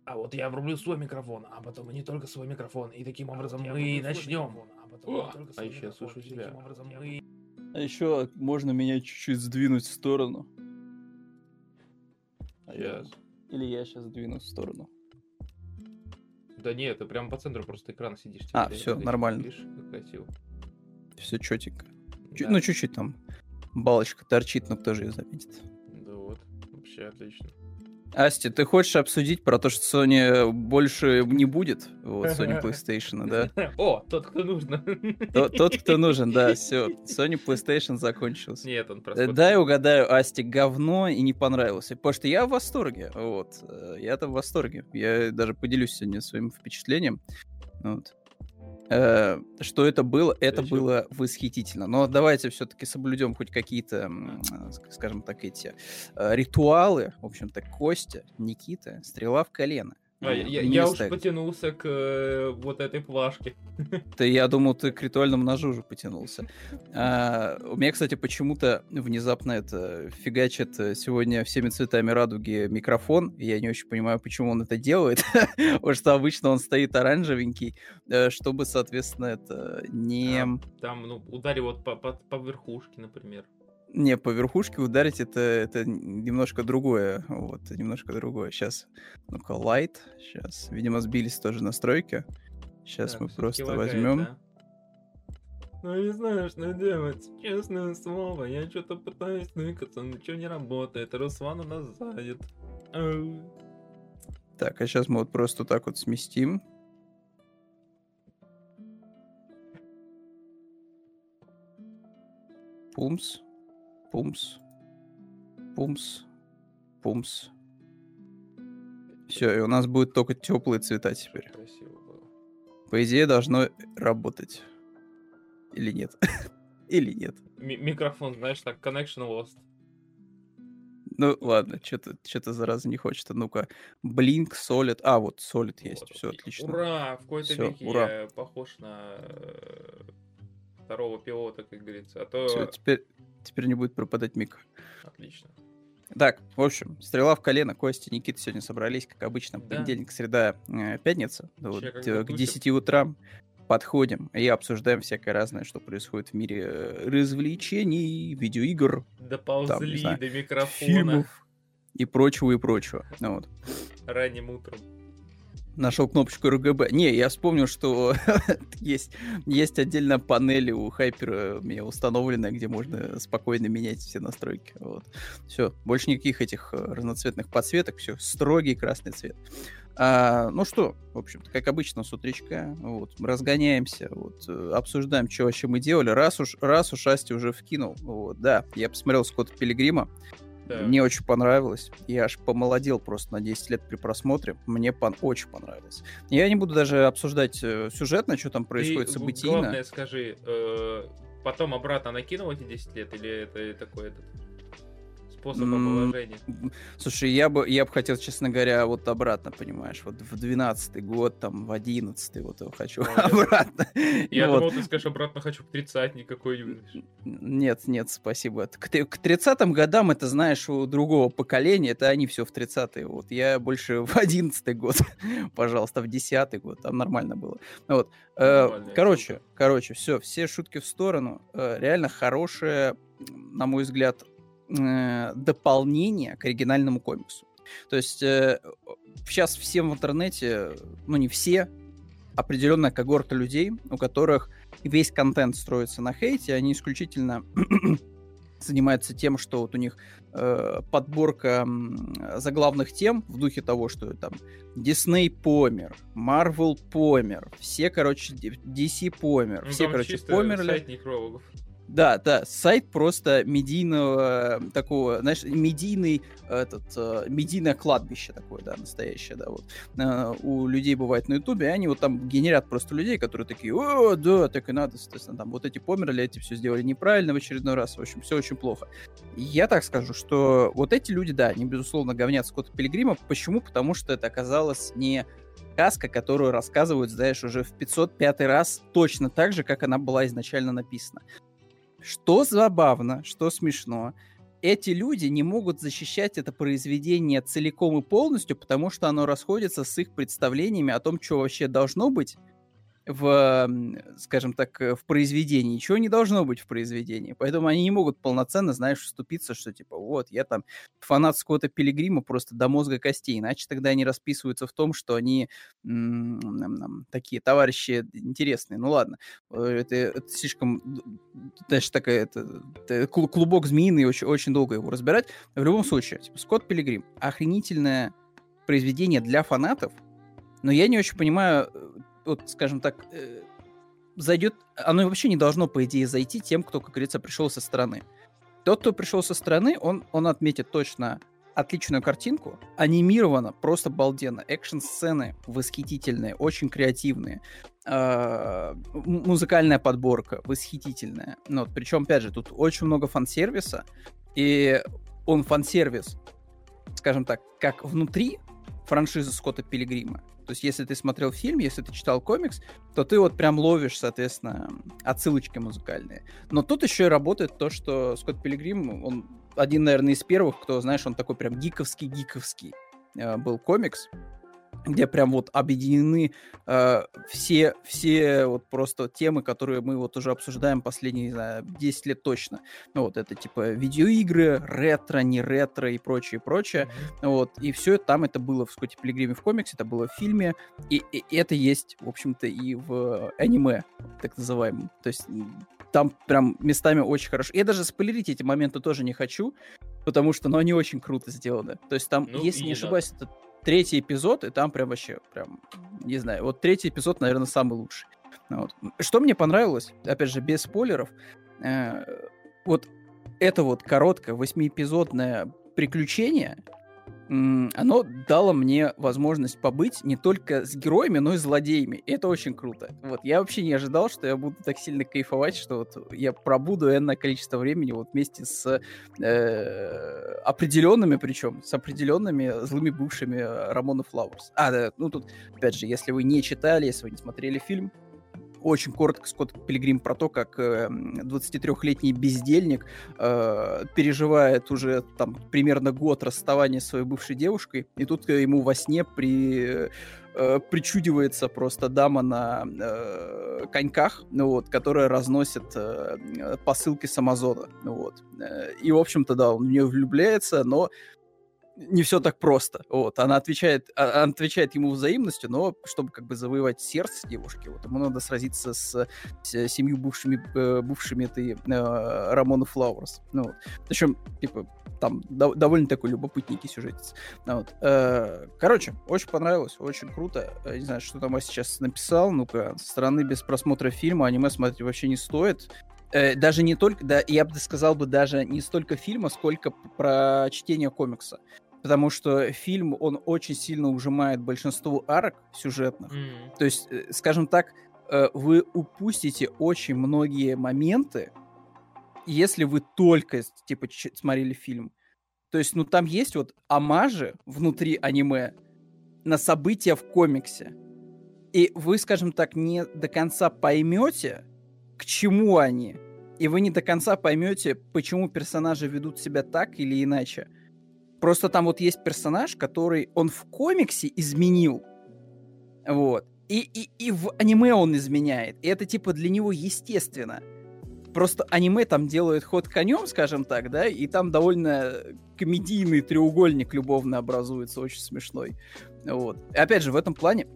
А вот я врублю свой микрофон, а потом и не только свой микрофон. И таким образом мы начнем. А еще я слышу тебя. А еще можно меня чуть-чуть сдвинуть в сторону. Сейчас. Или я сейчас сдвину в сторону. Да нет, ты прямо по центру просто экрана сидишь. Все, нормально. Видишь, как красиво. Все четенько. Да. Ну, чуть-чуть там балочка торчит, но кто же ее заметит? Да вот, вообще отлично. Асти, ты хочешь обсудить про то, что Sony больше не будет? Вот, Sony PlayStation, да? О, тот, кто нужно. Тот, кто нужен, да, все. Sony PlayStation закончился. Нет, он просто... Дай угадаю, Асти, говно и не понравился. Потому что я в восторге, вот. Я-то в восторге. Я даже поделюсь сегодня своим впечатлением. Вот. Что это было? Это было восхитительно. Но давайте все-таки соблюдем хоть какие-то, скажем так, эти ритуалы. В общем-то, Костя, Никита, стрела в колено. Я уж потянулся к вот этой плашке. Я думал, ты к ритуальному ножу уже потянулся. У меня, кстати, почему-то внезапно это фигачит сегодня всеми цветами радуги микрофон. Я не очень понимаю, почему он это делает. Потому что обычно он стоит оранжевенький, чтобы, соответственно, это не... Там, ударь вот по верхушке, например. Не, по верхушке ударить это немножко другое. Вот, немножко другое. Сейчас, ну-ка, light. Сейчас, видимо, сбились тоже настройки. Сейчас так, мы просто возьмем. Да? Ну, не знаю, что делать. Честное слово, я что-то пытаюсь ныкаться, ничего не работает. Руслан у нас занят. Так, а сейчас мы вот просто так вот сместим. Пумс. Пумс. Пумс. Пумс. Все, и у нас будут только теплые цвета теперь. Красиво было. По идее, должно работать. Или нет? Или нет? Микрофон, знаешь, так, connection lost. Ну, ладно, что-то зараза не хочет. Ну-ка, Blink, Solid. А, вот Solid есть, вот, все отлично. Ура! В какой-то веке я похож на второго пилота, как говорится. А то... Все, теперь не будет пропадать мик. Отлично. Так, в общем, стрела в колено. Костя, Никита сегодня собрались, как обычно, да. Понедельник, среда, пятница. Вот, к 10 утра подходим и обсуждаем всякое разное, что происходит в мире развлечений, видеоигр. Доползли там, до микрофона. Фильмов и прочего, и прочего. Вот. Ранним утром. Нашел кнопочку RGB. Не, я вспомнил, что есть отдельная панель у Hyper у меня установленная, где можно спокойно менять все настройки. Вот. Все, больше никаких этих разноцветных подсветок, все, строгий красный цвет. Ну что, в общем-то, как обычно, с утречка, вот, мы разгоняемся, вот, обсуждаем, что вообще мы делали. Раз уж Асти уже вкинул, вот, да, я посмотрел Скотта Пилигрима. Да. Мне очень понравилось. Я аж помолодел просто на 10 лет при просмотре. Мне очень понравилось. Я не буду даже обсуждать сюжетно, что там происходит событийно. Главное, скажи, потом обратно накинул эти 10 лет, или это такой способ омоложения? Слушай, я бы хотел, честно говоря, вот обратно, понимаешь, вот в 12-й год, там, в 11-й, вот я хочу обратно. Я думал, ты скажешь, обратно хочу к 30-й какой-нибудь. Нет, спасибо. К 30-м годам, это, знаешь, у другого поколения, это они все в 30-е. Вот я больше в 11-й год, пожалуйста, в 10-й год, там нормально было. Вот. Короче, все шутки в сторону. Реально хорошее, на мой взгляд, дополнение к оригинальному комиксу. То есть сейчас всем в интернете, ну не все, определенная когорта людей, у которых весь контент строится на хейте, они исключительно занимаются тем, что вот у них подборка заглавных тем в духе того, что там Disney помер, Marvel помер, все, короче, DC помер, все, короче, померли. Да, сайт просто медийного такого, знаешь, медийное кладбище такое, да, настоящее, да, вот. У людей бывает на Ютубе, и они вот там генерят просто людей, которые такие, о, да, так и надо, соответственно, там вот эти померли, эти все сделали неправильно в очередной раз, в общем, все очень плохо. Я так скажу, что вот эти люди, да, они, безусловно, говнят Скотта Пилигрима. Почему? Потому что это оказалось не сказка, которую рассказывают, знаешь, уже в 505-й раз точно так же, как она была изначально написана. Что забавно, что смешно, эти люди не могут защищать это произведение целиком и полностью, потому что оно расходится с их представлениями о том, что вообще должно быть скажем так, в произведении. Ничего не должно быть в произведении. Поэтому они не могут полноценно, знаешь, вступиться, что типа вот, я там фанат Скотта Пилигрима просто до мозга костей. Иначе тогда они расписываются в том, что они такие товарищи интересные. Ну ладно, это слишком, даже такая, это клубок змеиный, очень, очень долго его разбирать. В любом случае, типа, Скотт Пилигрим — охренительное произведение для фанатов, но я не очень понимаю, вот, скажем так, зайдет, оно вообще не должно, по идее, зайти тем, кто, как говорится, пришел со стороны. Тот, кто пришел со стороны, он отметит точно отличную картинку, анимировано просто балденно, экшн-сцены восхитительные, очень креативные, музыкальная подборка восхитительная. Ну, вот, причем, опять же, тут очень много фан-сервиса, и он фан-сервис, скажем так, как внутри франшизы Скотта Пилигрима. То есть, если ты смотрел фильм, если ты читал комикс, то ты вот прям ловишь, соответственно, отсылочки музыкальные. Но тут еще и работает то, что Скотт Пилигрим, он один, наверное, из первых, кто, знаешь, он такой прям гиковский был комикс, где прям вот объединены все вот просто темы, которые мы вот уже обсуждаем последние, не знаю, 10 лет точно. Ну вот это типа видеоигры, ретро, не ретро и прочее. Вот. И все там это было в Скотте Пилигриме в комиксе, это было в фильме, и это есть, в общем-то, и в аниме, так называемом. То есть там прям местами очень хорошо. Я даже спойлерить эти моменты тоже не хочу, потому что, ну, они очень круто сделаны. То есть там, если не ошибаюсь, это 3-й эпизод, и там прям вообще, прям, не знаю, вот 3-й эпизод, наверное, самый лучший. Вот. Что мне понравилось, опять же, без спойлеров, вот это вот короткое 8-эпизодное приключение, оно дало мне возможность побыть не только с героями, но и злодеями. И это очень круто. Вот. Я вообще не ожидал, что я буду так сильно кайфовать, что вот я пробуду энное количество времени вот вместе с определенными, причем с определенными злыми бывшими Рамона Флауэрс. Да, ну тут, опять же, если вы не читали, если вы не смотрели фильм, очень коротко Скотт Пилигрим про то, как 23-летний бездельник переживает уже там примерно год расставания с своей бывшей девушкой, и тут ему во сне причудивается просто дама на коньках, ну вот, которая разносит посылки с Амазона. Ну вот. И, в общем-то, да, он в нее влюбляется, но не все так просто. Вот. Она отвечает ему взаимностью, но чтобы как бы завоевать сердце девушки, вот, ему надо сразиться с 7 бывшими этой Рамоны Флауэрс. Ну, вот. Причем, типа, там довольно такой любопытненький сюжетец. Ну, вот. Короче, очень понравилось, очень круто. Не знаю, что там я сейчас написал. Ну-ка, со стороны без просмотра фильма аниме смотреть вообще не стоит. Даже не только, да, я бы сказал бы, даже не столько фильма, сколько про чтение комикса. Потому что фильм, он очень сильно ужимает большинство арок сюжетных. То есть, скажем так, вы упустите очень многие моменты, если вы только, типа, смотрели фильм. То есть, ну, там есть вот омажи внутри аниме на события в комиксе. И вы, скажем так, не до конца поймете, к чему они. И вы не до конца поймете, почему персонажи ведут себя так или иначе. Просто там вот есть персонаж, который он в комиксе изменил. Вот. И в аниме он изменяет. И это типа для него естественно. Просто аниме там делает ход конем, скажем так, да, и там довольно комедийный треугольник любовно образуется, очень смешной. Вот. И опять же, в этом плане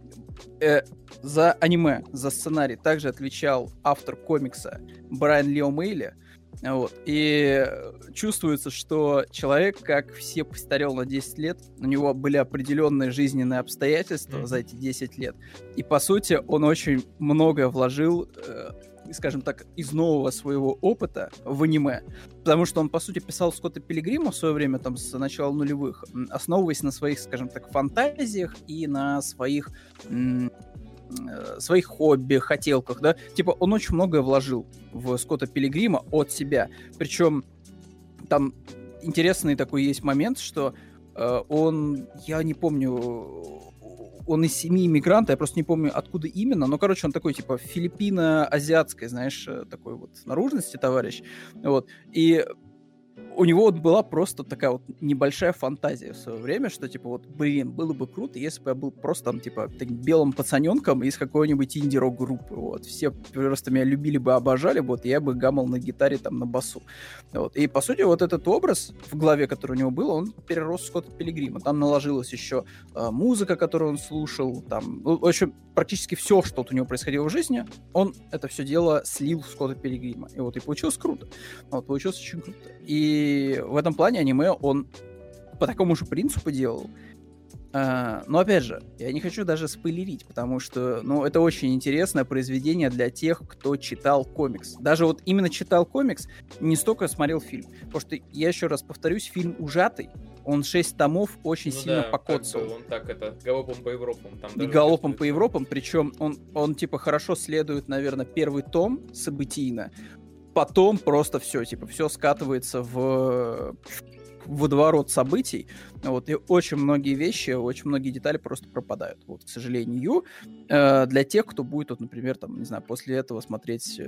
за аниме, за сценарий также отвечал автор комикса Брайан Ли О'Мейли. Вот. И чувствуется, что человек, как все, постарел на 10 лет, у него были определенные жизненные обстоятельства за эти 10 лет. И, по сути, он очень многое вложил, скажем так, из нового своего опыта в аниме. Потому что он, по сути, писал Скотта Пилигрима в свое время, там, с начала нулевых, основываясь на своих, скажем так, фантазиях и на своих хобби, хотелках, да, типа он очень многое вложил в Скотта Пилигрима от себя, причем там интересный такой есть момент, что он, я не помню, он из семьи иммигранта, я просто не помню, откуда именно, но, короче, он такой, типа, филиппино-азиатской, знаешь, такой вот наружности товарищ, вот, и у него вот была просто такая вот небольшая фантазия в свое время, что, типа, вот, блин, было бы круто, если бы я был просто там, типа, таким белым пацаненком из какой-нибудь инди-рок-группы, вот. Все просто меня любили бы, обожали бы, вот, и я бы гамал на гитаре, там, на басу. Вот. И, по сути, вот этот образ в голове, который у него был, он перерос в Скотта Пилигрима. Там наложилась еще музыка, которую он слушал, там, в общем, практически все, что вот у него происходило в жизни, он это все дело слил в Скотта Пилигрима. И вот, и получилось круто. Вот, получилось очень круто. И в этом плане аниме он по такому же принципу делал. Но опять же, я не хочу даже спойлерить, потому что, ну, это очень интересное произведение для тех, кто читал комикс. Даже вот именно читал комикс, не столько смотрел фильм. Потому что, я еще раз повторюсь, фильм ужатый. Он 6 томов очень сильно покоцал. Он так галопом по Европам. Там и галопом по Европам, причем он типа хорошо следует, наверное, первый том событийно. Потом просто все, типа, все скатывается в водоворот событий, вот, и очень многие вещи, очень многие детали просто пропадают, вот, к сожалению, для тех, кто будет, вот, например, там, не знаю, после этого смотреть,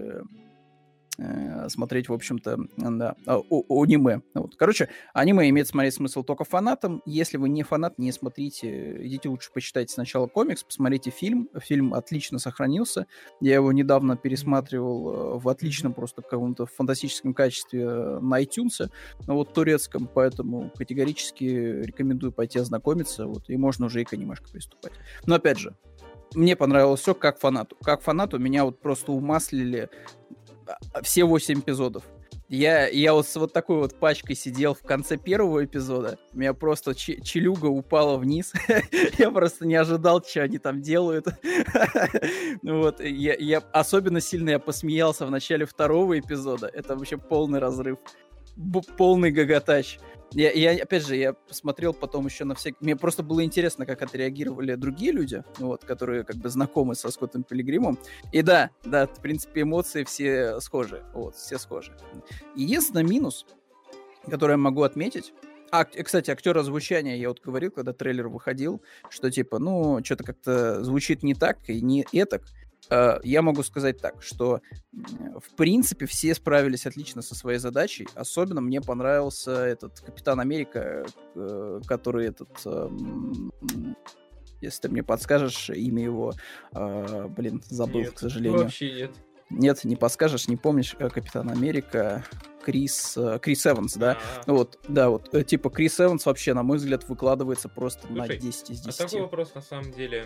в общем-то, да, аниме. Вот. Короче, аниме имеет смотреть смысл только фанатам. Если вы не фанат, не смотрите. Идите лучше почитайте сначала комикс, посмотрите фильм. Фильм отлично сохранился. Я его недавно пересматривал в отличном просто каком-то фантастическом качестве на iTunes, вот турецком, поэтому категорически рекомендую пойти ознакомиться, вот, и можно уже и к анимешке приступать. Но опять же, мне понравилось все как фанату. Как фанату меня вот просто умаслили все 8 эпизодов. Я вот с вот такой вот пачкой сидел в конце первого эпизода. У меня просто челюга упала вниз. Я просто не ожидал, что они там делают. Вот. Я особенно сильно посмеялся в начале второго эпизода. Это вообще полный разрыв. Полный гоготач. Опять же, я посмотрел потом еще на всякие... Мне просто было интересно, как отреагировали другие люди, вот, которые как бы знакомы со Скоттом Пилигримом. И да, в принципе, эмоции все схожи. Вот, все схожи. Единственный минус, который я могу отметить... кстати, актер озвучания, я вот говорил, когда трейлер выходил, что типа, ну, что-то как-то звучит не так и не этак. Я могу сказать так, что в принципе все справились отлично со своей задачей. Особенно мне понравился этот Капитан Америка, который если ты мне подскажешь имя его, забыл, нет, к сожалению. Вообще нет. Нет, не подскажешь, не помнишь, Капитан Америка, Крис Эванс, да? Вот, да, вот, типа Крис Эванс вообще, на мой взгляд, выкладывается просто. Слушай, на 10 из 10. А такой вопрос, на самом деле.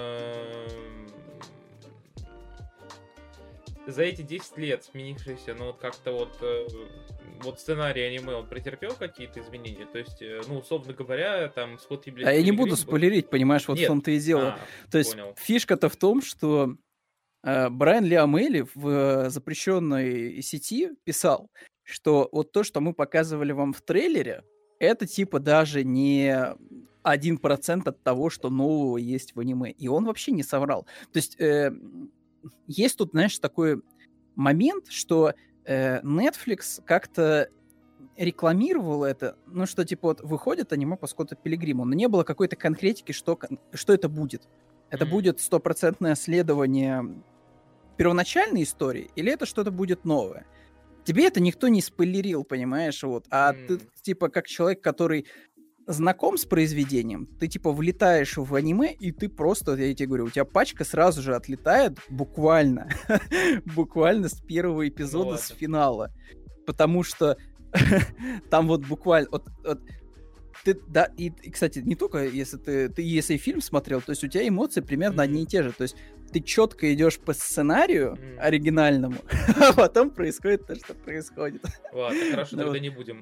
За эти 10 лет сменившиеся, ну вот как-то вот сценарий аниме, он претерпел какие-то изменения? То есть, ну, условно говоря, там Скотт Пилигрим... я не буду спойлерить, понимаешь, вот в том-то и дело. То есть фишка-то в том, что Брайан Ли Амели в запрещенной сети писал, что вот то, что мы показывали вам в трейлере, это типа даже не 1% от того, что нового есть в аниме. И он вообще не соврал. То есть... есть тут, знаешь, такой момент, что Netflix как-то рекламировал это, ну, что, типа, вот выходит аниме по Скотту Пилигриму, но не было какой-то конкретики, что это будет. Это будет стопроцентное следование первоначальной истории, или это что-то будет новое? Тебе это никто не спойлерил, понимаешь, вот. А ты, типа, как человек, который... знаком с произведением, ты типа влетаешь в аниме, и ты просто, я тебе говорю, у тебя пачка сразу же отлетает буквально с первого эпизода, с финала. Потому что там вот буквально... ты, да, и, кстати, не только если если фильм смотрел, то есть у тебя эмоции примерно одни и те же. То есть ты четко идешь по сценарию оригинальному, а потом происходит то, что происходит. Ладно, хорошо, тогда не будем...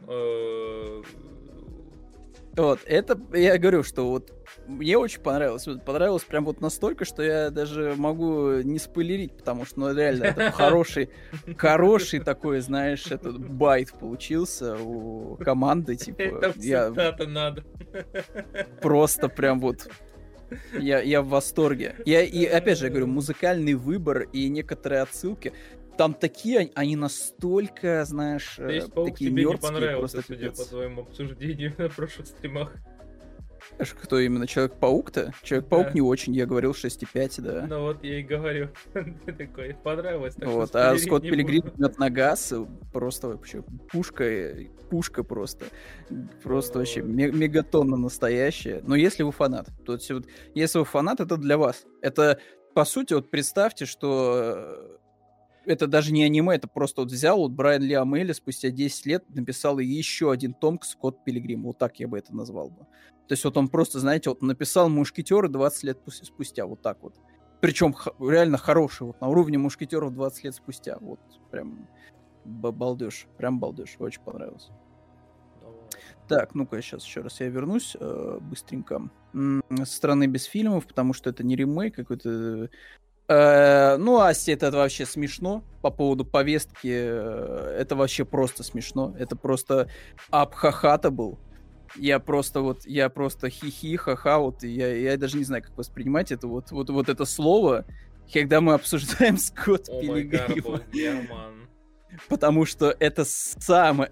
Вот, это, я говорю, что вот мне очень понравилось. Понравилось прям вот настолько, что я даже могу не спойлерить, потому что, ну, реально, это хороший такой, знаешь, этот байт получился у команды, типа. Это цитата надо. Просто прям вот... Я в восторге. И опять же, я говорю, музыкальный выбор и некоторые отсылки... Там такие, они настолько, знаешь, такие нёрдские. Тебе не понравился, судя по твоему обсуждению на прошлых стримах. Кто именно? Человек-паук-то? Человек-паук Да. не очень, я говорил 6,5, да. Ну вот я и говорю, ты такой, понравилось, так Вот, что а Скотт не Пилигрим буду. идет на газ, просто вообще пушка просто. Просто вообще мегатонна настоящая. Но если вы фанат, то есть вот, если вы фанат, это для вас. Это, по сути, вот представьте, что это даже не аниме, это просто вот взял вот Брайан Ли Амели спустя 10 лет написал еще один том Скотт Пилигрим. Вот так я бы это назвал бы. То есть вот он просто, знаете, вот написал Мушкетеры 20 лет спустя, вот так вот. Причем реально хороший, вот на уровне Мушкетеров 20 лет спустя. Вот прям балдеж, прям балдеж, очень понравилось. Так, ну-ка, сейчас еще раз я вернусь быстренько. Со стороны без фильмов, потому что это не ремейк какой-то. Ну, Асти, это вообще смешно. По поводу повестки, это вообще просто смешно. Это просто абхахата был. Я просто хихи, ха-ха, вот я даже не знаю, как воспринимать это вот это слово, когда мы обсуждаем Скотт Пилигрима. Герман. Потому что это самый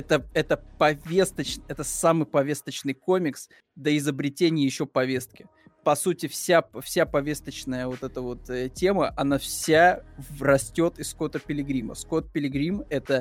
повесточный комикс до изобретения еще повестки. По сути, вся повесточная вот эта вот тема, она вся растет из Скотта Пилигрима. Скотт Пилигрим — это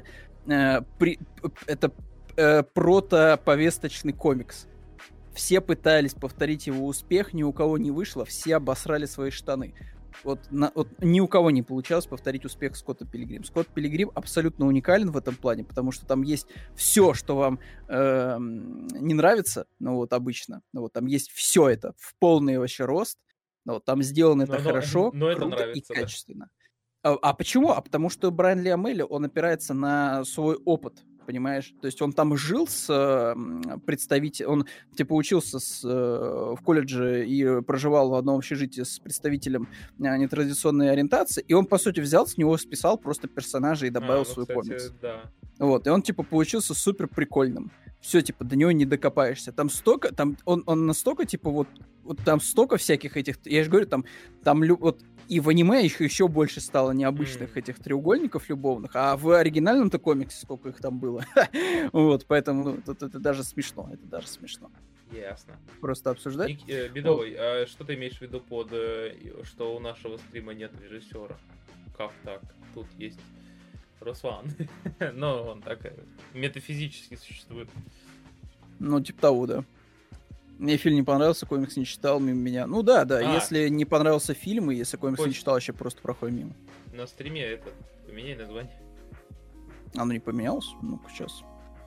протоповесточный комикс. Все пытались повторить его успех, ни у кого не вышло, все обосрали свои штаны. Вот ни у кого не получалось повторить успех Скотта Пилигрим. Скотт Пилигрим абсолютно уникален в этом плане, потому что там есть все, что вам не нравится, ну вот обычно. Ну вот там есть все это в полный вообще рост. Ну, вот, там сделано это хорошо, но это круто нравится, и качественно. А почему? А потому что Брайан Ли Амели, он опирается на свой опыт, понимаешь? То есть он там жил с представителем, он типа учился в колледже и проживал в одном общежитии с представителем нетрадиционной ориентации, и он, по сути, взял с него, списал просто персонажа и добавил свой комикс. Да. Вот, и он, типа, получился супер прикольным. Все, типа, до него не докопаешься. Там столько, он настолько, типа, вот там столько всяких этих, я же говорю, там вот и в аниме их еще больше стало необычных этих треугольников любовных, а в оригинальном-то комиксе сколько их там было. Вот, поэтому это даже смешно, Ясно. Просто обсуждать. Бедовый, а что ты имеешь в виду под, что у нашего стрима нет режиссера? Как так? Тут есть Руслан. Но он так метафизически существует. Ну, типа того, да. Мне фильм не понравился, комикс не читал, мимо меня. Ну да, если не понравился фильм, и если комикс не читал, вообще просто проходим мимо. На стриме это поменяй название. Оно не поменялось? Ну-ка, сейчас.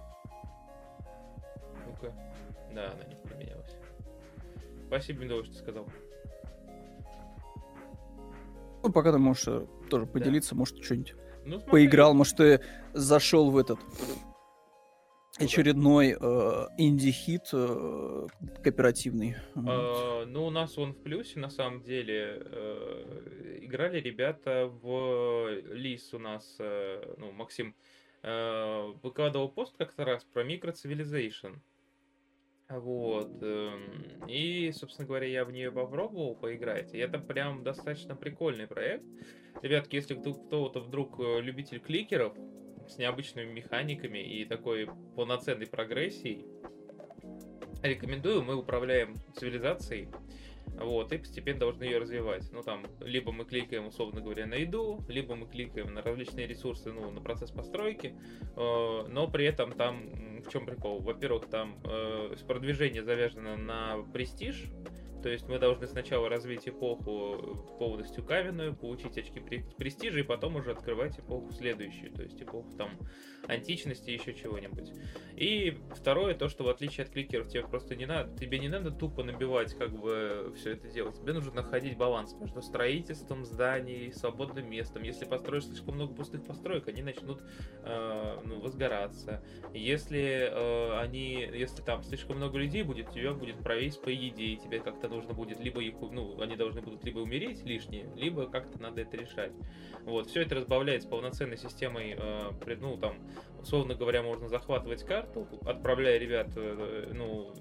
Ну-ка. Да, она не поменялась. Спасибо, Медовый, что сказал. Ну, пока ты можешь тоже поделиться, может, что-нибудь поиграл, может, ты зашел в этот очередной инди-хит кооперативный. Ну, у нас он в плюсе, на самом деле. Играли ребята в Лис у нас, ну, Максим выкладывал пост как-то раз про Micro-Civilization. Вот. И, собственно говоря, я в нее попробовал поиграть. И это прям достаточно прикольный проект. Ребятки, если кто-то вдруг любитель кликеров с необычными механиками и такой полноценной прогрессией, рекомендую. Мы управляем цивилизацией, вот, и постепенно должны ее развивать. Ну, там, либо мы кликаем, условно говоря, на еду, либо мы кликаем на различные ресурсы, ну, на процесс постройки, но при этом там, в чем прикол? Во-первых, там продвижение завязано на престиж, то есть мы должны сначала развить эпоху полностью каменную, получить очки престижа, и потом уже открывать эпоху следующую, то есть эпоху там античности, еще чего-нибудь. И второе, то, что в отличие от кликеров, тебе не надо тупо набивать, как бы, все это делать. Тебе нужно находить баланс между строительством зданий, свободным местом. Если построишь слишком много пустых построек, они начнут возгораться. Если там слишком много людей будет, тебя будет провис по еде, и тебе как-то нужно будет либо их, они должны будут либо умереть лишние, либо как-то надо это решать. Вот, все это разбавляется полноценной системой, условно говоря, можно захватывать карту, отправляя ребят,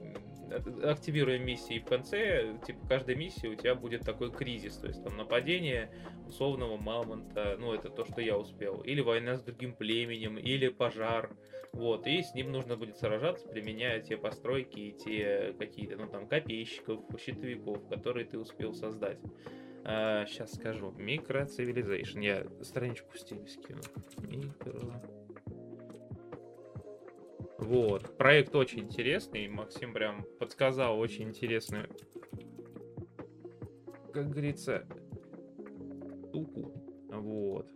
активируя миссии, и в конце, типа, каждой миссии у тебя будет такой кризис, то есть там нападение условного мамонта, ну, это то, что я успел, или война с другим племенем, или пожар, вот, и с ним нужно будет сражаться, применяя те постройки и те какие-то, ну, там, копейщиков, щитовиков, которые ты успел создать. Сейчас скажу. Micro Civilization. Я страничку в Steam скину. Micro. Вот. Проект очень интересный. Максим прям подсказал очень интересную, как говорится, штуку. Вот.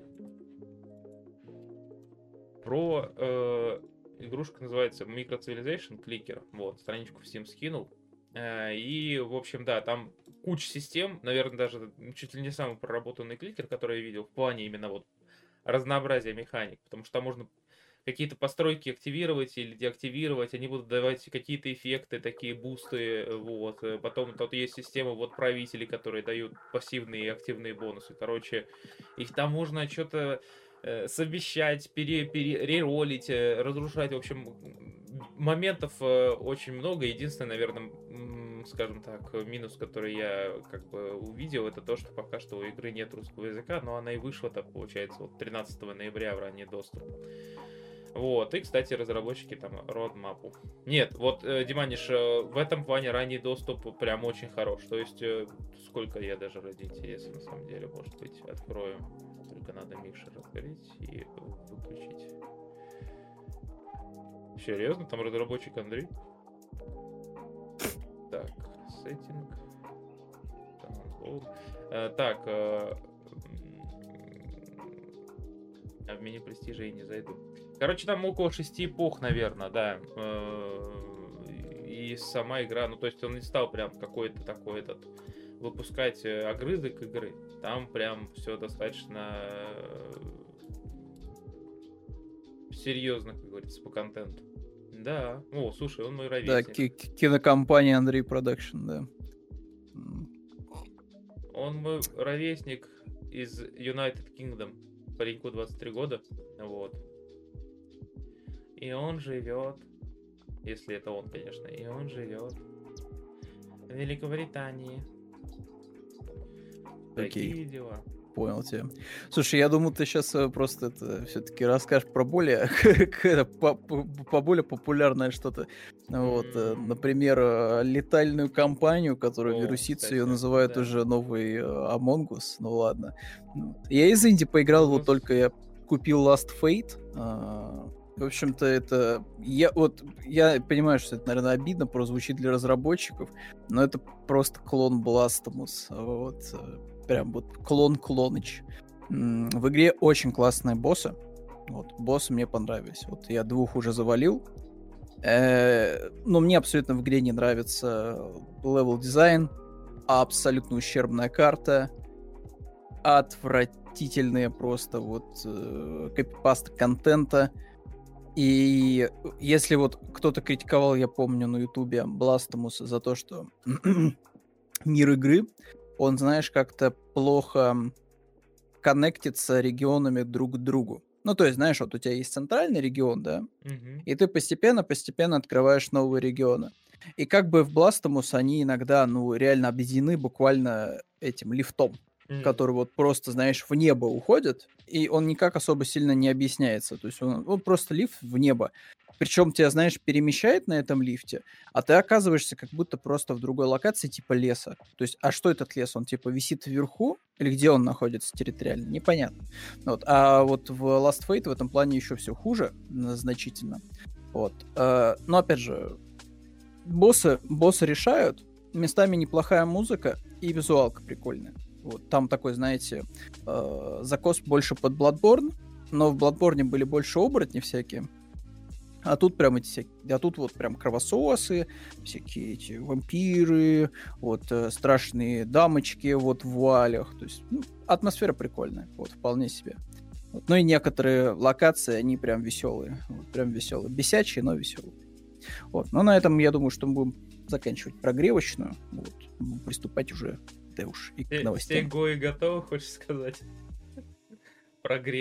Про игрушка называется Micro Civilization Clicker. Вот. Страничку в Steam скинул. И, в общем, да, там куча систем, наверное, даже чуть ли не самый проработанный кликер, который я видел в плане именно вот разнообразия механик, потому что там можно какие-то постройки активировать или деактивировать, они будут давать какие-то эффекты, такие бусты, вот. Потом тут есть система вот правителей, которые дают пассивные и активные бонусы. Короче, их там можно что-то совмещать, реролить, разрушать. В общем, моментов очень много. Единственное, наверное, скажем так, минус, который я как бы увидел, это то, что пока что у игры нет русского языка, но она и вышла-то, получается, вот 13 ноября в ранний доступ. Вот, и, кстати, разработчики там родмапу. Нет, вот, Диманиш, в этом плане ранний доступ прям очень хорош. То есть, сколько я даже ради интереса, на самом деле, может быть, открою. Только надо микшер открыть и выключить. Серьезно? Там разработчик Андрей? Так, сеттинг. Так, в меню престижа и не зайду. Короче, там около 6 эпох, наверное, да. И сама игра, ну, то есть он не стал прям какой-то такой этот выпускать огрызок игры. Там прям все достаточно серьезно, как говорится, по контенту. Да. О, слушай, он мой ровесник. Да, кинокомпания Андрей Продакшн, да. Он мой ровесник из United Kingdom. Пареньку 23 года. Вот. И он живет, если это он, конечно, и он живет в Великобритании. Такие дела. Понял тебя. Слушай, я думаю, ты сейчас просто это все-таки расскажешь про более популярное что-то. Вот, например, летальную компанию, которую вирусится, ее называют уже новый Among Us. Ну ладно. Я из инди поиграл, вот только я купил Last Fate. В общем-то, это... Я понимаю, что это, наверное, обидно прозвучит для разработчиков, но это просто клон Blasphemous. Вот. Прям вот клон-клоныч. В игре очень классные боссы. Вот, боссы мне понравились. Вот я 2 уже завалил. Но мне абсолютно в игре не нравится левел-дизайн. Абсолютно ущербная карта. Отвратительные просто вот копипасты контента. И если вот кто-то критиковал, я помню, на ютубе Blasphemous за то, что мир игры, он, знаешь, как-то плохо коннектится регионами друг к другу. Ну, то есть, знаешь, вот у тебя есть центральный регион, да, и ты постепенно открываешь новые регионы. И как бы в Blasphemous они иногда, ну, реально объединены буквально этим лифтом, который вот просто, знаешь, в небо уходит, и он никак особо сильно не объясняется. То есть он просто лифт в небо. Причем тебя, знаешь, перемещает на этом лифте, а ты оказываешься как будто просто в другой локации, типа леса. То есть, а что этот лес? Он типа висит вверху? Или где он находится территориально? Непонятно. Вот. А вот в Last Fate в этом плане еще все хуже значительно. Вот. Но опять же, боссы решают. Местами неплохая музыка и визуалка прикольная. Вот. Там такой, знаете, закос больше под Bloodborne, но в Bloodborne были больше оборотни всякие. А тут прям вот прям кровососы, всякие эти вампиры, вот страшные дамочки вот в вуалях. То есть, атмосфера прикольная, вот, вполне себе. Вот. Ну и некоторые локации, они прям веселые. Вот, прям веселые. Бесячие, но веселые. Вот. Но на этом, я думаю, что мы будем заканчивать прогревочную. Вот. Будем приступать уже и к новостям. Все гои готовы, хочешь сказать?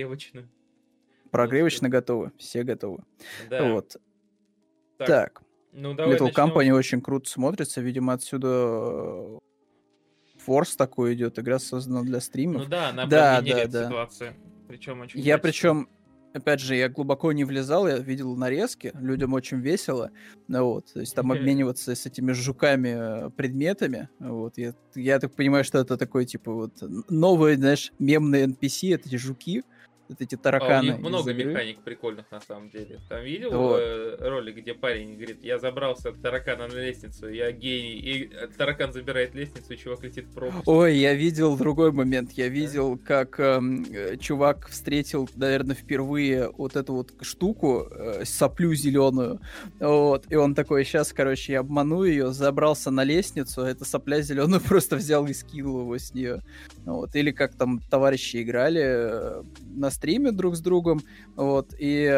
Прогревочную. Прогревочно готовы, все готовы. Да. Вот. Так. Ну, давай Little начнем. Company очень круто смотрится. Видимо, отсюда форс такой идет. Игра создана для Ну стримов. да, она прям Да, да, генерит да. ситуации. Причем очень Я качественно. причем, опять же, я глубоко не влезал, я видел нарезки, людям очень весело, ну вот, то есть там обмениваться с этими жуками предметами, вот, я так понимаю, что это такой, типа, вот, новые, знаешь, мемные NPC, это эти жуки, вот эти А у них тараканы из много игры, механик прикольных на самом деле. Там видел вот. ролик, где парень говорит, я забрался от таракана на лестницу, я гений, и таракан забирает лестницу, и чувак летит в пропасть. Ой, я видел другой момент. Я Да? видел, как чувак встретил, наверное, впервые вот эту вот штуку, соплю зеленую. Вот. И он такой, сейчас, короче, я обману ее, забрался на лестницу, а эта сопля зеленую просто взял и скинул его с нее. Вот. Или как там товарищи играли на стриме друг с другом. Вот. И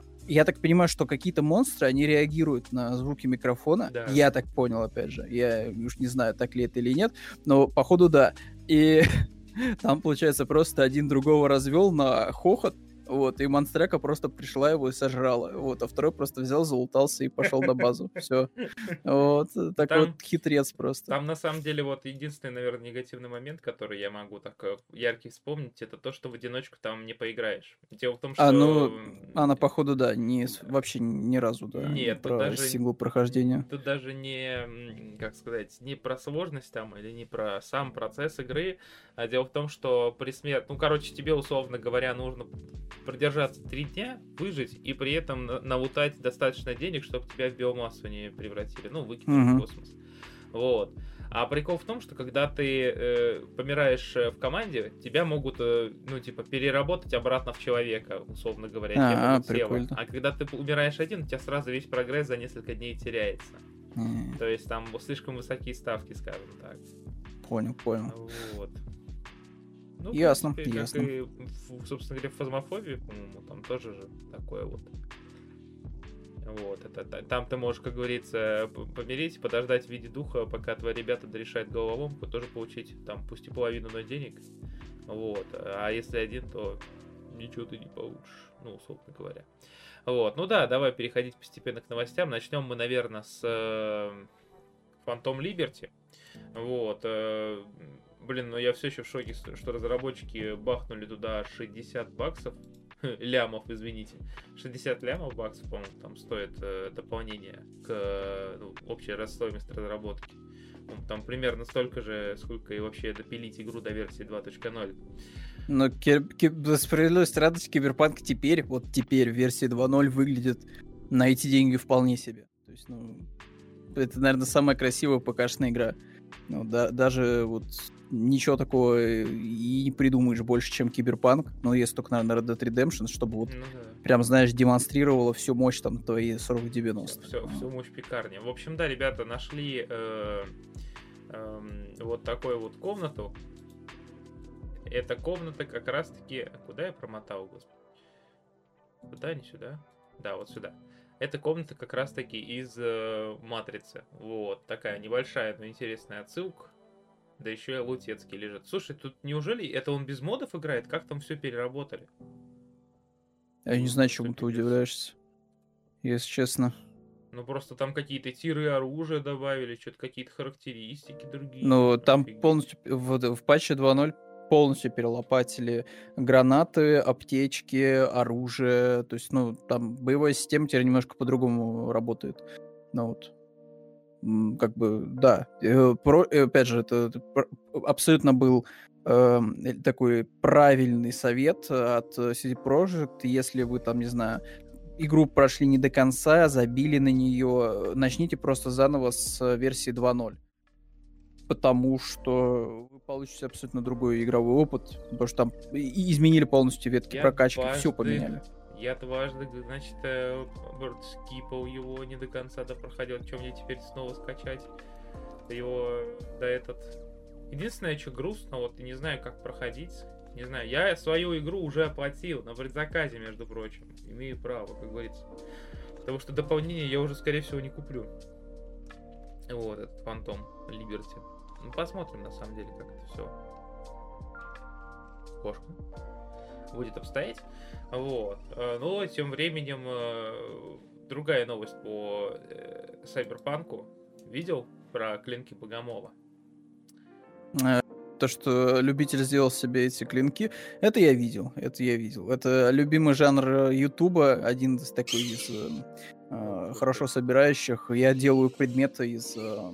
я так понимаю, что какие-то монстры, они реагируют на звуки микрофона. Да. Я так понял, опять же. Я уж не знаю, так ли это или нет, но походу да. И там, получается, просто один другого развел на хохот, вот, и монстряка просто пришла его и сожрала. Вот, а второй просто взял, залутался и пошел на базу. Все. Вот, такой вот хитрец просто. Там, на самом деле, вот единственный, наверное, негативный момент, который я могу так яркий вспомнить, это то, что в одиночку там не поиграешь. Дело в том, что... Она, походу, да, вообще ни разу, да, Нет, про даже... сингл прохождения. Тут даже не, как сказать, не про сложность там или не про сам процесс игры, а дело в том, что при смерти, ну, короче, тебе, условно говоря, нужно продержаться 3 дня, выжить и при этом налутать достаточно денег, чтобы тебя в биомассу не превратили, ну, выкинули в космос. Вот. А прикол в том, что когда ты помираешь в команде, тебя могут, ну, типа, переработать обратно в человека, условно говоря. Тебе могут тело. А когда ты умираешь один, у тебя сразу весь прогресс за несколько дней теряется. То есть там слишком высокие ставки, скажем так. Понял. Вот. Ну, ясно, в принципе, ясно. Как и, собственно говоря, в Фазмофобии, по-моему, там тоже же такое вот. Вот, там ты можешь, как говорится, помереть, подождать в виде духа, пока твои ребята дорешают головоломку, тоже получить там пусть и половину, но денег. Вот. А если один, то ничего ты не получишь, ну, условно говоря. Вот. Ну да, давай переходить постепенно к новостям. Начнем мы, наверное, с Phantom Liberty. Вот. Блин, ну я все еще в шоке, что разработчики бахнули туда $60. Лямов, извините. 60 лямов баксов, по-моему, там стоит дополнение к общей стоимости разработки. Там примерно столько же, сколько и вообще допилить игру до версии 2.0. Но справедливость радость, Киберпанк теперь в версии 2.0 выглядит на эти деньги вполне себе. То есть, ну, это, наверное, самая красивая ПК-шная игра. Ну, даже вот ничего такого и не придумаешь больше, чем Киберпанк. Ну, если только, наверное, Red Dead Redemption, чтобы вот прям, знаешь, демонстрировала всю мощь там твои 4090. Всю мощь пекарни. В общем, да, ребята нашли вот такую вот комнату. Эта комната как раз-таки... Куда я промотал, господи? Куда, не сюда? Да, вот сюда. Эта комната как раз-таки из Матрицы. Вот, такая небольшая, но интересная отсылка. Да еще и Лутецкий лежит. Слушай, тут неужели это он без модов играет? Как там все переработали? Я не знаю, чему ты удивляешься, если честно. Ну просто там какие-то тиры оружия добавили, что-то какие-то характеристики другие. Ну, там полностью в патче 2.0 полностью перелопатили гранаты, аптечки, оружие. То есть, ну, там боевая система теперь немножко по-другому работает. Ну вот. Как бы, да. Опять же, это абсолютно был такой правильный совет от CD Projekt. Если вы там, не знаю, игру прошли не до конца, забили на нее, начните просто заново с версии 2.0. Потому что вы получите абсолютно другой игровой опыт. Потому что там изменили полностью ветки прокачки, все поменяли. Я дважды, значит, скипал его, не до конца допроходил. Что мне теперь снова скачать его до этот... Единственное, что грустно, вот не знаю, как проходить. Не знаю, я свою игру уже оплатил на предзаказе, между прочим. Имею право, как говорится. Потому что дополнение я уже, скорее всего, не куплю. Вот, этот Phantom Liberty. Ну, посмотрим, на самом деле, как это все будет обстоять. Вот. Но тем временем другая новость по Сайберпанку. Видел про клинки Богомола? То, что любитель сделал себе эти клинки, это я видел, Это любимый жанр Ютуба, один из такой из хорошо собирающих. Я делаю предметы из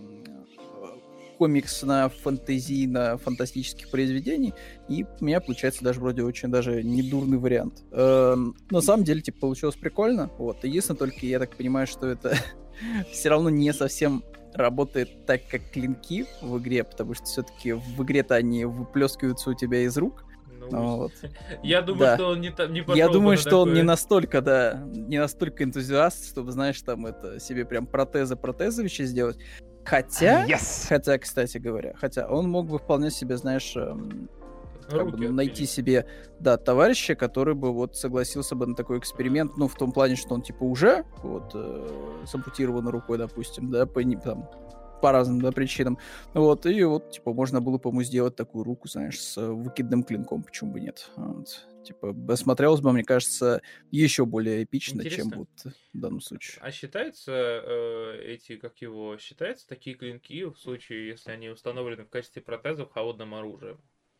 комиксно-фантазийно-фантастических произведений, и у меня получается даже вроде очень даже недурный вариант. На самом деле, типа, получилось прикольно. Вот. Единственное, только я так понимаю, что это все равно не совсем работает так, как клинки в игре, потому что все-таки в игре-то они выплескиваются у тебя из рук. Ну, Вот. я думаю, Да. что он не пошел Я бы думаю, на что он не такое. настолько, не настолько энтузиаст, чтобы, знаешь, там это себе прям протезовище сделать. Хотя, кстати говоря, он мог бы вполне себе, знаешь, Руки найти отпилить. себе, товарища, который бы вот согласился бы на такой эксперимент, ну, в том плане, что он, типа, уже вот с ампутированной рукой, допустим, да, по разным, причинам. Вот, и вот, типа, можно было бы ему сделать такую руку, знаешь, с выкидным клинком, почему бы нет. Вот. Типа, смотрелось бы, мне кажется, еще более эпично, чем Интересно. вот в данном случае. А считаются считаются такие клинки в случае, если они установлены в качестве протезов холодным оружием?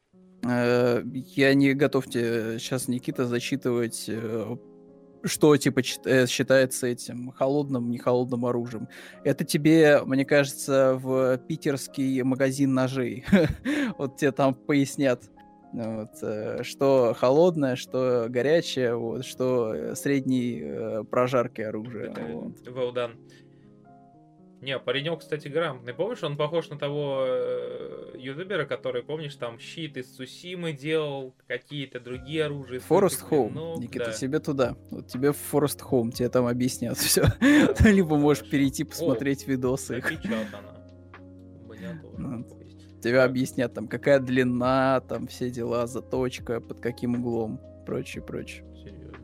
Я не готов тебе сейчас, Никита, зачитывать, что, типа, считается этим холодным, не холодным оружием. Это тебе, мне кажется, в питерский магазин ножей. Вот тебе там пояснят, что холодное, что горячее, вот, что средней прожарки оружие. Вот. Well done. Не, паренек, кстати, грамотный. Помнишь, он похож на того ютубера, который, помнишь, там щит из Цусимы делал, какие-то другие оружия. Forest супер Home, клинок, Никита, да. тебе туда. Вот тебе в Forest Home, тебе там объяснят все. Либо можешь Хорошо. перейти посмотреть видосы их. Напечатано. У меня тоже Вот. такое есть. Тебе Так. объяснят, там, какая длина, там, все дела, заточка, под каким углом, прочее. Серьезно.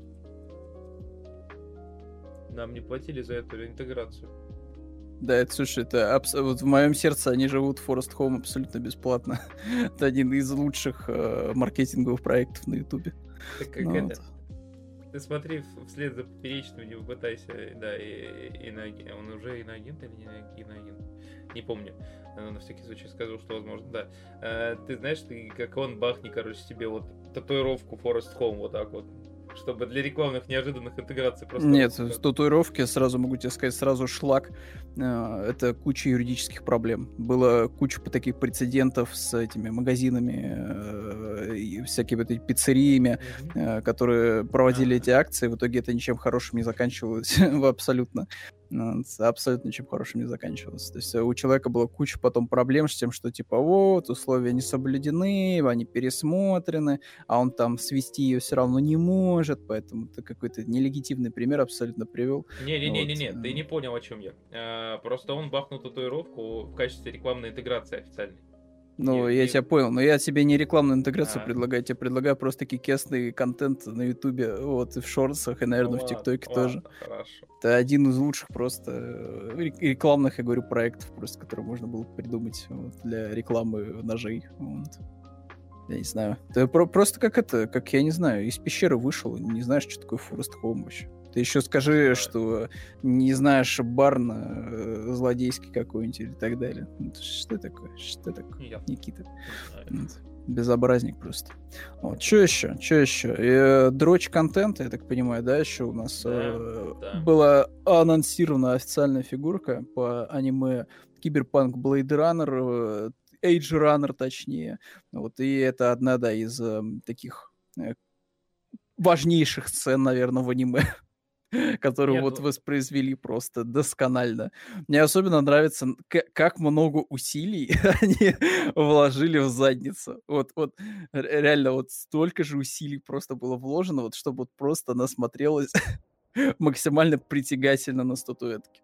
Нам не платили за эту интеграцию. Да, это, слушай, это вот в моем сердце они живут в Forest Home абсолютно бесплатно. Это один из лучших маркетинговых проектов на Ютубе. Так как Ну это? Ты смотри вслед за поперечным, не попытайся, да, он уже иноагент или не иноагент? Не помню. Но на всякий случай скажу, что возможно, да. Ты знаешь, как он бахни, короче, себе вот татуировку Forest Home вот так вот, чтобы для рекламных неожиданных интеграций просто... Нет, с татуировки, сразу могу тебе сказать, сразу шлак. Это куча юридических проблем. Было куча таких прецедентов с этими магазинами и всякими вот этими пиццериями, которые проводили эти акции. В итоге это ничем хорошим не заканчивалось абсолютно. Абсолютно ничем хорошим не заканчивалось. То есть у человека была куча потом проблем с тем, что типа вот, условия не соблюдены, они пересмотрены, а он там свести ее все равно не может, поэтому ты какой-то нелегитимный пример абсолютно привел. Не-не-не, ты не понял, о чем я. Просто он бахнул татуировку в качестве рекламной интеграции официальной. Ну, я тебя понял, но я тебе не рекламную интеграцию предлагаю, я тебе предлагаю просто кикесный контент на Ютубе, вот, и в шорцах, и, наверное, в ТикТоке тоже. Хорошо. Это один из лучших просто рекламных, я говорю, проектов, просто, которые можно было придумать вот, для рекламы ножей. Вот. Я не знаю. Это просто как я не знаю, из пещеры вышел, не знаешь, что такое Forest Home вообще. Ты еще скажи, что не знаешь Барна злодейский какой-нибудь или так далее. Что такое? Никита? Безобразник просто. Вот. Что еще? Дрочь контента, я так понимаю, да, еще у нас была анонсирована официальная фигурка по аниме Киберпанк Blade Runner, Age Runner, точнее. Вот, и это одна, из таких важнейших сцен, наверное, в аниме, которую воспроизвели просто досконально. Мне особенно нравится, как много усилий они вложили в задницу. Вот реально, вот столько же усилий просто было вложено, вот чтобы вот просто она смотрелась максимально притягательно на статуэтке.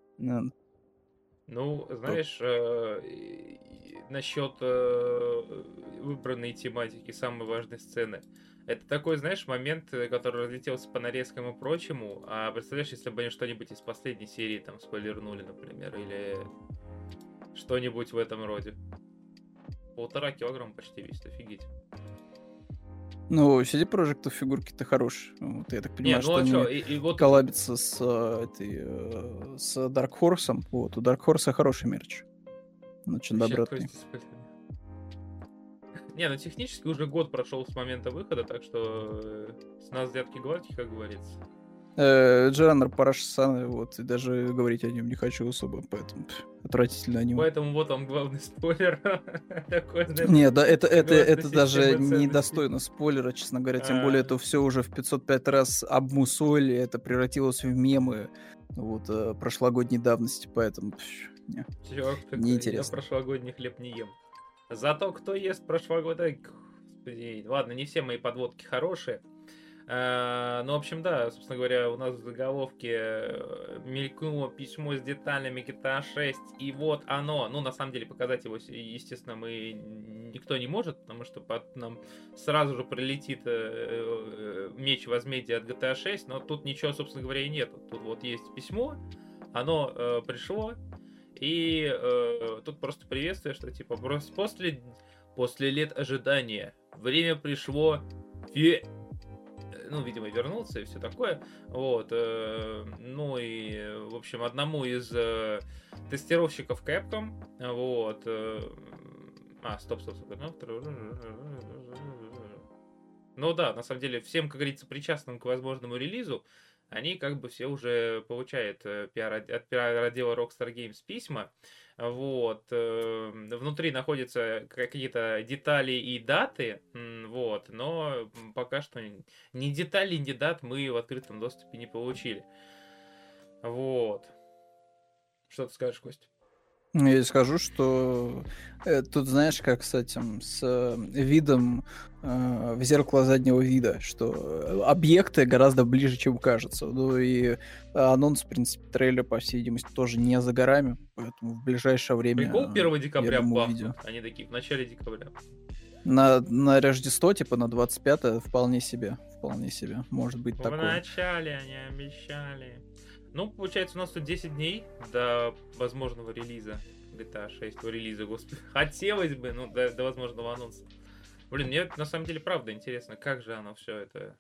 Ну, знаешь, насчет выбранной тематики, самой важной сцены. Это такой, знаешь, момент, который разлетелся по нарезкам и прочему. А представляешь, если бы они что-нибудь из последней серии там спойлернули, например, или что-нибудь в этом роде. 1,5 килограмма почти весит, офигеть. Ну, CD Projekt фигурки-то хорошие. Вот, я так Не, понимаю, ну что а чё, они и вот... коллабятся с с Dark Horse. Вот, у Dark Horse хороший мерч. Он очень Вообще, добротный. кости спасибо. Не, ну технически уже год прошел с момента выхода, так что с нас взятки гладкие, как говорится. Джеранер Параш-сан, вот, и даже говорить о нем не хочу особо, поэтому отвратительно аниме. Поэтому вот он главный спойлер. Такой, знаешь, Не, да, это согласно даже системе ценностей. недостойно спойлера, честно говоря. Тем более это все уже в 505 раз обмусолили, это превратилось в мемы вот прошлогодней давности, поэтому не, Чувак такой, я неинтересно. прошлогодний хлеб не ем. Зато кто ест прошлогодний... Господи, ладно, не все мои подводки хорошие. Ну, в общем, да, собственно говоря, у нас в заголовке мелькнуло письмо с деталями GTA 6, и вот оно. Ну, на самом деле, показать его, естественно, никто не может, потому что нам сразу же прилетит меч возмездия от GTA 6, но тут ничего, собственно говоря, и нету. Тут вот есть письмо, оно пришло, и тут просто приветствие, что типа после лет ожидания время пришло, ну, видимо, вернулся и все такое. Вот. Ну и, в общем, одному из тестировщиков Capcom, вот. Стоп. Ну да, на самом деле, всем, как говорится, причастным к возможному релизу, они как бы все уже получают от пиар-отдела Rockstar Games письма. Вот. Внутри находятся какие-то детали и даты, вот, но пока что ни деталей, ни дат мы в открытом доступе не получили. Вот. Что ты скажешь, Костя? Я скажу, что тут, знаешь, как с этим, с видом в зеркало заднего вида, что объекты гораздо ближе, чем кажется. Ну и анонс, в принципе, трейлер, по всей видимости, тоже не за горами, поэтому в ближайшее время, Прикол 1 декабря я думаю, бахнут. увидим. Они такие в начале декабря. На Рождество, типа на 25-е, вполне себе, может быть В такое. начале они обещали. Ну, получается, у нас тут 10 дней до возможного релиза GTA 6, релиза, господи. Хотелось бы, ну, до возможного анонса. Блин, мне на самом деле правда интересно, как же оно все это...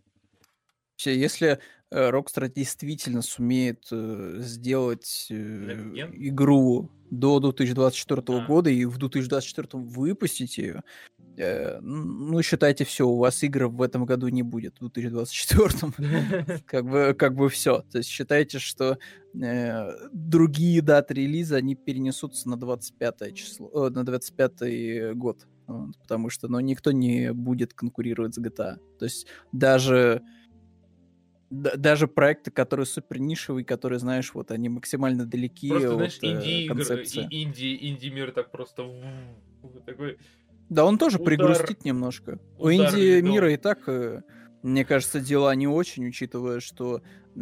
Если Rockstar действительно сумеет сделать Next Gen? игру до 2024 А. года и в 2024 выпустить ее, ну, считайте, все, у вас игр в этом году не будет, в 2024. Как бы все. То есть считайте, что другие даты релиза, они перенесутся на 25 число, на 25 год. Вот, потому что, ну, никто не будет конкурировать с GTA. То есть даже проекты, которые супер нишевые, которые, знаешь, вот они максимально далеки Просто, от знаешь, концепции. инди-мир так просто... Такой... Да, он тоже Удар. пригрустит немножко. У Удар инди-мира льдом. и так, мне кажется, дела не очень, учитывая, что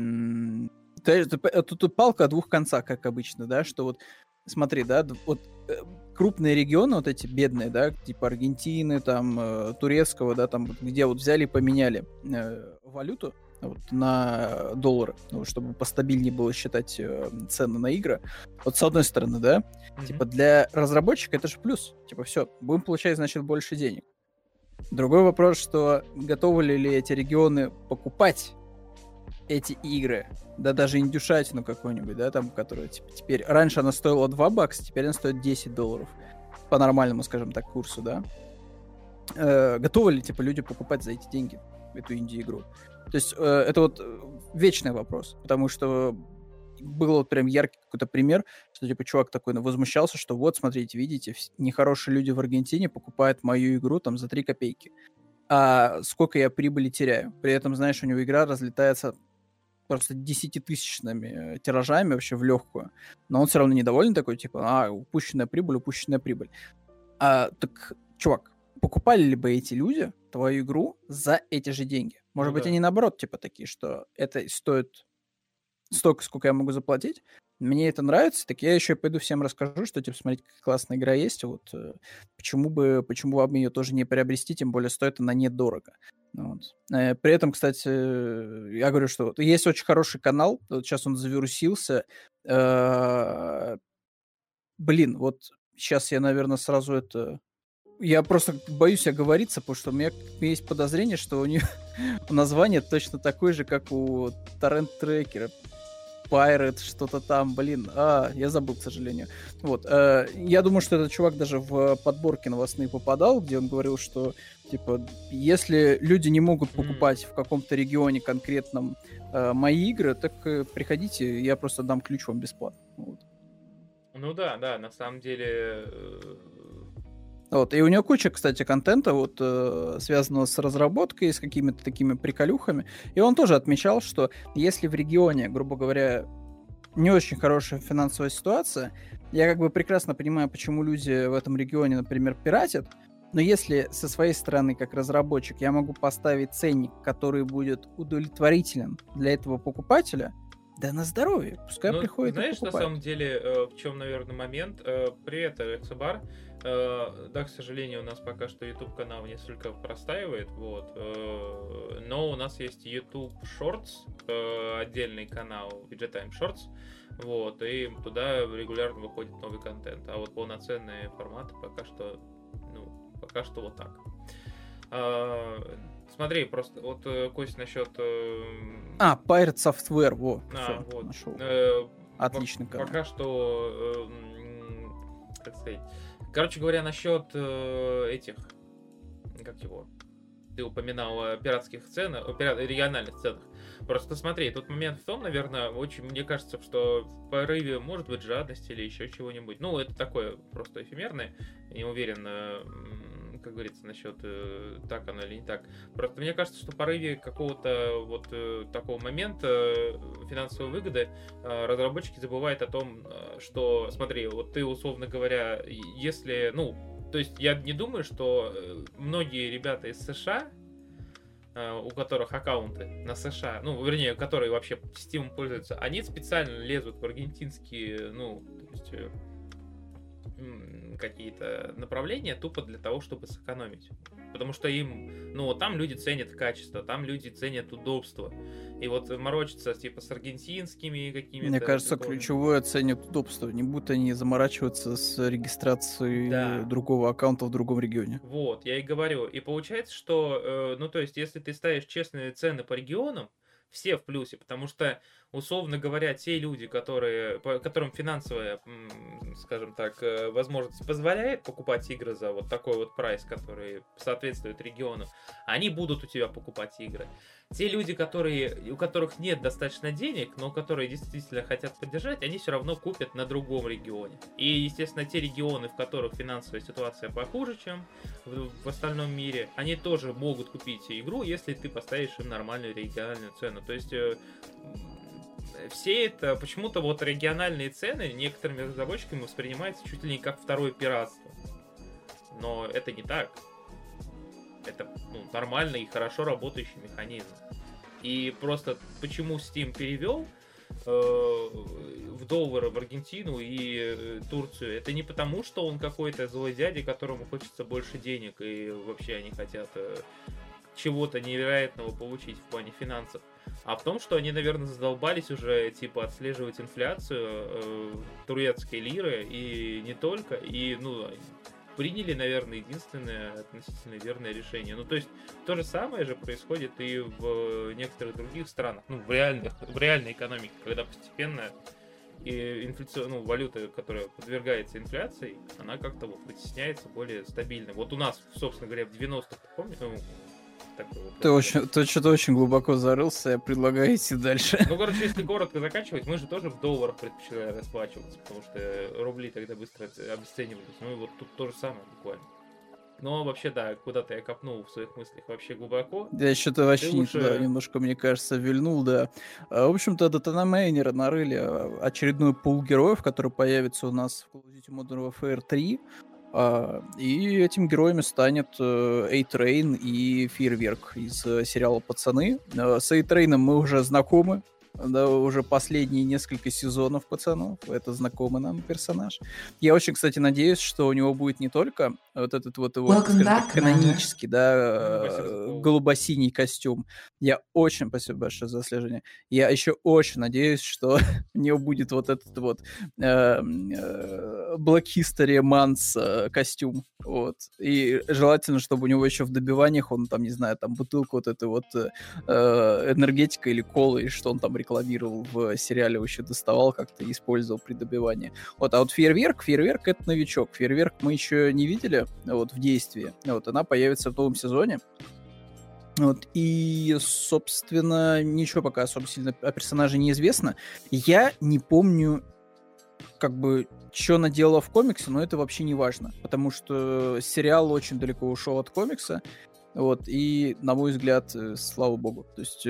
тут палка о двух концах, как обычно, да, что вот, смотри, да, вот крупные регионы, вот эти бедные, да, типа Аргентины, там, турецкого, да, там, где вот взяли и поменяли валюту, вот, на доллары, ну, чтобы постабильнее было считать цены на игры. Вот с одной стороны, да, типа для разработчика это же плюс. Типа все, будем получать, значит, больше денег. Другой вопрос, что готовы ли эти регионы покупать эти игры, да даже индюшатину какую-нибудь, да, там, которая типа, теперь... Раньше она стоила $2, теперь она стоит $10. По нормальному, скажем так, курсу, да. Готовы ли, типа, люди покупать за эти деньги эту инди-игру? То есть это вот вечный вопрос, потому что был вот прям яркий какой-то пример, что типа чувак такой возмущался, что вот, смотрите, видите, нехорошие люди в Аргентине покупают мою игру там за 3 копейки. А сколько я прибыли теряю? При этом, знаешь, у него игра разлетается просто 10-тысячными тиражами вообще в легкую. Но он все равно недоволен такой, типа, упущенная прибыль. Так, чувак, покупали ли бы эти люди твою игру за эти же деньги? Может быть, они наоборот, типа, такие, что это стоит столько, сколько я могу заплатить. Мне это нравится, так я еще и пойду всем расскажу, что, типа, смотрите, какая классная игра есть, вот почему вам ее тоже не приобрести, тем более стоит она недорого. Вот. При этом, кстати, я говорю, что вот есть очень хороший канал, вот сейчас он завирусился. Блин, вот сейчас я, наверное, сразу это Я просто боюсь оговориться, потому что у меня есть подозрение, что у нее название точно такое же, как у торрент-трекера. Pirate, что-то там, блин. Я забыл, к сожалению. Вот. Я думаю, что этот чувак даже в подборки новостные попадал, где он говорил, что, типа, если люди не могут покупать в каком-то регионе конкретном мои игры, так приходите, я просто дам ключ вам бесплатно. Вот. Ну да, на самом деле... Вот. И у него куча, кстати, контента, вот, связанного с разработкой, с какими-то такими приколюхами. И он тоже отмечал, что если в регионе, грубо говоря, не очень хорошая финансовая ситуация, я как бы прекрасно понимаю, почему люди в этом регионе, например, пиратят, но если со своей стороны, как разработчик, я могу поставить ценник, который будет удовлетворителен для этого покупателя, да на здоровье, пускай приходит знаешь, и покупает. На самом деле, в чем, наверное, момент? Привет, Эксобар. Да, к сожалению, у нас пока что YouTube канал несколько простаивает, вот. Но у нас есть YouTube Shorts, отдельный канал VG Time Shorts, вот, и туда регулярно выходит новый контент. А вот полноценные форматы пока что вот так. Смотри, просто вот, Кость, насчет... Pirate Software, вот. Нашел. Отличный канал. Пока что, как сказать... Короче говоря, насчет этих... Как его? Ты упоминал о пиратских ценах, региональных ценах. Просто смотри, тут момент в том, наверное, очень, мне кажется, что в порыве, может быть, жадности или еще чего-нибудь. Ну, это такое просто эфемерное. Я не уверен, как говорится, насчет так оно или не так. Просто мне кажется, что в порыве какого-то вот такого момента финансовой выгоды разработчики забывают о том, что, смотри, вот ты, условно говоря, если, то есть я не думаю, что многие ребята из США, у которых аккаунты на США, вернее, которые вообще Steam пользуются, они специально лезут в аргентинские, то есть какие-то направления тупо для того, чтобы сэкономить. Потому что им, там люди ценят качество, там люди ценят удобство. И вот морочиться, типа, с аргентинскими какими-то... Мне кажется, ключевое ценят удобство. Не будут они заморачиваться с регистрацией другого аккаунта в другом регионе. Вот, я и говорю. И получается, что, то есть, если ты ставишь честные цены по регионам, все в плюсе, потому что, условно говоря, те люди, которым финансовая, скажем так, возможность позволяет покупать игры за вот такой вот прайс, который соответствует региону, они будут у тебя покупать игры. Те люди, у которых нет достаточно денег, но которые действительно хотят поддержать, они все равно купят на другом регионе. И, естественно, те регионы, в которых финансовая ситуация похуже, чем в остальном мире, они тоже могут купить игру, если ты поставишь им нормальную региональную цену. То есть все это, почему-то вот региональные цены некоторыми разработчиками воспринимаются чуть ли не как второе пиратство. Но это не так. Это нормальный и хорошо работающий механизм. И просто почему Steam перевел в доллары в Аргентину и Турцию, это не потому, что он какой-то злой дядя, которому хочется больше денег, и вообще они хотят чего-то невероятного получить в плане финансов, а в том, что они, наверное, задолбались уже, типа, отслеживать инфляцию турецкой лиры, и не только, и, приняли, наверное, единственное относительно верное решение. То есть, то же самое же происходит и в некоторых других странах, в реальной экономике, когда постепенно и валюта, которая подвергается инфляции, она как-то вытесняется более стабильно. Вот у нас, собственно говоря, в 90-х, помнишь, Ты что-то очень глубоко зарылся, я предлагаю идти дальше. Короче, если коротко заканчивать, мы же тоже в долларах предпочитали расплачиваться, потому что рубли тогда быстро обесценивались. И вот тут то же самое буквально. Но вообще, да, куда-то я копнул в своих мыслях вообще глубоко. Я что-то вообще не туда немножко, мне кажется, вильнул, да. В общем-то, Датанамейнеры нарыли очередной пул героев, который появится у нас в Call of Duty Modern Warfare 3. И этими героями станет A-Train и Фейерверк из сериала «Пацаны». С A-Train мы уже знакомы. да, уже последние несколько сезонов пацанов. Это знакомый нам персонаж. Я очень, кстати, надеюсь, что у него будет не только вот этот вот его, Welcome скажем так, back, Commander. канонический, да, Васильев. голубосиний костюм. Я очень, спасибо большое за слежение. Я еще очень надеюсь, что у него будет вот этот вот Black History Month костюм. Вот. И желательно, чтобы у него еще в добиваниях он там, не знаю, там бутылку вот этой вот энергетика или колы, или что он там рекламировал в сериале, еще доставал как-то и использовал при добивании. Вот, а вот фейерверк это новичок. Фейерверк мы еще не видели вот, в действии. Вот, она появится в новом сезоне. Вот, и, собственно, ничего пока особо сильно о персонаже не известно. Я не помню, как бы, что она делала в комиксе, но это вообще не важно, потому что сериал очень далеко ушел от комикса, вот, и, на мой взгляд, слава богу, то есть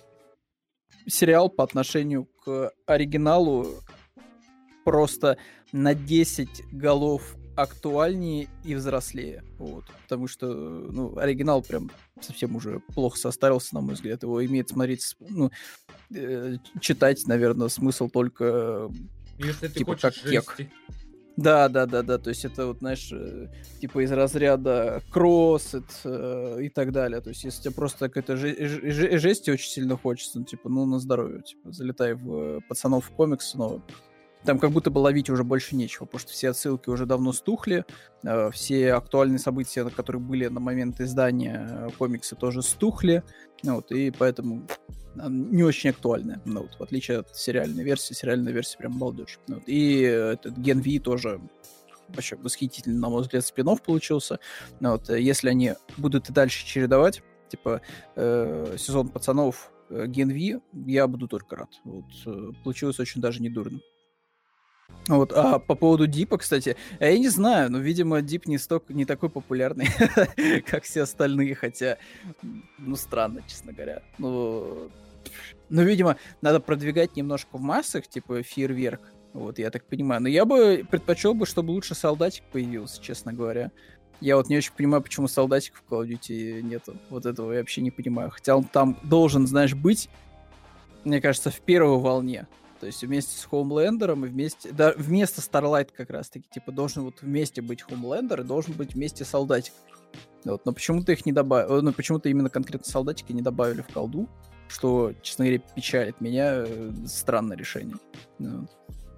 сериал по отношению к оригиналу просто на 10 голов актуальнее и взрослее, вот, потому что, ну, оригинал прям совсем уже плохо состарился, на мой взгляд, его имеет смотреть, ну, читать, наверное, смысл только... Если ты типа хочешь как кек. жести. Да, то есть это вот, знаешь, типа из разряда кроссет и так далее, то есть если тебе просто какой-то жести очень сильно хочется, ну, типа, ну, на здоровье, типа, залетай в пацанов в комикс, но там как будто бы ловить уже больше нечего, потому что все отсылки уже давно стухли, все актуальные события, которые были на момент издания комикса, тоже стухли, вот, и поэтому не очень актуальная, ну, вот, в отличие от сериальной версия прям балдеж. Вот, и этот Gen V тоже вообще восхитительный, на мой взгляд, спин-офф получился. Вот, если они будут и дальше чередовать, типа, сезон пацанов Gen V, я буду только рад. Вот, получилось очень даже недурно. Вот, а по поводу Дипа, кстати, я не знаю, но, видимо, Дип не такой популярный, как все остальные, хотя, ну, странно, честно говоря. Ну, видимо, надо продвигать немножко в массах, типа фейерверк, вот, я так понимаю. Но я бы предпочел бы, чтобы лучше солдатик появился, честно говоря. Я вот не очень понимаю, почему солдатиков в Call of Duty нету. Вот этого я вообще не понимаю. Хотя он там должен, знаешь, быть, мне кажется, в первой волне. То есть вместе с Хоумлендером и вместе... Да, вместо Starlight как раз-таки, типа, должен вот вместе быть Хоумлендер и должен быть вместе солдатик. Вот, но почему-то их не добавили... Ну, почему-то именно конкретно солдатики не добавили в колду, что, честно говоря, печалит меня. Странное решение. Вот.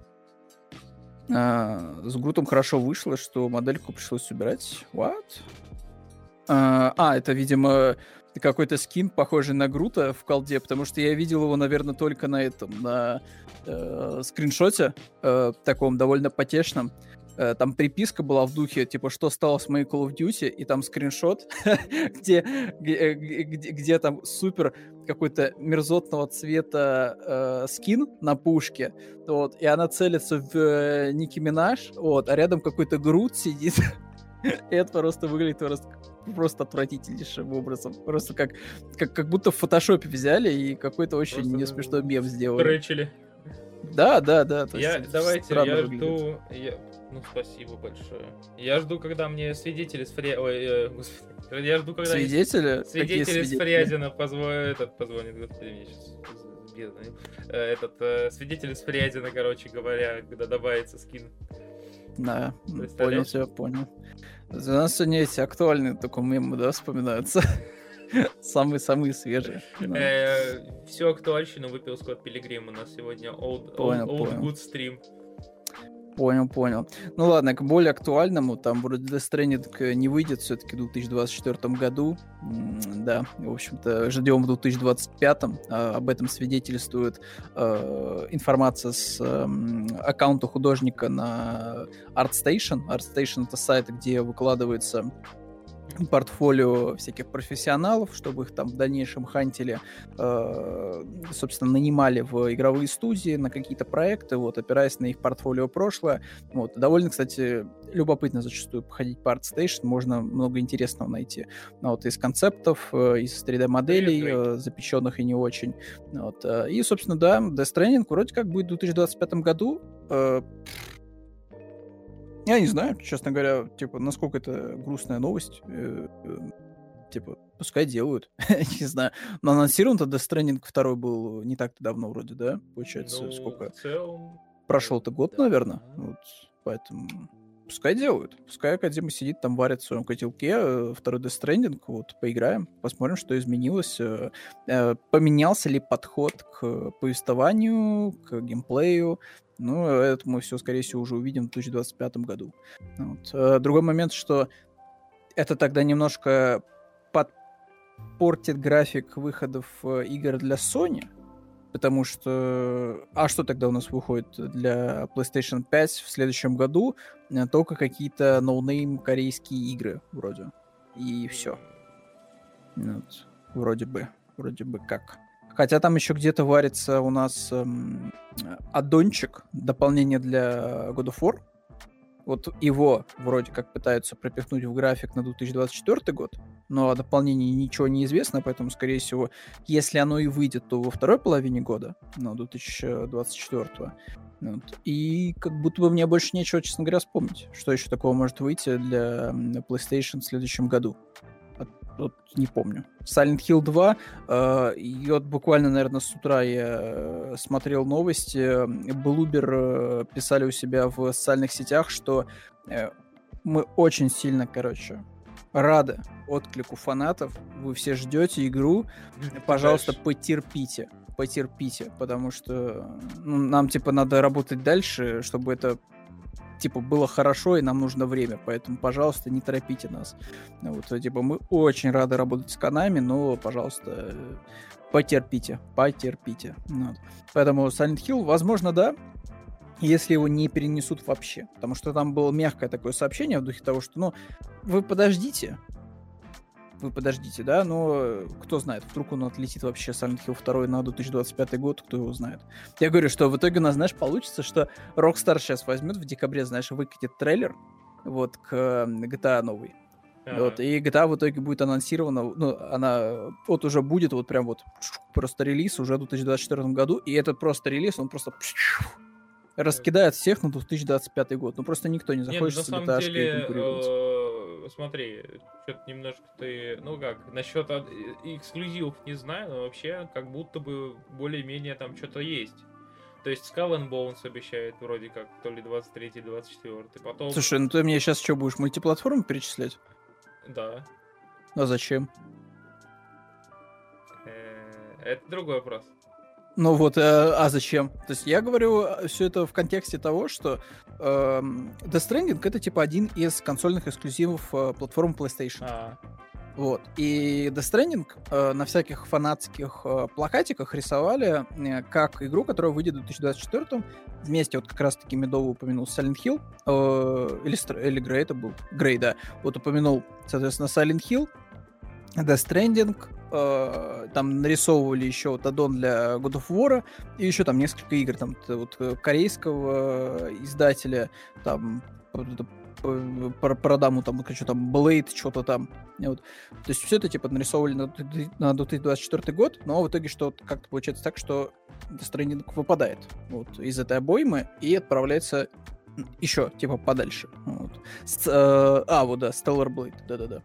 С Грутом хорошо вышло, что модельку пришлось убирать. What? Это, видимо... какой-то скин, похожий на Грута в колде, потому что я видел его, наверное, только на этом, на скриншоте, таком довольно потешном. Там приписка была в духе, типа, что стало с моей Call of Duty, и там скриншот, где там супер какой-то мерзотного цвета скин на пушке, вот, и она целится в Ники Минаж, вот, а рядом какой-то Грут сидит. И это просто выглядит просто отвратительнейшим образом. Просто как будто в фотошопе взяли и какой-то очень Просто несмешной мем сделали. Трэчили. Да. То Я есть странно выглядит. жду... Ну, спасибо большое. Я жду, когда мне свидетели с Господи. Я жду, когда... Свидетели? Свидетели с Фрязина позвонят, господи, мне сейчас свидетели с Фрязина, короче говоря, когда добавится скин. Да, понял тебя, понял. За нас сегодня эти актуальные только мемы, да, вспоминаются. Самые свежие. Всю актуальщину выпил Скотт Пилигрим. У нас сегодня old good stream. Понял. Ну ладно, к более актуальному, там вроде Death Stranding не выйдет все-таки в 2024 году. Да, в общем-то, ждем в 2025. Об этом свидетельствует информация с аккаунта художника на ArtStation. ArtStation — это сайт, где выкладывается портфолио всяких профессионалов, чтобы их там в дальнейшем хантили, собственно, нанимали в игровые студии на какие-то проекты, вот, опираясь на их портфолио прошлое. Вот. Довольно, кстати, любопытно зачастую походить по ArtStation, можно много интересного найти. Вот, из концептов, из 3D-моделей, запеченных и не очень. Вот. И, собственно, да, Death Stranding вроде как будет в 2025 году. Я не знаю, честно говоря, типа, насколько это грустная новость. Типа, пускай делают. Не знаю. Но анонсирован-то Death Stranding 2 был не так-то давно вроде, да? Получается, Ну, сколько? в целом... Прошел-то год, да. наверное. Вот, поэтому пускай делают. Пускай Кодзима сидит там, варит в своем котелке. Второй Death Stranding. Вот, поиграем, посмотрим, что изменилось. Поменялся ли подход к повествованию, к геймплею. Ну, это мы все, скорее всего, уже увидим в 2025 году. Вот. Другой момент, что это тогда немножко подпортит график выходов игр для Sony, потому что... А что тогда у нас выходит для PlayStation 5 в следующем году? Только какие-то ноунейм корейские игры вроде. И все. Вот. Вроде бы как. Хотя там еще где-то варится у нас аддончик, дополнение для God of War. Вот его вроде как пытаются пропихнуть в график на 2024 год, но о дополнении ничего не известно, поэтому, скорее всего, если оно и выйдет, то во второй половине года, ну, 2024. Вот. И как будто бы мне больше нечего, честно говоря, вспомнить, что еще такого может выйти для PlayStation в следующем году. Вот не помню. Silent Hill 2. И вот буквально, наверное, с утра я смотрел новости. Блубер писали у себя в социальных сетях, что мы очень сильно, рады отклику фанатов. Вы все ждете игру. Пожалуйста, потерпите, потому что нам, надо работать дальше, чтобы это было хорошо, и нам нужно время, поэтому, пожалуйста, не торопите нас. Вот, мы очень рады работать с Konami, но, пожалуйста, потерпите. Вот. Поэтому Silent Hill, возможно, да, если его не перенесут вообще, потому что там было мягкое такое сообщение в духе того, что, вы подождите, да, но кто знает, вдруг он отлетит вообще Silent Hill 2 на 2025 год, кто его знает. Я говорю, что в итоге у нас, получится, что Rockstar сейчас возьмет в декабре, выкатит трейлер вот к GTA новый. Вот, и GTA в итоге будет анонсирована, она вот уже будет вот прям вот просто релиз уже в 2024 году, и этот просто релиз, он просто раскидает всех на 2025 год. Просто никто не захочет с GTA-шкой конкурировать. Смотри, что-то немножко ты... насчет эксклюзивов не знаю, но вообще как будто бы более-менее там что-то есть. То есть Skull and Bones обещает вроде как, то ли 23-й, 24-й, потом... Слушай, ты мне сейчас что, будешь мультиплатформу перечислять? Да. А зачем? Это другой вопрос. А зачем? То есть я говорю все это в контексте того, что Death Stranding это один из консольных эксклюзивов платформы PlayStation. Вот. И Death Stranding на всяких фанатских плакатиках рисовали как игру, которая выйдет в 2024 вместе, вот как раз-таки Медовый упомянул Silent Hill, или Грей это был? Грей, да. Вот упомянул, соответственно, Silent Hill, Death Stranding, там нарисовывали еще вот аддон для God of War, и еще там несколько игр, там вот корейского издателя, там про даму, там, что там, Blade, что-то там. Вот. То есть все это, нарисовывали на 2024 год, но в итоге что как-то получается так, что Death Stranding выпадает вот из этой обоймы и отправляется еще, подальше. Вот. Вот, да, Stellar Blade, да-да-да.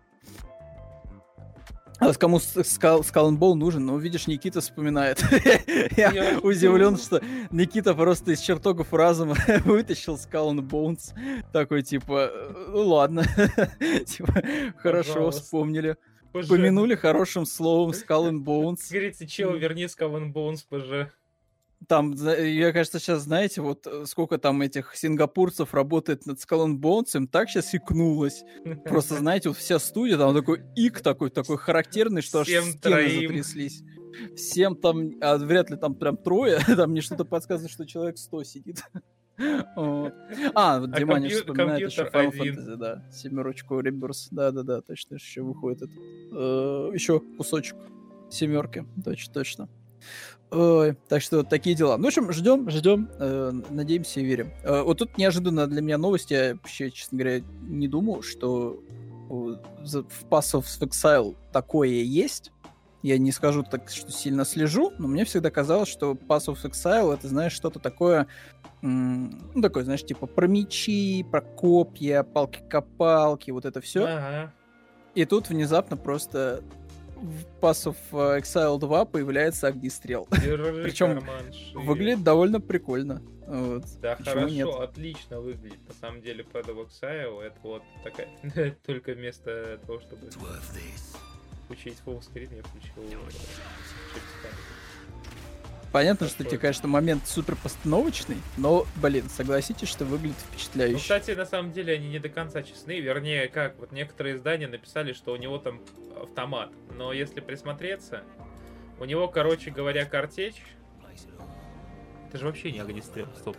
А кому Skull and Bone нужен? видишь, Никита вспоминает. Я удивлен, что Никита просто из чертогов разума вытащил Skull and Bones. Такой, ладно. Хорошо, вспомнили. Помянули хорошим словом Skull and Bones. Говорится, чел, верни Skull and Bones, пожалуйста. Там, я, кажется, сейчас, знаете, вот сколько там этих сингапурцев работает над Skull and Bones, им так сейчас икнулось. Просто, знаете, вот вся студия, там такой ик такой характерный, что аж стены затряслись. Всем там, вряд ли там прям трое, там мне что-то подсказывает, что человек 100 сидит. Вот Диманя вспоминает еще Final Fantasy, да, 7 Rebirth, да, точно, еще выходит еще кусочек 7, точно. Ой, так что вот такие дела. В общем, ждем, надеемся и верим. Вот тут неожиданно для меня новость, я вообще, честно говоря, не думал, что в Pass of Exile такое есть. Я не скажу так, что сильно слежу, но мне всегда казалось, что Pass of Exile это, знаешь, что-то такое, такое, знаешь, про мечи, про копья, палки-копалки, вот это все. Ага. И тут внезапно просто в Pass of Exile 2 появляется огнестрел. Держи Причем карман шире. Выглядит довольно прикольно. Вот. Да, Почему хорошо, нет? отлично выглядит. На самом деле, Path of Exile это вот такая... Только вместо того, чтобы включить фуллскрин, я включил через камеру. Понятно, что тебе, Такой. конечно, момент супер постановочный, но, блин, согласитесь, что выглядит Ну, впечатляюще. кстати, на самом деле они не до конца честны. Вернее, как, вот некоторые издания написали, что у него там автомат. Но если присмотреться, у него, короче говоря, картечь. Это же вообще не огнестрел, стоп.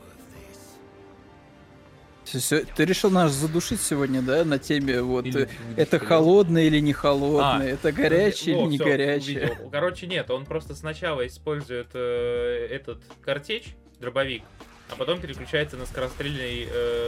Ты решил нас задушить сегодня, да, на теме вот Или это огнестрел. холодное или не холодное, это горячее Во, или не всё, горячее. увидел. Короче, нет, он просто сначала использует этот картечь, дробовик, а потом переключается на скорострельный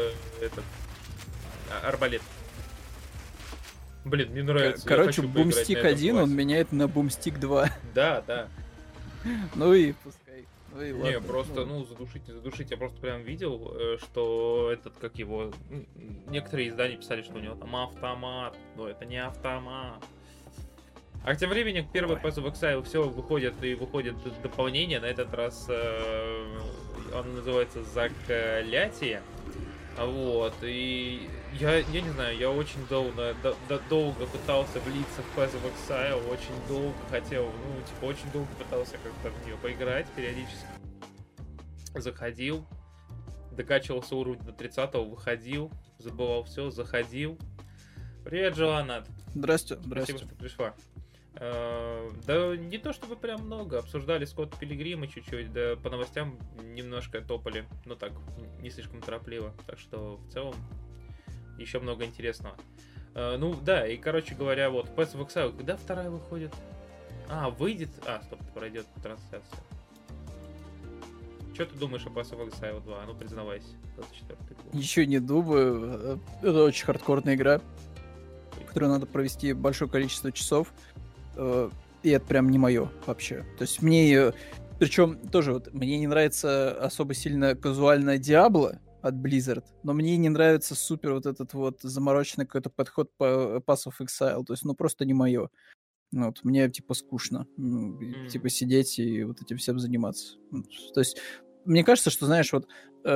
арбалет. Блин, мне нравится. я Короче, хочу поиграть бумстик на этом 1 он классе. меняет на бумстик 2. Да, да. Ну и пускай. Ну и Не, ладно. просто, ну, задушить, не задушить. Я просто прям видел, что этот, как его... Некоторые издания писали, что у него там автомат. Но это не автомат. А тем временем первый Path of Exile все выходит дополнение. На этот раз он называется Заклятие. Вот, и я не знаю, я очень долго пытался влиться в Path of Exile, очень долго хотел, ну, типа, очень долго пытался как-то в нее поиграть периодически. Заходил, докачивался уровень до 30-го, выходил, забывал все, заходил. Привет, Джоанат. Здрасте, Спасибо, здрасте. что пришла. Да не то чтобы прям много, обсуждали Скотта Пилигрима чуть-чуть, да по новостям немножко топали, но так, не слишком торопливо, так что в целом еще много интересного. Ну да, и короче говоря, вот Path of Exile, когда вторая выходит? Выйдет, стоп, пройдет трансляция. Что ты думаешь о Path of Exile 2? Ну признавайся, 24-й год. Еще не думаю. Это очень хардкорная игра, в которой надо провести большое количество часов. И это прям не мое вообще. То есть мне ее... Причем тоже вот мне не нравится особо сильно казуальная Diablo от Blizzard, но мне не нравится супер вот этот вот замороченный какой-то подход по Pass of Exile. То есть, ну, просто не мое. Вот, мне, типа, скучно. Типа, сидеть и вот этим всем заниматься. То есть, мне кажется, что, знаешь, вот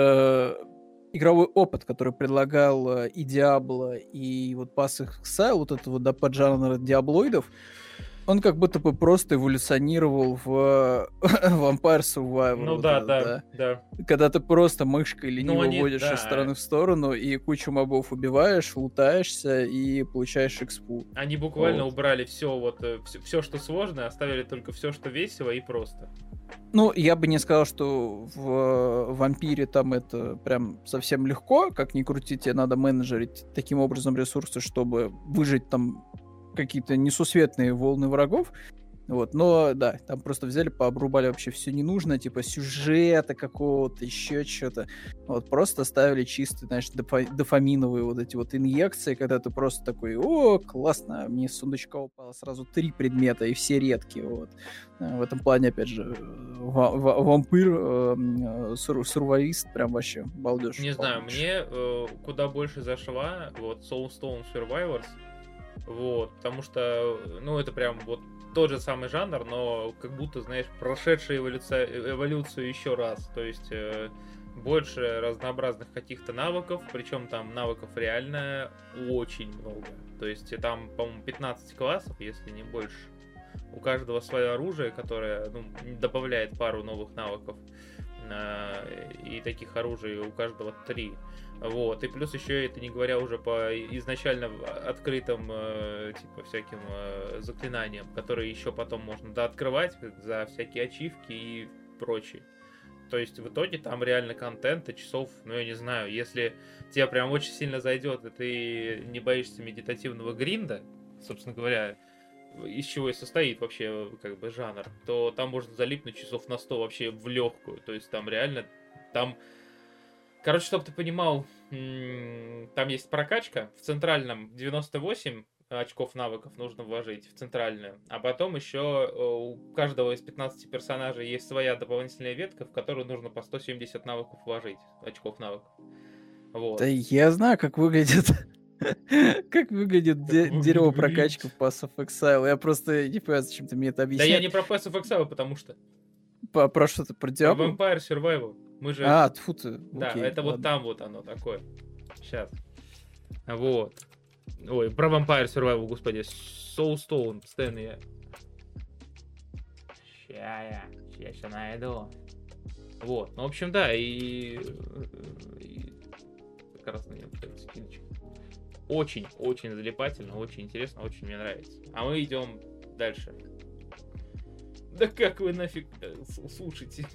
игровой опыт, который предлагал и Diablo, и вот Pass of Exile, вот это вот, да, поджанр диаблоидов, он как будто бы просто эволюционировал в Vampire Survivor. Ну вот да, этот, да. Когда ты просто мышкой лениво они, водишь да. из стороны в сторону и кучу мобов убиваешь, лутаешься и получаешь экспу. Они буквально Вот. убрали все, вот все, что сложно, оставили только все, что весело и просто. Ну, я бы не сказал, что в Вампире там это прям совсем легко, как ни крути, тебе надо менеджерить таким образом ресурсы, чтобы выжить там какие-то несусветные волны врагов. Вот, но да, там просто взяли, пообрубали вообще все ненужное, типа сюжета какого-то, еще что-то. Вот, просто ставили чисто, знаешь, дофаминовые вот эти вот инъекции, когда ты просто такой: о, классно, мне с сундучка упало сразу 3 предмета, и все редкие, вот. В этом плане, опять же, вампир, сурварист, прям вообще балдеж. Не знаю, мне куда больше зашла вот Soulstone Survivors, вот, потому что, ну, это прям вот тот же самый жанр, но как будто, знаешь, прошедшая эволюцию еще раз, то есть больше разнообразных каких-то навыков, причем там навыков реально очень много, то есть там, по-моему, 15 классов, если не больше. У каждого свое оружие, которое, ну, добавляет пару новых навыков, и таких оружий у каждого 3. Вот, и плюс еще это не говоря уже по изначально открытым типа всяким заклинаниям, которые еще потом можно дооткрывать за всякие ачивки и прочее. То есть в итоге там реально контента часов, ну я не знаю, если тебе прям очень сильно зайдет, и ты не боишься медитативного гринда, собственно говоря, из чего и состоит вообще как бы жанр, то там можно залипнуть часов на 100 вообще в легкую. То есть там реально, там... Короче, чтобы ты понимал, там есть прокачка. В центральном 98 очков навыков нужно вложить в центральную. А потом еще у каждого из 15 персонажей есть своя дополнительная ветка, в которую нужно по 170 навыков вложить, очков навыков. Вот. Да я знаю, как выглядит. Как выглядит выглядит дерево в прокачки Elite? в Pass of Exile? Я просто не понимаю, зачем ты мне это Да я не объясняешь. про Pass of Exile, потому что Про что ты? Про про Diablo? Vampire Survival. Мы же... А, тьфу ты. Да, Окей, это вот ладно. там вот оно такое. Сейчас. Вот. Ой, про Vampire Survival, господи. Soulstone, постоянно я... Ща я найду. Вот, ну, в общем, да, и как раз на нем скидочка. Очень залипательно, очень интересно, очень мне нравится. А мы идем дальше. Да как вы нафиг слушайте?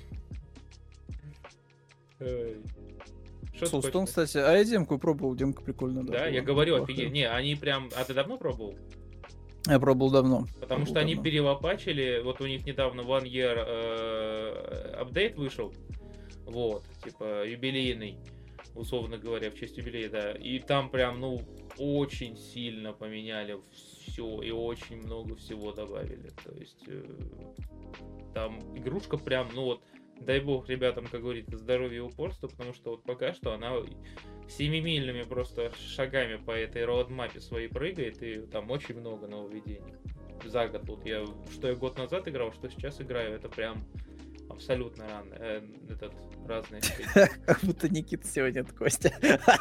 Что ты Soulstone, хочешь? кстати, а я демку пробовал, демка прикольная. Да, я была говорю, неплохая. офигеть. Не, они прям... А ты давно пробовал? Я пробовал давно. Потому что они перелопачили, вот у них недавно One Year апдейт вышел, вот, типа юбилейный, условно говоря, в честь юбилея, да, и там прям, ну, очень сильно поменяли все и очень много всего добавили, то есть там игрушка прям, ну вот, дай бог ребятам, как говорится, здоровья и упорства, потому что вот пока что она семимильными просто шагами по этой роудмапе своей прыгает, и там очень много нововведений. За год вот я год назад играл, что сейчас играю, это прям абсолютно разные. Как будто Никита сегодня от Костя.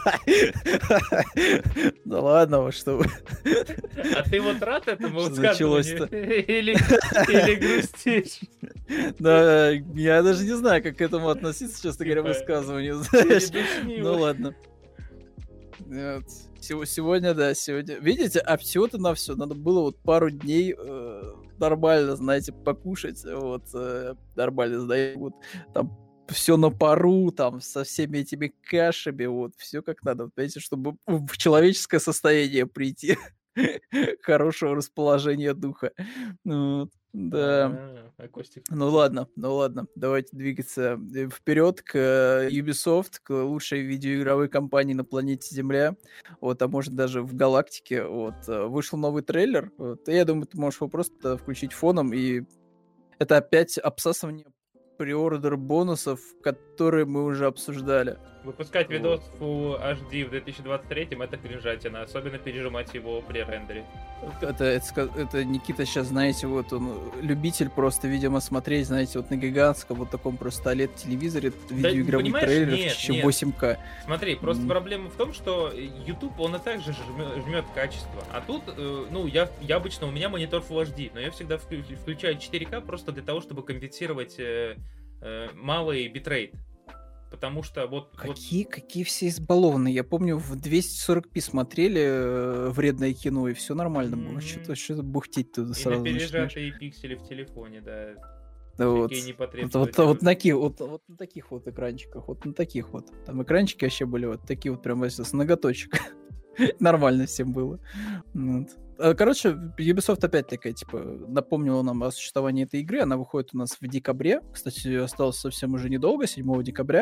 Ну ладно, во что вы. А ты вот рад этому Что началось-то? высказыванию? Или грустишь? Да, я даже не знаю, как к этому относиться, честно говоря, Типа, высказыванию, знаешь. душнило. Ну ладно. Вот. Сегодня, да, сегодня. Видите, а всего-то на все. Надо было вот пару дней нормально, знаете, покушать. Вот, нормально, знаете, вот там все на пару, там, со всеми этими кашами, вот, все как надо, вот, понимаете, чтобы в человеческое состояние прийти. Хорошего расположения духа. Вот, да. Костик. Ну ладно, давайте двигаться вперед к Ubisoft, к лучшей видеоигровой компании на планете Земля, вот, а может даже в галактике, вот, вышел новый трейлер, вот, и я думаю, ты можешь его просто включить фоном, и это опять обсасывание приордер бонусов, которые мы уже обсуждали. Выпускать видос Full HD в 2023-м это кринжатина, особенно пережимать его при рендере. Это Никита сейчас, знаете, вот он любитель просто, видимо, смотреть, знаете, вот на гигантском вот таком просто OLED-телевизоре видеоигровый трейлер в 1008К. Смотри, просто проблема в том, что YouTube, он и так же жмет качество. А тут, ну, я обычно, у меня монитор Full HD, но я всегда включаю 4К просто для того, чтобы компенсировать малый битрейт. Потому что вот... Какие все избалованные. Я помню, в 240p смотрели вредное кино, и все нормально было. Что-то бухтеть туда сразу и начинаешь. пережатые пиксели в телефоне, да. Вот. Такие Вот на таких вот экранчиках, вот на таких вот. Там экранчики вообще были вот такие вот прям с ноготочек. Нормально всем было. Вот. Короче, Ubisoft опять такая, типа, напомнила нам о существовании этой игры. Она выходит у нас в декабре. Кстати, осталось совсем уже недолго, 7 декабря.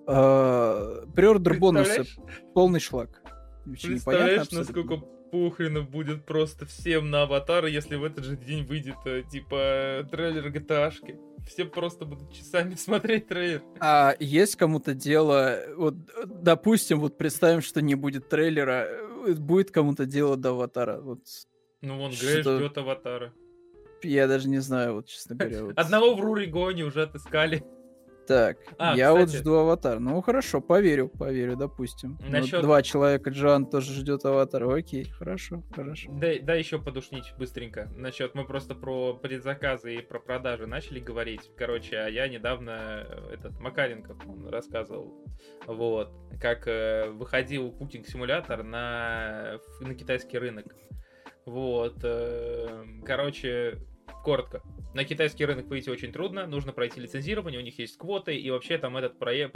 Приордер бонусы. Полный шлак. Представляешь, насколько похренов будет просто всем на аватары, если в этот же день выйдет, типа, трейлер GTA-шки. Все просто будут часами смотреть трейлер. А есть кому-то дело, вот, допустим, вот представим, что не будет трейлера, будет кому-то дело до аватара. Вот. Ну, вон, Грей ждет аватара. Я даже не знаю, вот, честно говоря. Вот. Одного в Руригоне уже отыскали. Так, я кстати... вот жду аватар. Ну, хорошо, поверю, допустим. Насчет... 2 человека, Джан тоже ждет аватар. Окей, хорошо. Да еще подушнить быстренько. Насчет мы просто про предзаказы и про продажи начали говорить. Короче, а я недавно Макаренков он рассказывал, вот, как выходил путинг-симулятор на китайский рынок. Вот, короче... Коротко. На китайский рынок выйти очень трудно, нужно пройти лицензирование, у них есть квоты, и вообще там этот проект,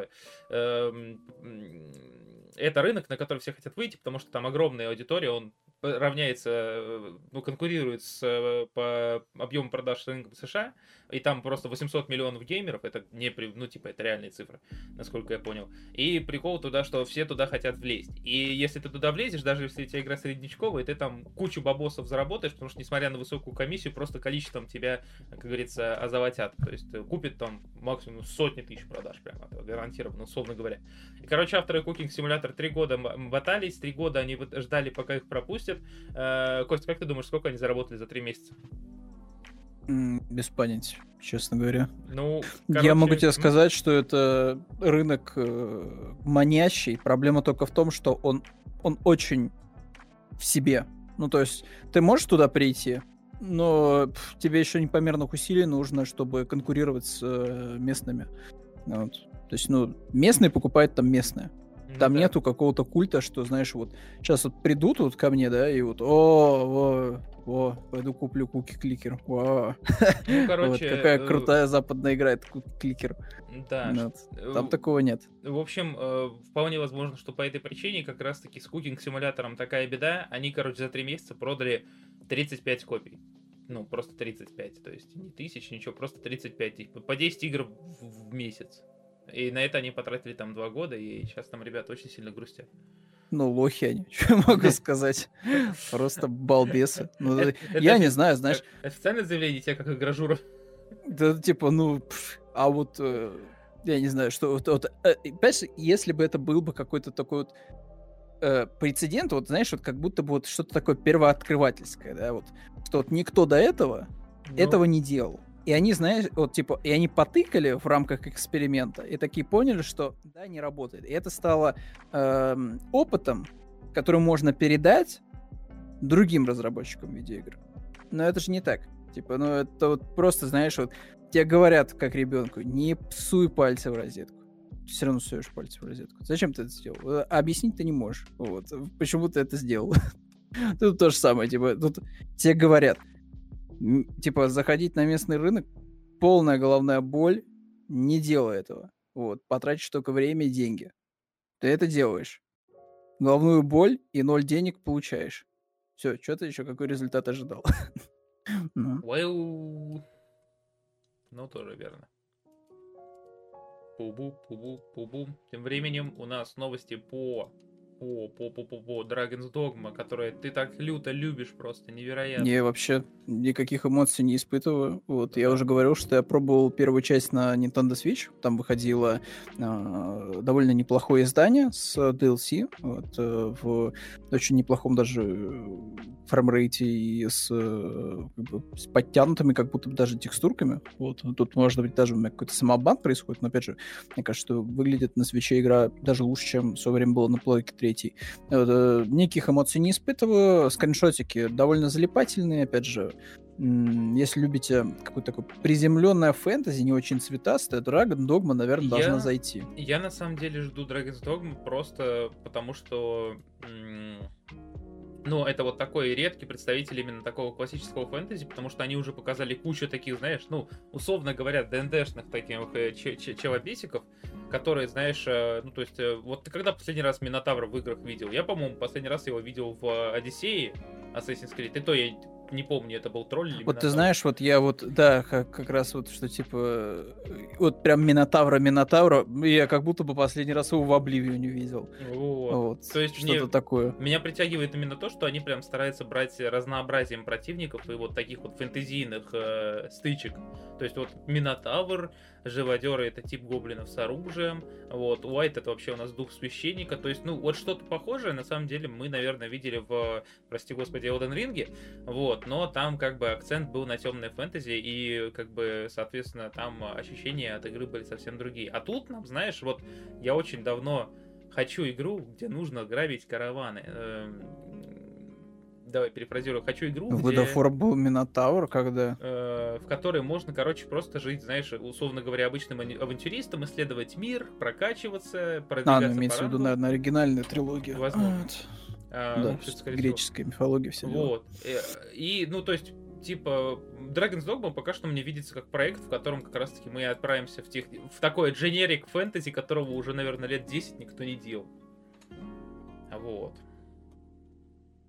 это рынок, на который все хотят выйти, потому что там огромная аудитория, он равняется, ну, конкурирует по объему продаж с рынком США, и там просто 800 миллионов геймеров, это не, ну, типа, это реальные цифры, насколько я понял. И прикол туда, что все туда хотят влезть. И если ты туда влезешь, даже если у тебя игра среднячковая, ты там кучу бабосов заработаешь, потому что, несмотря на высокую комиссию, просто количеством тебя, как говорится, озолотят. То есть купит там максимум сотни тысяч продаж, прямо гарантированно, условно говоря. И, короче, авторы Cooking Simulator 3 года мотались, 3 года они ждали, пока их пропустят. Костя, как ты думаешь, сколько они заработали за 3 месяца? Без понятия, честно говоря. Ну, Я могу тебе сказать, что это рынок манящий. Проблема только в том, что он очень в себе. Ну, то есть, ты можешь туда прийти, но тебе еще непомерных усилий нужно, чтобы конкурировать с местными. Вот. То есть, ну, местные покупают там местные. Там нету какого-то культа, что, знаешь, вот сейчас вот придут вот ко мне, да, и вот, пойду куплю куки-кликер. Ну, короче, вот, какая крутая западная игра, это куки-кликер. Да. Вот. Там такого нет. В общем, вполне возможно, что по этой причине как раз-таки с кукинг-симулятором такая беда. Они, короче, за 3 месяца продали 35 копий. Ну, просто 35. То есть не тысяч, ничего, просто 35. По 10 игр в месяц. И на это они потратили там 2 года, и сейчас там ребята очень сильно грустят. Ну, лохи они, что могу сказать. Просто балбесы. Я не знаю, знаешь... Официальное заявление тебя как игражура. Да, типа, ну, а вот... Я не знаю, что... Понимаешь, если бы это был бы какой-то такой вот прецедент, вот, знаешь, вот как будто бы вот что-то такое первооткрывательское, да, вот, что вот никто до этого этого не делал. И они, знаешь, вот типа, и они потыкали в рамках эксперимента, и такие поняли, что да, не работает. И это стало опытом, который можно передать другим разработчикам видеоигр. Но это же не так. Типа, ну это вот просто, знаешь, вот тебе говорят, как ребенку, не псуй пальцы в розетку. Ты все равно суешь пальцы в розетку. Зачем ты это сделал? Объяснить ты не можешь. Вот. Почему ты это сделал? Тут то же самое. Типа, тут тебе говорят, типа, заходить на местный рынок — полная головная боль, не делай этого. Вот, потратишь только время и деньги. Ты это делаешь. Головную боль и 0 денег получаешь. Все, что ты еще, какой результат ожидал? Well... Ну, тоже верно. Пу-бу. Тем временем у нас новости по Dragon's Dogma, которые ты так люто любишь, просто невероятно. Я вообще никаких эмоций не испытываю. Вот, я уже говорил, что я пробовал первую часть на Nintendo Switch. Там выходило довольно неплохое издание с DLC. Вот, в очень неплохом даже фреймрейте и с подтянутыми, как будто бы даже текстурками. Вот, тут, может быть, даже у меня какой-то самообман происходит, но, опять же, мне кажется, что выглядит на Switch игра даже лучше, чем в свое время было на Плойке 3. Никаких эмоций не испытываю. Скриншотики довольно залипательные. Опять же, если любите какое-то такое приземленное фэнтези, не очень цветастое, то Dragon's Dogma, наверное, должна зайти. Я на самом деле жду Dragon's Dogma просто потому, что... Ну, это вот такой редкий представитель именно такого классического фэнтези, потому что они уже показали кучу таких, знаешь, ну, условно говоря, ДНДшных таких челобесиков, которые, знаешь, ну, то есть, вот ты когда последний раз Минотавра в играх видел? Я, по-моему, последний раз его видел в Одиссее Assassin's Creed, и то я не помню, это был тролль или Вот Минотавр. ты знаешь, вот я вот, да, как раз вот, что типа, вот прям Минотавра, я как будто бы последний раз его в Обливионе видел. Вот. То есть что-то такое. Меня притягивает именно то, что они прям стараются брать разнообразием противников и вот таких вот фэнтезийных стычек. То есть вот Минотавр, живодеры — это тип гоблинов с оружием, вот, Уайт — это вообще у нас дух священника, то есть, ну, вот что-то похожее, на самом деле, мы, наверное, видели в, прости господи, Elden Ring, вот, но там, как бы, акцент был на темной фэнтези, и, как бы, соответственно, там ощущения от игры были совсем другие. А тут, нам, знаешь, вот, я очень давно хочу игру, где нужно грабить караваны. Давай перефразирую. Хочу игру, в God of War был Минотавр, когда... в которой можно, короче, просто жить, знаешь, условно говоря, обычным авантюристом, исследовать мир, прокачиваться, продвигаться имеется в виду, наверное, оригинальная трилогия. Возможно. Да, греческая мифология, все дела. Вот. И, ну, то есть, типа, Dragon's Dogma пока что мне видится как проект, в котором как раз-таки мы отправимся в такой дженерик фэнтези, которого уже, наверное, лет 10 никто не делал. Вот.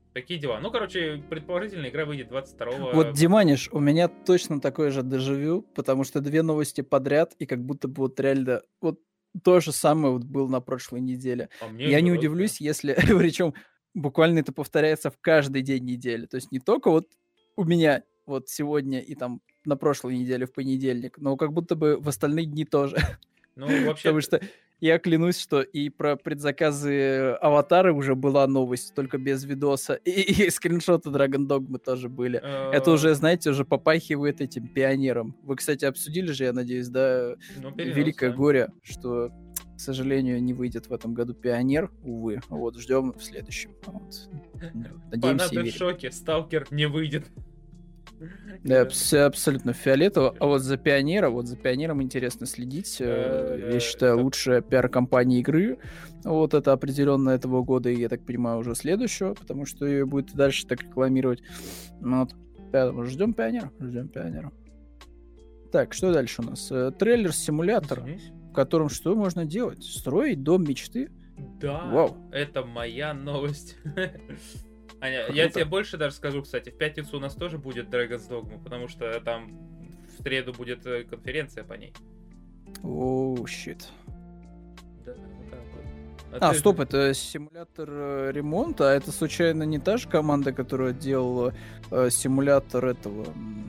Такие дела. Ну, короче, предположительно, игра выйдет 22-го. Вот, Диманиш, у меня точно такое же дежавю, потому что 2 новости подряд, и как будто бы вот реально вот то же самое вот было на прошлой неделе. А мне Я ни не разу удивлюсь, если причем буквально это повторяется в каждый день недели. То есть не только вот у меня вот сегодня и там на прошлой неделе в понедельник, но как будто бы в остальные дни тоже. Ну, вообще, Потому что я клянусь, что и про предзаказы Аватара уже была новость, только без видоса. И скриншоты Dragon Dogma тоже были. Это уже, знаете, уже попахивает этим пионером. Вы, кстати, обсудили же, я надеюсь, да, ну, перенос, великое да. горе, что, к сожалению, не выйдет в этом году пионер, увы. Вот, ждем в следующем. Вот. Надеемся и Фанаты в верим. шоке, Сталкер не выйдет. Да, абсолютно фиолетово. А вот за пионером интересно следить. Я считаю, лучшая пиар-компания игры. Вот это определенно этого года, и я так понимаю, уже следующего, потому что ее будет и дальше так рекламировать. Ну, вот. Поэтому ждем пионера. Так, что дальше у нас? Трейлер симулятора, в котором что можно делать? Строить дом мечты? Да, Вау. это моя новость. Аня, Круто. я тебе больше даже скажу, кстати, в пятницу у нас тоже будет Dragon's Dogma, потому что там в среду будет конференция по ней. Оу, щит. Да, вот так вот. Стоп, это симулятор ремонта, а это случайно не та же команда, которая делала симулятор этого...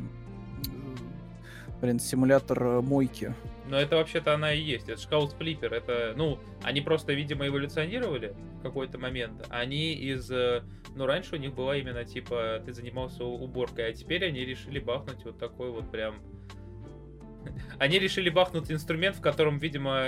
симулятор мойки. Но это вообще-то она и есть, это House Flipper, это, ну, они просто, видимо, эволюционировали в какой-то момент, они ну, раньше у них была именно, типа, ты занимался уборкой, а теперь они решили бахнуть вот такой вот прям... Они решили бахнуть инструмент, в котором, видимо,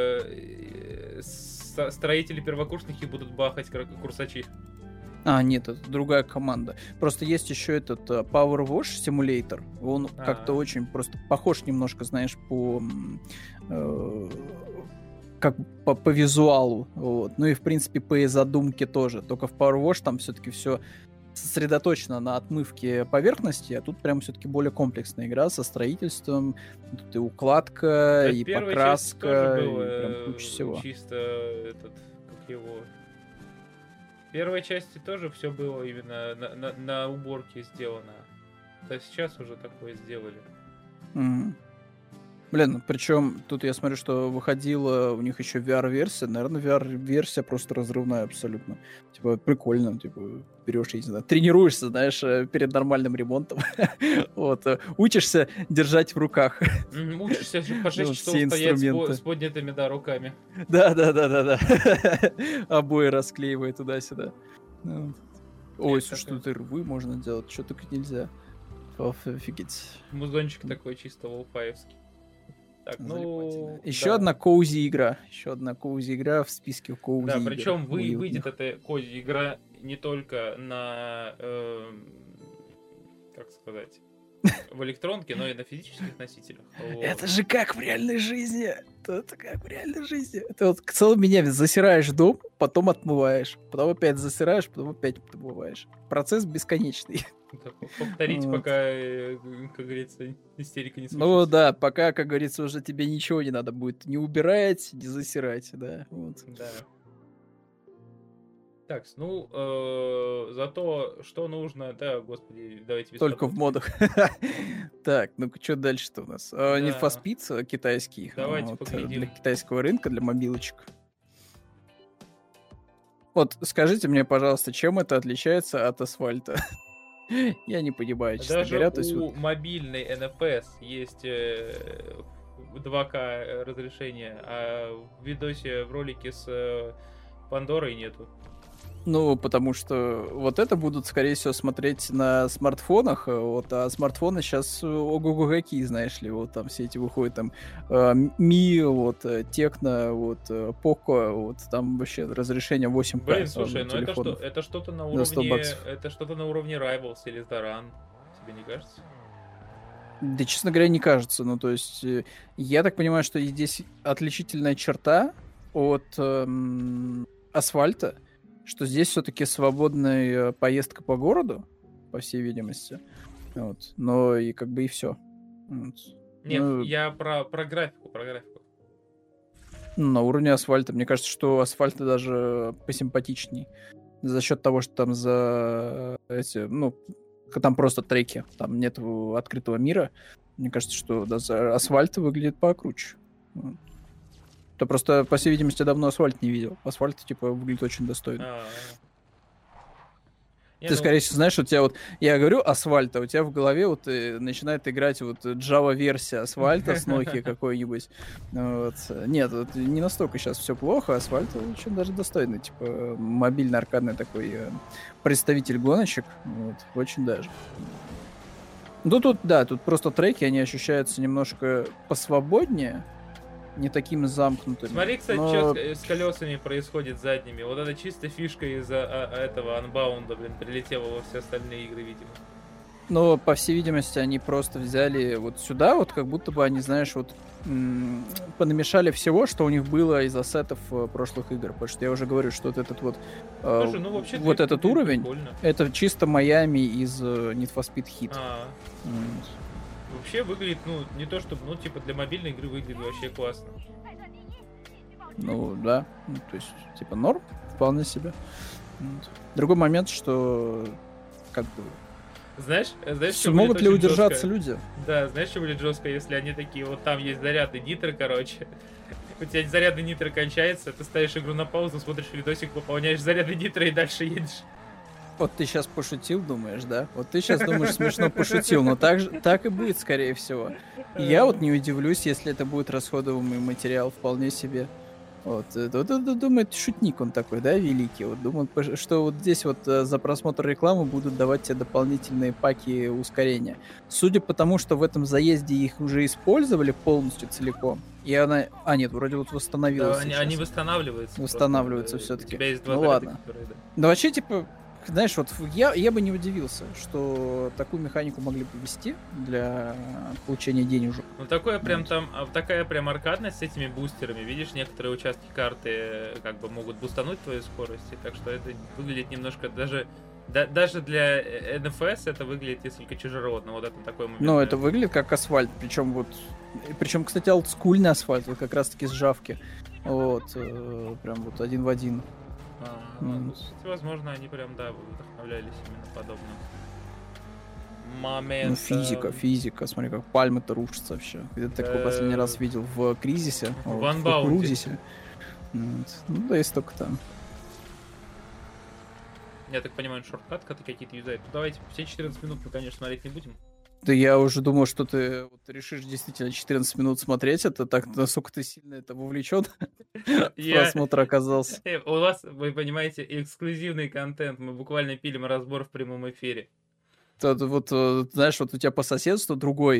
строители-первокурсники будут бахать курсачи. Нет, это другая команда. Просто есть еще этот Power Wash Simulator. Он как-то очень просто похож немножко, знаешь, по визуалу. Вот. Ну и, в принципе, по задумке тоже. Только в Power Wash там все-таки все сосредоточено на отмывке поверхности, а тут прям все-таки более комплексная игра со строительством. Тут и укладка, Да, и покраска, и прям куча всего. Чисто как его... В первой части тоже все было именно на уборке сделано. Да сейчас уже такое сделали. Блин, причем тут я смотрю, что выходила у них еще VR-версия. Наверное, VR-версия просто разрывная абсолютно. Типа, прикольно, типа, берешь, я не знаю, тренируешься, знаешь, перед нормальным ремонтом. Вот, учишься держать в руках. Учишься по 6 часов все стоять инструменты. с поднятыми, да, руками. Да. Обои расклеивай туда-сюда. Ой, слушай, тут и рвы можно делать, что только нельзя. Офигеть. Музончик такой чисто волфаевский. Так, ну... Еще одна коузи игра. Еще одна коузи игра в списке коузи игр. Да, причем выйдет эта коузи игра не только на... как сказать... в электронке, но и на физических носителях. Вот. Это же как в реальной жизни. Это как в реальной жизни. Это вот целыми днями засираешь дом, потом отмываешь. Потом опять засираешь, потом опять отмываешь. Процесс бесконечный. Повторить, вот. Пока, как говорится, истерика не случится. Ну да, пока, как говорится, уже тебе ничего не надо будет не убирать, не засирать, да. Вот. Да. Так, ну, зато что нужно, да, господи, давайте без только в модах. Так, ну-ка, что дальше-то у нас? Need for Speed китайский. Давайте поглядим. Для китайского рынка, для мобилочек. Вот, скажите мне, пожалуйста, чем это отличается от асфальта? Я не понимаю, честно говоря. Даже у мобильной NFS есть 2К разрешение, а в видосе, в ролике с Пандорой нету. Ну, потому что вот это будут, скорее всего, смотреть на смартфонах, вот, а смартфоны сейчас ого-го какие, знаешь ли, вот там все эти выходят, там, Mi, вот, Tecno, вот, Poco, вот, там вообще разрешение 8К. Блин, слушай, ну это что-то на уровне, это что-то на уровне Rivals или Zoran, тебе не кажется? Да, честно говоря, не кажется, ну, то есть, я так понимаю, что здесь отличительная черта от асфальта, что здесь все-таки свободная поездка по городу, по всей видимости. Вот. Но и как бы и все. Вот. Нет, я про графику, На уровне асфальта. Мне кажется, что асфальта даже посимпатичней. за счет того, что там за эти, ну, там просто треки, там нет открытого мира. Мне кажется, что даже Асфальт выглядит покруче. Вот. Ты просто, по всей видимости, давно Асфальт не видел. Асфальт, типа, выглядит очень достойно. Ты, скорее всего, знаешь, у тебя вот, я говорю Асфальта, у тебя в голове вот начинает играть вот Java-версия Асфальта с Nokia какой-нибудь. Вот. Нет, вот не настолько сейчас все плохо, Асфальт очень даже достойный, типа, мобильно-аркадный такой представитель гоночек, вот, очень даже. Ну, тут, да, тут просто треки, они ощущаются немножко посвободнее, не такими замкнутыми. Смотри, кстати, что с колесами происходит задними. Вот это чисто фишка из-за этого Unbound, блин, прилетела во все остальные игры, видимо. Но, по всей видимости, они просто взяли вот сюда, вот как будто бы они, знаешь, вот понамешали всего, что у них было из ассетов прошлых игр. Потому что я уже говорю, что вот этот вот, Слушай, ну, вообще вот этот уровень, прикольно. Это чисто Майами из Need for Speed Heat. Вообще выглядит, ну, не то чтобы, ну, типа для мобильной игры выглядит вообще классно. Ну, да. Ну, то есть, типа, норм, вполне себе. Вот. Другой момент, что как бы... Знаешь, смогут ли удержаться люди? Да, знаешь, что будет жестко, если они такие, вот там есть зарядный нитро, короче. У тебя зарядный нитро кончается, ты ставишь игру на паузу, смотришь видосик, пополняешь зарядный нитро и дальше едешь. Вот ты сейчас пошутил, думаешь, да? Вот ты сейчас думаешь, смешно пошутил, но так и будет, скорее всего. И я вот не удивлюсь, если это будет расходуемый материал вполне себе. Вот, думает, шутник он такой, да, великий. Вот думает, что вот здесь вот за просмотр рекламы будут давать тебе дополнительные паки ускорения. Судя по тому, что в этом заезде их уже использовали полностью целиком, и она... А, нет, вроде вот восстановилась. Да, они восстанавливаются. Восстанавливаются все-таки. У тебя есть два ну заряда, ладно. которые, да. Ну вообще, типа... Знаешь, вот я бы не удивился, что такую механику могли бы ввести для получения денежек. Ну такое прям там, такая прям аркадность с этими бустерами. Видишь, некоторые участки карты как бы могут бустануть твою скорость, так что это выглядит немножко даже для NFS это выглядит несколько чужеродно. Вот это такой момент. Ну, это выглядит как асфальт, причем, кстати, олдскульный асфальт, вот как раз таки с жавки. Вот, прям вот один в один. Возможно, они прям, да, вдохновлялись именно подобным моментом. Ну, физика, смотри, как пальмы-то рушатся вообще. Где ты такой последний раз видел? В Кризисе? В Unbound. Ну, да и столько там. Я так понимаю, шорткатка какие-то юзают. Ну, давайте, все 14 минут мы, конечно, смотреть не будем. Да я уже думал, что ты вот решишь действительно 14 минут смотреть это, так насколько ты сильно это вовлечен в просмотр оказался. У вас, вы понимаете, эксклюзивный контент. Мы буквально пилим разбор в прямом эфире. Вот, знаешь, вот у тебя по соседству другой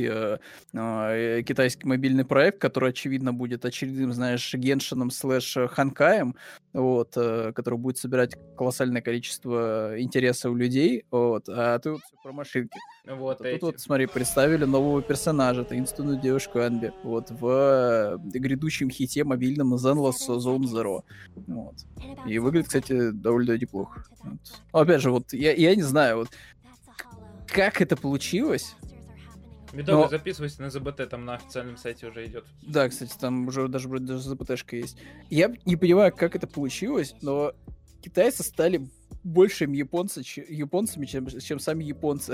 китайский мобильный проект, который, очевидно, будет очередным, знаешь, Геншином / Ханкаем, вот, который будет собирать колоссальное количество интереса у людей, вот, а ты вот все про машинки. Вот, тут вот, смотри, представили нового персонажа, таинственную девушку Анби, вот, в грядущем хите мобильном Zenless Zone Zero. Вот. И выглядит, кстати, довольно неплохо. Вот. Но, опять же, вот, я не знаю, вот, как это получилось? Медовый, записывайся на ЗБТ, там на официальном сайте уже идет. Да, кстати, там уже даже ЗБТшка есть. Я не понимаю, как это получилось, но китайцы стали большими японцами, чем сами японцы.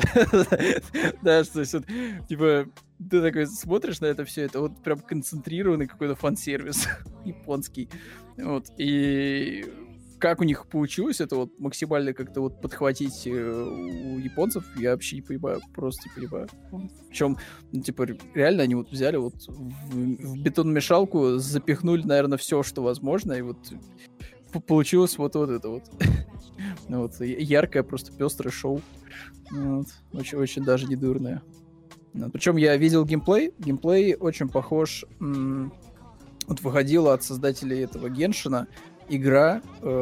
Да, что есть, типа, ты такой смотришь на это все, это вот прям концентрированный какой-то фан-сервис японский. Вот, и... Как у них получилось это вот максимально как-то вот подхватить у японцев, я вообще не понимаю, просто не понимаю. Причем, ну, типа, реально они вот взяли вот в бетономешалку, запихнули, наверное, все, что возможно, и вот получилось вот это вот. Вот, яркое, просто пестрое шоу. Вот. Очень даже не дурное. Причем я видел геймплей. Геймплей очень похож. Вот выходила от создателей этого Геншина игра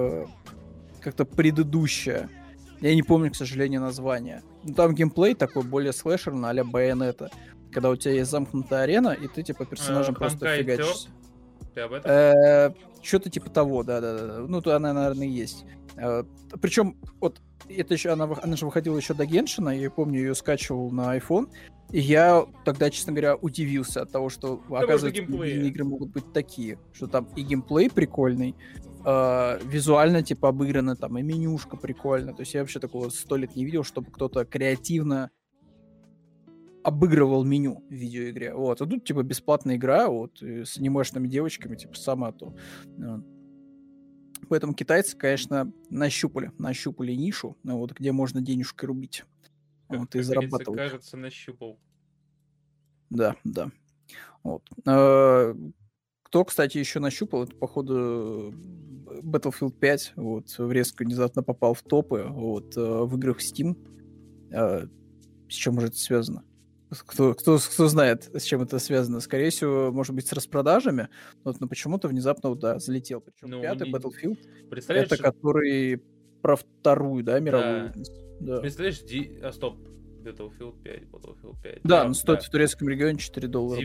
как-то предыдущая. Я не помню, к сожалению, название. Но там геймплей такой более слэшерный, а-ля Байонета. Когда у тебя есть замкнутая арена, и ты типа персонажем просто фигачишься. Ты об этом? Что-то типа того, да. Ну, то она, наверное, и есть. Причем, вот это еще, она же выходила еще до Геншина, я помню, ее скачивал на iPhone, и я тогда, честно говоря, удивился от того, что, оказывается, мобильные игры могут быть такие, что там и геймплей прикольный, визуально, типа, обыграно, там, и менюшка прикольная. То есть я вообще такого 100 лет не видел, чтобы кто-то креативно обыгрывал меню в видеоигре. Вот. А тут, типа, бесплатная игра, вот, с анимешными девочками, типа, сама то. Поэтому китайцы, конечно, нащупали нишу, вот, где можно денежкой рубить. Вот, и зарабатывать. Кажется, нащупал. Да. Вот. Кто, кстати, еще нащупал, это, походу, Battlefield 5, вот, резко внезапно попал в топы, вот, в играх Steam. С чем может это связано? Кто знает, с чем это связано? Скорее всего, может быть, с распродажами, вот, но почему-то внезапно, вот, да, залетел. Причем пятый Battlefield, это который про вторую, да, мировую. Да. Представляешь, стоп, Battlefield 5. Да, он стоит в турецком регионе $4.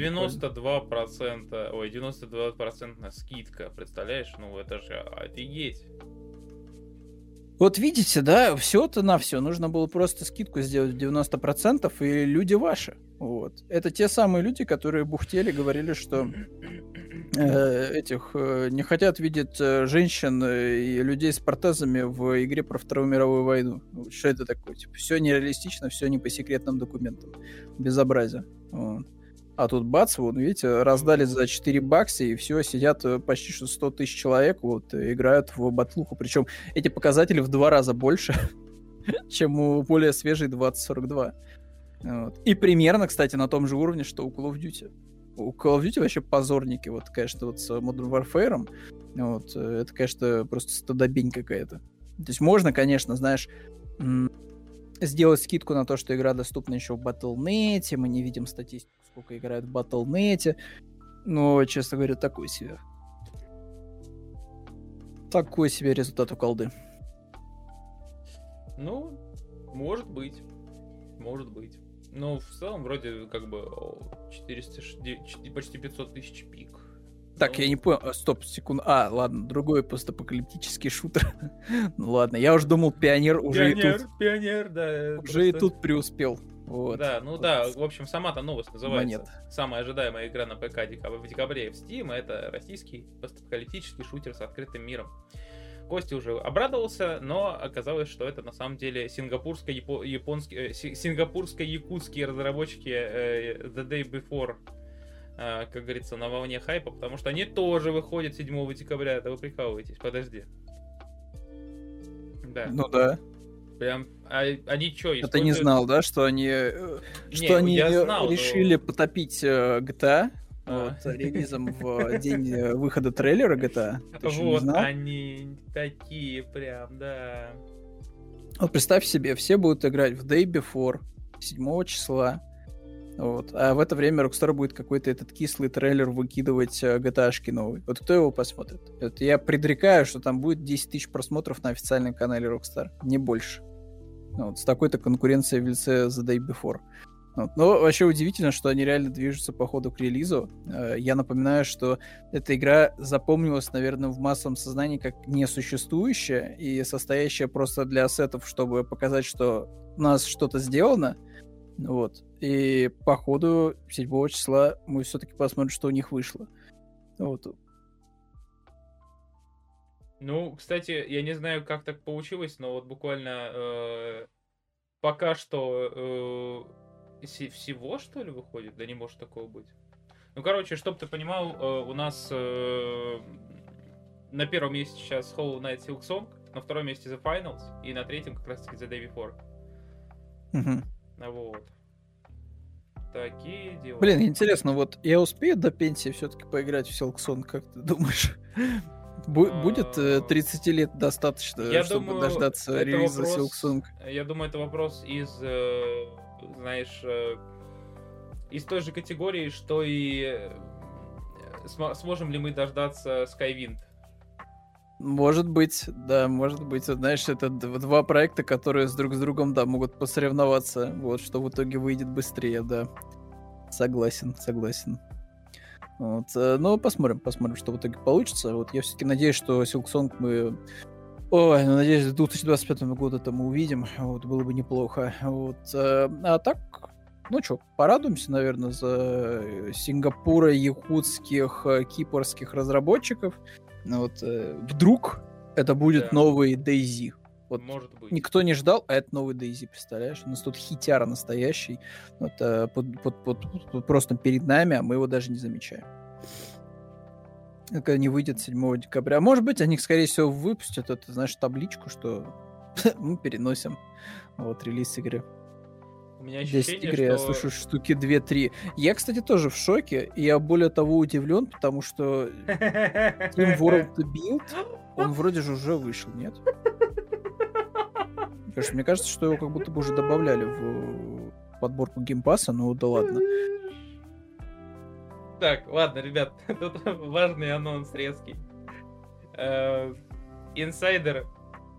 92% скидка, представляешь? Ну, это же офигеть. Вот видите, да, все-то на все. Нужно было просто скидку сделать в 90%, и люди ваши. Вот. Это те самые люди, которые бухтели, говорили, что не хотят видеть женщин и людей с протезами в игре про Вторую мировую войну. Что это такое? Типа, все нереалистично, все не по секретным документам. Безобразие. Вот. А тут бац, вот, видите, раздали за $4, и все, сидят почти что 100 тысяч человек, вот, играют в батлуху. Причем эти показатели в 2 раза больше, чем у более свежей 2042. Вот. И примерно, кстати, на том же уровне, что у Call of Duty. У Call of Duty вообще позорники, вот, конечно, вот с Modern Warfare, вот, это, конечно, просто стыдобень какая-то. То есть можно, конечно, знаешь, сделать скидку на то, что игра доступна еще в Battle.net, мы не видим статистику, сколько играют в Battle.net, но, честно говоря, такой себе результат у колды. Ну, может быть. Но в целом вроде как бы 400, почти 500 тысяч пик. Так, я не понял. Стоп, секунду. Ладно, другой постапокалиптический шутер. Ну ладно, я уже думал, Пионер уже Пионер, да. Уже и тут преуспел. Вот. Да, ну вот. Да, в общем, сама-то новость называется. Самая ожидаемая игра на ПК в декабре в Steam — это российский постапокалиптический шутер с открытым миром. Костя уже обрадовался, но оказалось, что это на самом деле сингапурско-якутские разработчики The Day Before, как говорится, на волне хайпа, потому что они тоже выходят 7 декабря. Да вы прикалываетесь, подожди. Да. Ну да. Прям, они что, используют... Ты не знал, да, что они решили потопить GTA релизом в день выхода трейлера GTA? Вот они такие прям, да. Вот представь себе, все будут играть в Day Before 7 числа. Вот. А в это время Rockstar будет какой-то этот кислый трейлер выкидывать GTA-шки новый. Вот кто его посмотрит? Это я предрекаю, что там будет 10 тысяч просмотров на официальном канале Rockstar. Не больше. Вот. С такой-то конкуренцией в лице The Day Before. Вот. Но вообще удивительно, что они реально движутся по ходу к релизу. Я напоминаю, что эта игра запомнилась, наверное, в массовом сознании как несуществующая и состоящая просто для ассетов, чтобы показать, что у нас что-то сделано. Вот. И по ходу 7 числа мы все-таки посмотрим, что у них вышло. Вот. Ну, кстати, я не знаю, как так получилось, но вот буквально пока что всего, что ли, выходит? Да не может такого быть. Ну, короче, чтоб ты понимал, у нас на первом месте сейчас Hollow Knight Silksong, на втором месте The Finals, и на третьем как раз-таки The Day Before. Вот. Такие дела. Блин, интересно, вот я успею до пенсии все-таки поиграть в Silksong, как ты думаешь? Будет 30 лет достаточно, чтобы дождаться релиза Silksong? Я думаю, это вопрос из, знаешь, из той же категории, что и сможем ли мы дождаться Skywind. Может быть, да, может быть. Знаешь, это два проекта, которые друг с другом, да, могут посоревноваться. Вот, что в итоге выйдет быстрее, да. Согласен. Вот. Но посмотрим, что в итоге получится. Вот я все-таки надеюсь, что Silksong мы Ой, ну, надеюсь, к 2025 году это мы увидим. Вот, было бы неплохо. Вот. А так, ну что, порадуемся, наверное, за Сингапура, якутских, кипрских разработчиков. Ну, вот, вдруг это будет Да. новый DayZ. Вот Может быть. никто не ждал, а это новый DayZ, представляешь? У нас тут хитяра настоящий. Вот, просто перед нами, а мы его даже не замечаем. Когда не выйдет 7 декабря. А может быть, они, скорее всего, выпустят эту, знаешь, табличку, что мы переносим вот релиз игры. У меня 10 ощущение, игр, я что... слышу штуки 2-3. Я, кстати, тоже в шоке. И я более того удивлен, потому что Team World Build, он вроде же уже вышел, нет? Потому что мне кажется, что его как будто бы уже добавляли в подборку геймпасса, ну да ладно. Так, ладно, ребят, тут важный анонс резкий. Инсайдер,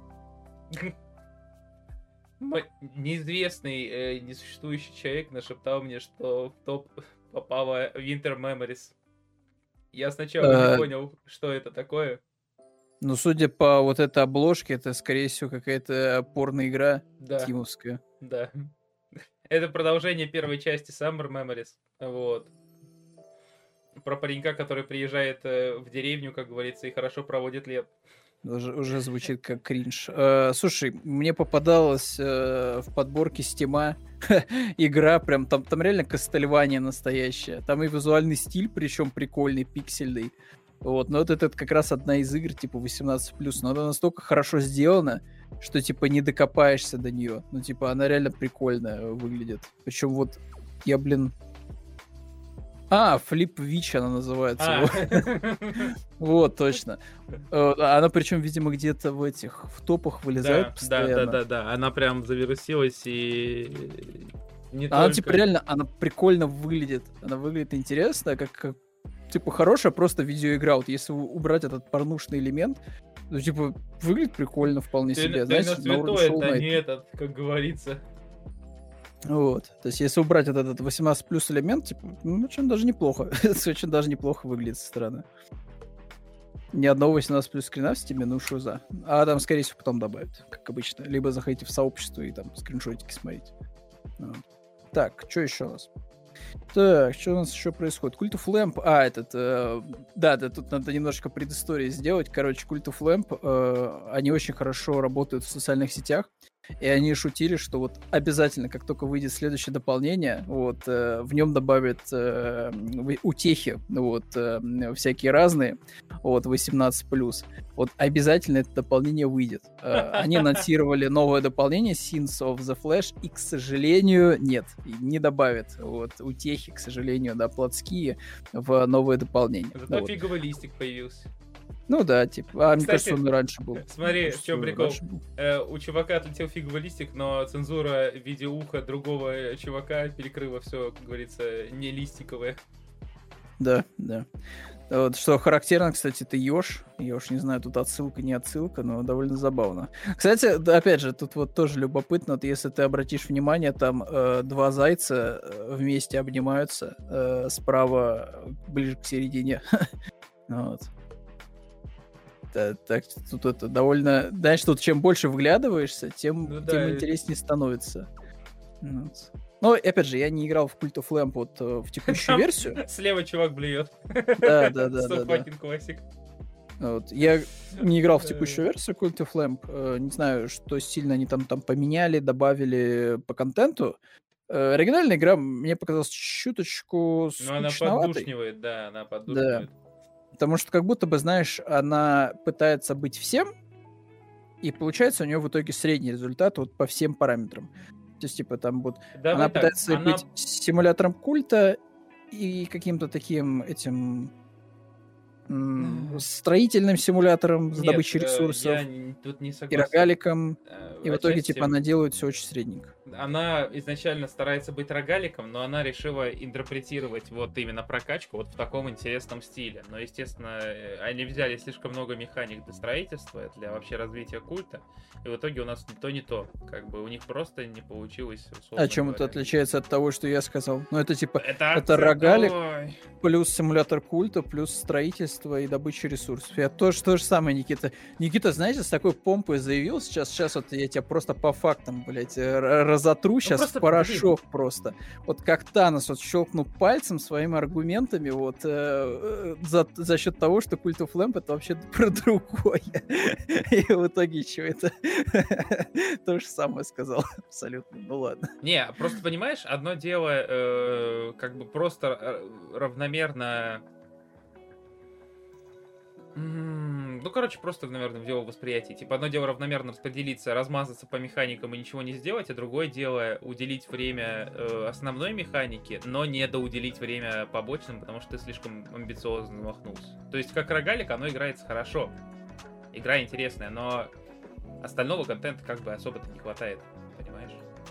неизвестный, несуществующий человек нашептал мне, что в топ попала Winter Memories. Я сначала не понял, что это такое. Ну, судя по вот этой обложке, это, скорее всего, какая-то порно-игра Да, тимовская. да. Это продолжение первой части Summer Memories. Вот. Про паренька, который приезжает в деревню, как говорится, и хорошо проводит лет. Уже звучит как кринж. Слушай, мне попадалась в подборке Стима игра, прям там реально Castlevania настоящая. Там и визуальный стиль, причем прикольный, пиксельный. Вот, но вот это как раз одна из игр, типа 18+, но она настолько хорошо сделана, что, типа, не докопаешься до нее. Ну, типа, она реально прикольно выглядит. Причем вот я, Flip Witch она называется. Вот, точно. Она причем, видимо, где-то в топах вылезает постоянно. Да. Она прям завирусилась и... Она, типа, реально, она прикольно выглядит. Она выглядит интересно, как типа, хорошая просто видеоигра. Вот если убрать этот порнушный элемент, ну, типа, выглядит прикольно вполне себе. Ты Знаете, на святой, это не этот, как говорится. Вот. То есть, если убрать этот 18+ элемент, типа, ну, очень даже неплохо. Это очень даже неплохо выглядит со стороны. Ни одного 18+ скрина в стиме, ну, шуза. А там, скорее всего, потом добавят, как обычно. Либо заходите в сообщество и там скриншотики смотрите. Вот. Так, что еще у нас? Так, что у нас еще происходит? Cult of Lamp, да, тут надо немножко предыстории сделать. Короче, Cult of Lamp, они очень хорошо работают в социальных сетях, и они шутили, что вот обязательно, как только выйдет следующее дополнение, вот, в нем добавят утехи, вот, всякие разные, вот, 18+. Вот, обязательно это дополнение выйдет. Они анонсировали новое дополнение Sins of the Flash, и, к сожалению, нет, не добавят, вот, утехи, к сожалению, да, плотские в новое дополнение. Зато вот. фиговый листик появился. Ну да, типа, Кстати, мне кажется, он и раньше был. Смотри, в чем прикол. У чувака отлетел фиговый листик, но цензура в виде уха другого чувака перекрыла все, как говорится, не листиковое. Да. Вот, что характерно, кстати, это Ёж. Ёж, не знаю, тут отсылка, не отсылка, но довольно забавно. Кстати, да, опять же, тут вот тоже любопытно, вот если ты обратишь внимание, там два зайца вместе обнимаются, справа ближе к середине. Вот. Так, тут это довольно... Знаешь, тут чем больше вглядываешься, тем интереснее становится. Вот. Но, опять же, я не играл в Cult of Lamp вот в текущую версию. Слева чувак блюет. Да. Fucking классик. Вот. Я не играл в текущую версию Cult of Lamp. Не знаю, что сильно они там поменяли, добавили по контенту. Оригинальная игра мне показалась чуточку скучноватой. Но она поддушнивает, да, она поддушнивает. Да. Потому что как будто бы, знаешь, она пытается быть всем, и получается у нее в итоге средний результат вот по всем параметрам. То есть, типа, там вот она пытается быть симулятором культа и каким-то таким этим строительным симулятором с добычей ресурсов, я тут не согласен. И рогаликом, и в итоге, типа, она делает все очень средненько. Она изначально старается быть рогаликом, но она решила интерпретировать вот именно прокачку вот в таком интересном стиле. Но, естественно, они взяли слишком много механик для строительства, для вообще развития культа, и в итоге у нас не то. Как бы у них просто не получилось. А чем это отличается от того, что я сказал? Ну, это типа, это рогалик плюс симулятор культа, плюс строительство, строительства и добычи ресурсов. Я тоже то же самое, Никита. Никита, знаете, с такой помпой заявил сейчас вот я тебя просто по фактам, блядь, разотру сейчас в порошок просто. Вот как Танос вот щелкнул пальцем своими аргументами вот за счет того, что Cult of Lamp это вообще про другое. И в итоге что это? То же самое сказал. Абсолютно. Ну ладно. Не, просто понимаешь, одно дело как бы просто равномерно... Ну, короче, просто, наверное, в дело восприятия. Типа, одно дело равномерно распределиться, размазаться по механикам и ничего не сделать, а другое дело уделить время основной механике, но не доуделить время побочным, потому что ты слишком амбициозно замахнулся. То есть, как рогалик, оно играется хорошо. Игра интересная, но остального контента как бы особо-то не хватает, понимаешь?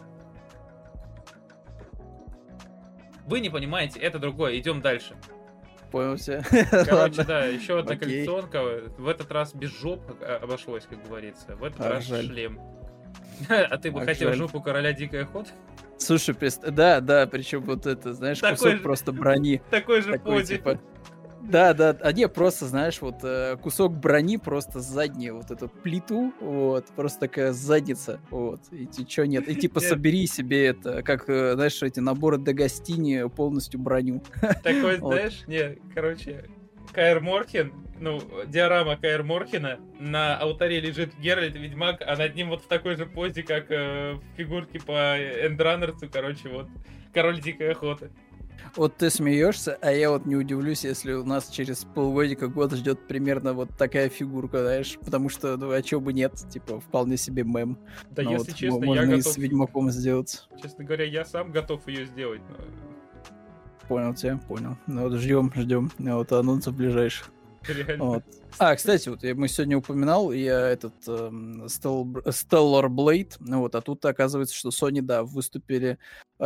Вы не понимаете, это другое, идем дальше. Понял тебя. Короче, да, еще одна коллекционка. В этот раз без жоп обошлось, как говорится. В этот раз шлем. А ты бы хотел жопу короля Дикой Охоты? Слушай, да, причем вот это, знаешь, кусок просто брони. Такой же пози. Да, а не, просто, знаешь, вот кусок брони просто заднюю, вот эту плиту, вот, просто такая задница, вот, и чё нет, и типа собери себе это, как, знаешь, эти наборы Дагостини полностью броню. Такой, знаешь, не, короче, Каэр Морхен, ну, диорама Каэр Морхена, на алтаре лежит Геральт, Ведьмак, а над ним вот в такой же позе, как в фигурке по Эндранерцу, короче, вот, Король Дикой Охоты. Вот ты смеешься, а я вот не удивлюсь, если у нас через полгодика, год ждет примерно вот такая фигурка, знаешь, потому что, ну, а чё бы нет, типа, вполне себе мем. Да, но если вот, честно, можно я и готов... с Ведьмаком сделать. Честно говоря, я сам готов ее сделать, но... Понял тебя, понял. Ну вот ждем, вот анонсов ближайших. Реально. Вот. Кстати, вот мы сегодня упоминал, я этот Stellar Blade, вот, а тут оказывается, что Sony, да, выступили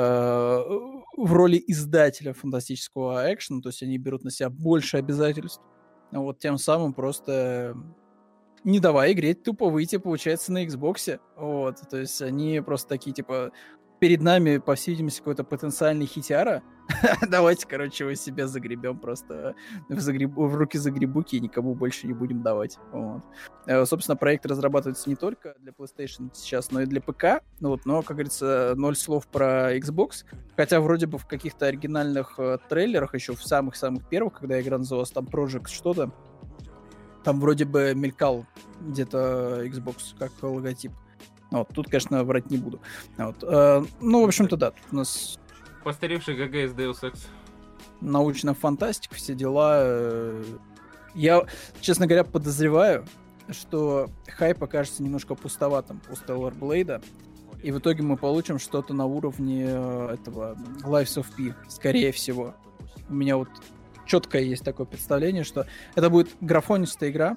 в роли издателя фантастического экшена, то есть они берут на себя больше обязательств, вот, тем самым просто не давая игре тупо выйти, получается, на Xbox, вот, то есть они просто такие, типа, перед нами, по всей видимости, какой-то потенциальный хитяра. Давайте, короче, его себе загребем просто в руки загребуки и никому больше не будем давать. Вот. Собственно, проект разрабатывается не только для PlayStation сейчас, но и для ПК. Вот, но, как говорится, ноль слов про Xbox. Хотя вроде бы в каких-то оригинальных трейлерах, еще в самых-самых первых, когда игра называлась там Project что-то, там вроде бы мелькал где-то Xbox как логотип. Вот, тут, конечно, врать не буду. Вот. Ну, в общем-то, да, тут у нас... Постаревший ГГ из Deus Ex. Научная фантастика, все дела. Я, честно говоря, подозреваю, что хайп окажется немножко пустоватым у Stellar Blade, и в итоге мы получим что-то на уровне этого Lives of P, скорее всего. У меня вот четкое есть такое представление, что это будет графонистая игра,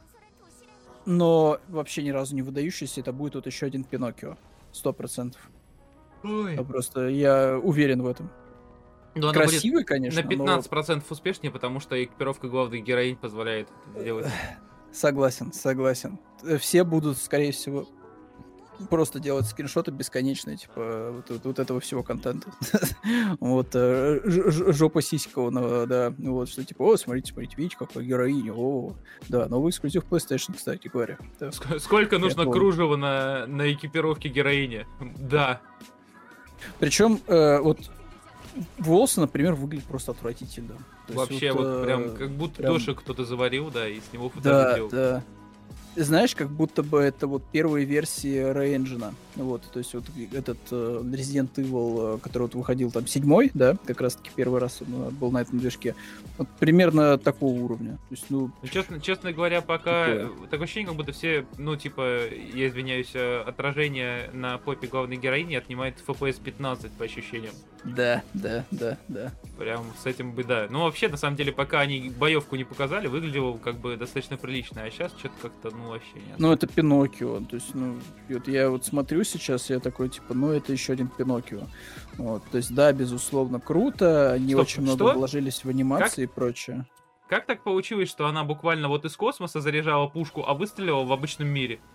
но вообще ни разу не выдающийся, это будет вот еще один Пиноккио. 100%. Ой. Просто я уверен в этом. Но красивый, конечно. На 15% успешнее, потому что экипировка главных героинь позволяет это делать. Согласен. Все будут, скорее всего, просто делать скриншоты бесконечные, типа, вот этого всего контента. Вот, жопа сиського, да, вот, что типа, о, смотрите, видите, какая героиня, о, да, новый эксклюзив PlayStation, кстати говоря. Сколько нужно кружева на экипировке героини? Да. Причем, вот, волосы, например, выглядят просто отвратительно. Вообще, вот прям, как будто дошик кто-то заварил, да, и с него фотографировал. Да. Знаешь, как будто бы это вот первые версии Re-Engine. Вот, то есть вот этот Resident Evil, который вот выходил там 7-й, да, как раз-таки первый раз он был на этом движке. Вот примерно такого уровня. То есть, ну, честно говоря, пока такое ощущение, как будто все, ну, типа, я извиняюсь, отражение на попе главной героини отнимает FPS 15 по ощущениям. Да. Прям с этим бы, да. Ну, вообще, на самом деле, пока они боевку не показали, выглядело как бы достаточно прилично, а сейчас что-то как-то, ну, вообще нет. Ну, это Пиноккио, то есть, ну, вот я вот смотрю сейчас, я такой, типа, ну, это еще один Пиноккио. Вот, то есть, да, безусловно, круто, они очень много вложились в анимации и прочее. Как так получилось, что она буквально вот из космоса заряжала пушку, а выстрелила в обычном мире?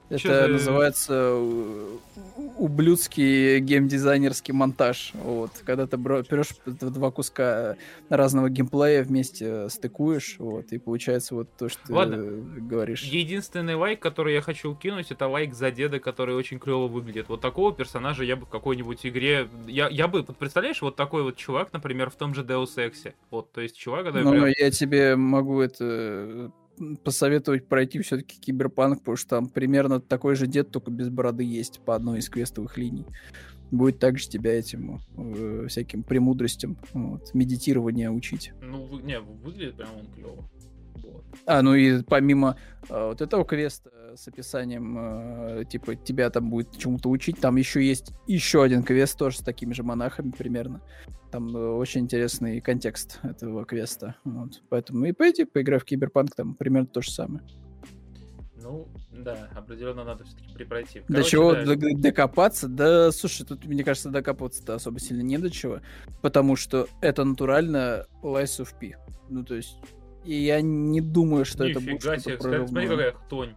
Чё Это за- называется ублюдский геймдизайнерский монтаж. Вот. Когда ты берешь два куска разного геймплея вместе стыкуешь, вот, и получается вот то, что Ладно. ты говоришь. Единственный лайк, который я хочу кинуть, это лайк за деда, который очень клево выглядит. Вот такого персонажа я бы в какой-нибудь игре... Я бы, вот представляешь, вот такой вот чувак, например, в том же Deus Ex. Вот, то есть чувак, который Ну, прям... я тебе могу это посоветовать пройти все-таки Киберпанк, потому что там примерно такой же дед, только без бороды есть по одной из квестовых линий. Будет также тебя этим всяким премудростям, вот, медитирования учить. Ну, не, выглядит прям он клево. Вот. Ну и помимо вот этого квеста с описанием, типа, тебя там будет чему-то учить, там еще есть еще один квест тоже с такими же монахами примерно. Там очень интересный контекст этого квеста. Вот. Поэтому и пойди, поиграй в Киберпанк, там примерно то же самое. Ну, да, определенно надо все-таки пройти. До чего докопаться? Да, слушай, тут, мне кажется, докопаться-то особо сильно не до чего, потому что это натурально Lies of P. Ну, то есть, и я не думаю, что это будет Нифига что-то себе, прорывное. смотри, какая хтонь.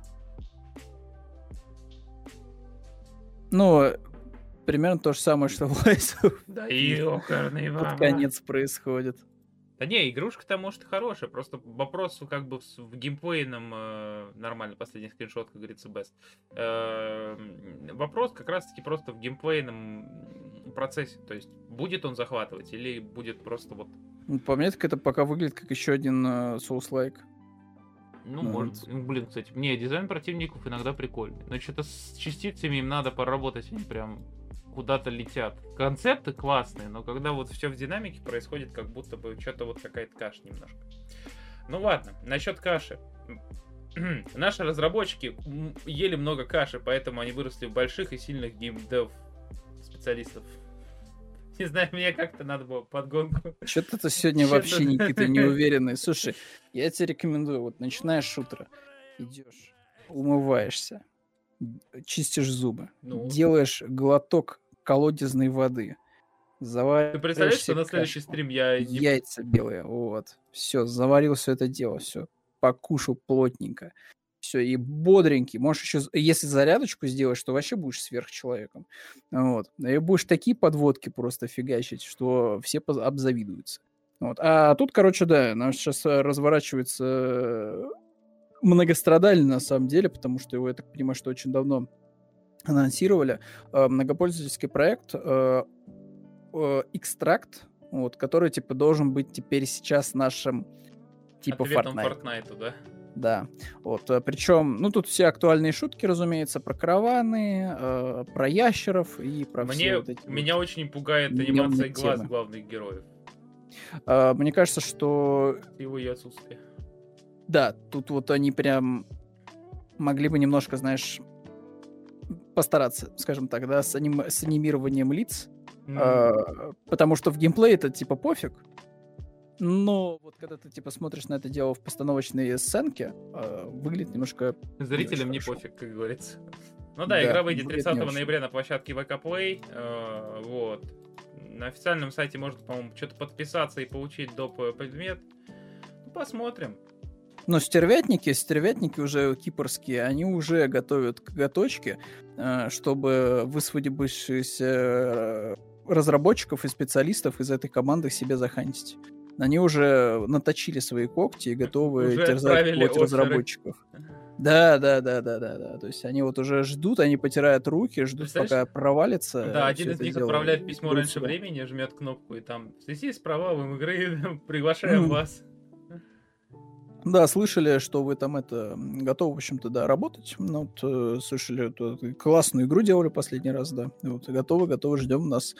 Ну, примерно то же самое, что в Lies of Да P ёкарный под баба. конец происходит. Да не, игрушка-то может и хорошая, просто вопрос как бы в геймплейном, нормально, последний скриншот, как говорится, best. Вопрос как раз-таки просто в геймплейном процессе, то есть будет он захватывать или будет просто вот... Ну, по мне, так это пока выглядит как еще один Souls-like. Ну, Ну, может, ну, блин, кстати, не, дизайн противников иногда прикольный, но что-то с частицами им надо поработать, они прям куда-то летят. Концепты классные, но когда вот все в динамике происходит, как будто бы что-то вот какая-то каша немножко. Ну ладно, насчет каши. Наши разработчики ели много каши, поэтому они выросли в больших и сильных геймдев специалистов. Не знаю, мне как-то надо было подгонку. Что-то ты сегодня Чё-то вообще, да. Никита, неуверенный. Слушай, я тебе рекомендую, вот начинаешь с утра, идешь, умываешься, чистишь зубы, Ну. делаешь глоток колодезной воды, Ты завариваешь представляешь, что себе на следующий кашку, стрим я... яйца белые, вот, все, заварил все это дело, все, покушал плотненько, все, и бодренький, можешь еще, если зарядочку сделаешь, то вообще будешь сверхчеловеком, вот, и будешь такие подводки просто фигачить, что все обзавидуются. Вот. А тут, короче, да, нас сейчас разворачивается многострадальный на самом деле, потому что его, я так понимаю, что очень давно анонсировали. Многопользовательский проект Extract, вот, который типа должен быть теперь сейчас нашим типа Ответом Fortnite. Fortnite, да. Да, вот, причем, ну, тут все актуальные шутки, разумеется, про караваны, про ящеров и про все вот эти Меня вот очень пугает мемные анимация глаз темы. главных героев. Мне кажется, что Его и отсутствие. да, тут вот они прям могли бы немножко, знаешь, постараться, скажем так, да, с анимированием лиц, потому что в геймплее это типа пофиг, но вот когда ты типа смотришь на это дело в постановочной сценке, выглядит немножко... Зрителям не хорошо. пофиг, как говорится. Ну Да, да, игра выйдет выглядит 30 не очень. ноября на площадке VK Play. Вот. На официальном сайте можно, по-моему, что-то подписаться и получить доп. Предмет. Ну, посмотрим. Но стервятники уже кипрские, они уже готовят коготочки, чтобы высвободившихся разработчиков и специалистов из этой команды себе захантить. Они уже наточили свои когти и готовы Уже терзать отправили плоть офферы. разработчиков. Да. То есть они вот уже ждут, они потирают руки, ждут, Представляешь? пока провалится. Да, один всё из это них дело, отправляет и письмо берут раньше себя. времени, жмет кнопку и там в связи с провалом игры приглашаем вас. Да, слышали, что вы там готовы, в общем-то, да, работать. Ну, вот, слышали, классную игру делали последний раз, да. Вот, готовы, ждем вас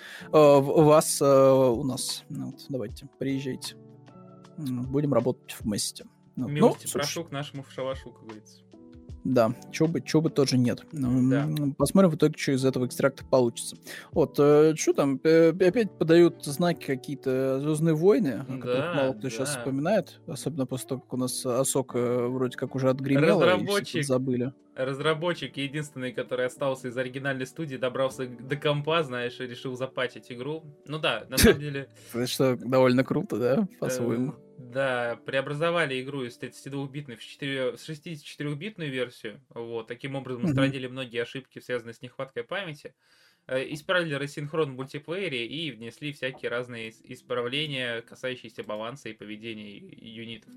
у нас. Ну, вот, давайте, приезжайте. Будем работать вместе. Вот. Милости слушай, прошу к нашему шалашу, как говорится. да, чего бы тоже нет. Да. Посмотрим в итоге, что из этого экстракта получится. Вот, что там, опять подают знаки какие-то «Звездные войны», о которых Да, мало кто сейчас да. вспоминает, особенно после того, как у нас Асока вроде как уже отгремела, и все Разработчик. тут забыли. Разработчик, единственный, который остался из оригинальной студии, добрался до компа, знаешь, и решил запатчить игру. Ну да, на самом деле... Это что, довольно круто, да, по-своему? Да, преобразовали игру из 32-битной в 64-битную версию. Вот, таким образом устранили многие ошибки, связанные с нехваткой памяти. Исправили рассинхрон в мультиплеере и внесли всякие разные исправления, касающиеся баланса и поведения юнитов.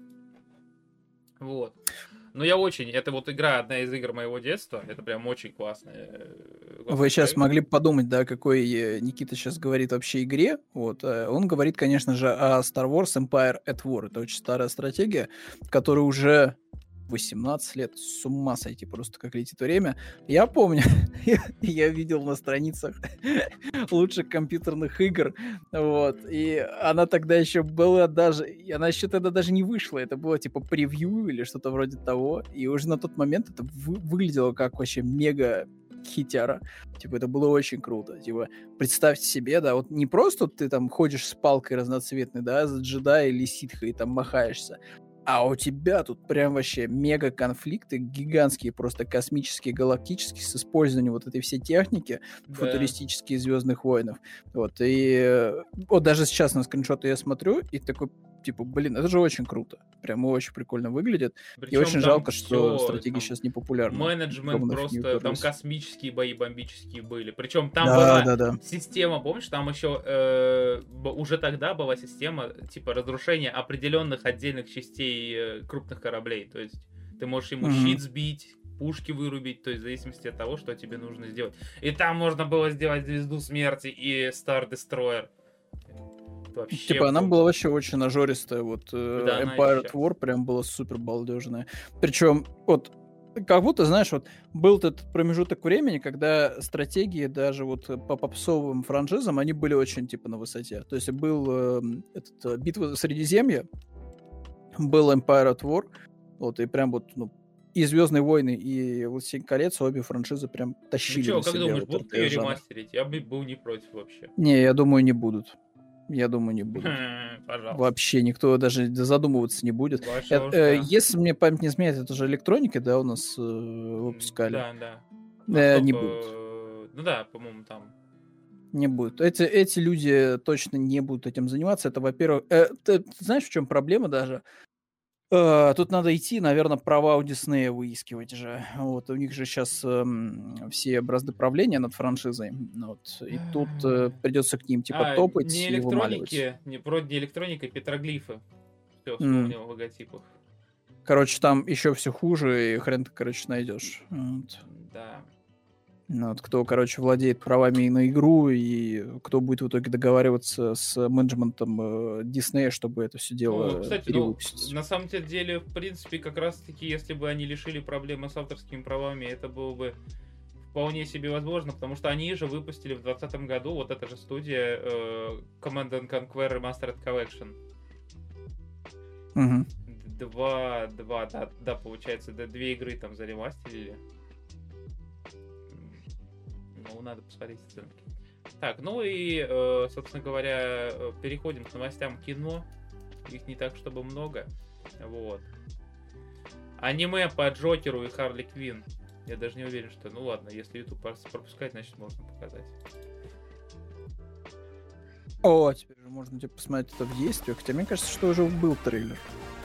Вот. Но я очень... Это вот игра, одна из игр моего детства. Это прям очень классная. Вы сейчас могли бы подумать, да, какой Никита сейчас говорит вообще игре. Вот. Он говорит, конечно же, о Star Wars Empire at War. Это очень старая стратегия, которая уже 18 лет, с ума сойти просто, как летит время. Я помню, я видел на страницах лучших компьютерных игр, вот, и она тогда еще была даже, она еще тогда даже не вышла, это было типа превью или что-то вроде того, и уже на тот момент это выглядело как вообще мега хитяра. Типа, это было очень круто. Типа, представьте себе, да, вот не просто ты там ходишь с палкой разноцветной, да, за джедая или ситха и там махаешься, а у тебя тут прям вообще мега-конфликты, гигантские, просто космические, галактические, с использованием вот этой всей техники, футуристические «Звездных войнов». Вот, и вот даже сейчас на скриншоты я смотрю, и такой, типа, блин, это же очень круто. Прям очень прикольно выглядит. Причем и очень жалко, что стратегии сейчас не популярны. Менеджмент просто, там космические бои бомбические были. Причем там была система, помнишь, там еще уже тогда была система типа разрушения определенных отдельных частей крупных кораблей. То есть ты можешь ему щит сбить, пушки вырубить, то есть в зависимости от того, что тебе нужно сделать. И там можно было сделать Звезду Смерти и Star Destroyer. Вообще типа, она была вообще очень нажористая. Вот да, Empire at War прям была супер балдежная. Причем, вот, как будто, знаешь, вот был этот промежуток времени, когда стратегии даже вот по попсовым франшизам, они были очень, типа, на высоте. То есть был Битва за Средиземье, был Empire at War, вот, и прям вот, ну, и Звездные войны, и Властелин колец, обе франшизы прям тащили. Ну что, как думаешь, будут ее ремастерить? Я бы был не против вообще. Не, я думаю, не будут. Я думаю, не будут. Пожалуйста. Вообще никто даже задумываться не будет. Если мне память не изменяет, это же электроники, да, у нас выпускали? Да. Не будут. Ну да, по-моему, там. Не будут. Эти люди точно не будут этим заниматься. Это, во-первых... Ты знаешь, в чем проблема даже? Тут надо идти, наверное, права у Диснея выискивать же. Вот, у них же сейчас все бразды правления над франшизой. Вот, и тут придется к ним типа топать и вымаливать. Не электроника, петроглифы. Все, вспомнил в логотипах. Короче, там еще все хуже, и хрен ты, короче, найдешь. Вот. Да. Вот, кто, короче, владеет правами на игру, и кто будет в итоге договариваться с менеджментом Диснея, чтобы это все дело перевыпустить. На самом деле, в принципе, как раз-таки, если бы они решили проблемы с авторскими правами, это было бы вполне себе возможно, потому что они же выпустили в 2020 году, вот эта же студия, Command & Conquer Remastered Collection. Получается, две игры там заремастерили. Ну, надо посмотреть оценки. Так, ну и, собственно говоря, переходим к новостям кино. Их не так, чтобы много. Вот. Аниме по Джокеру и Харли Квинн. Я даже не уверен, что... Ну ладно, если YouTube пропускать, значит можно показать. О, теперь же можно посмотреть это в действии. Хотя мне кажется, что уже был трейлер.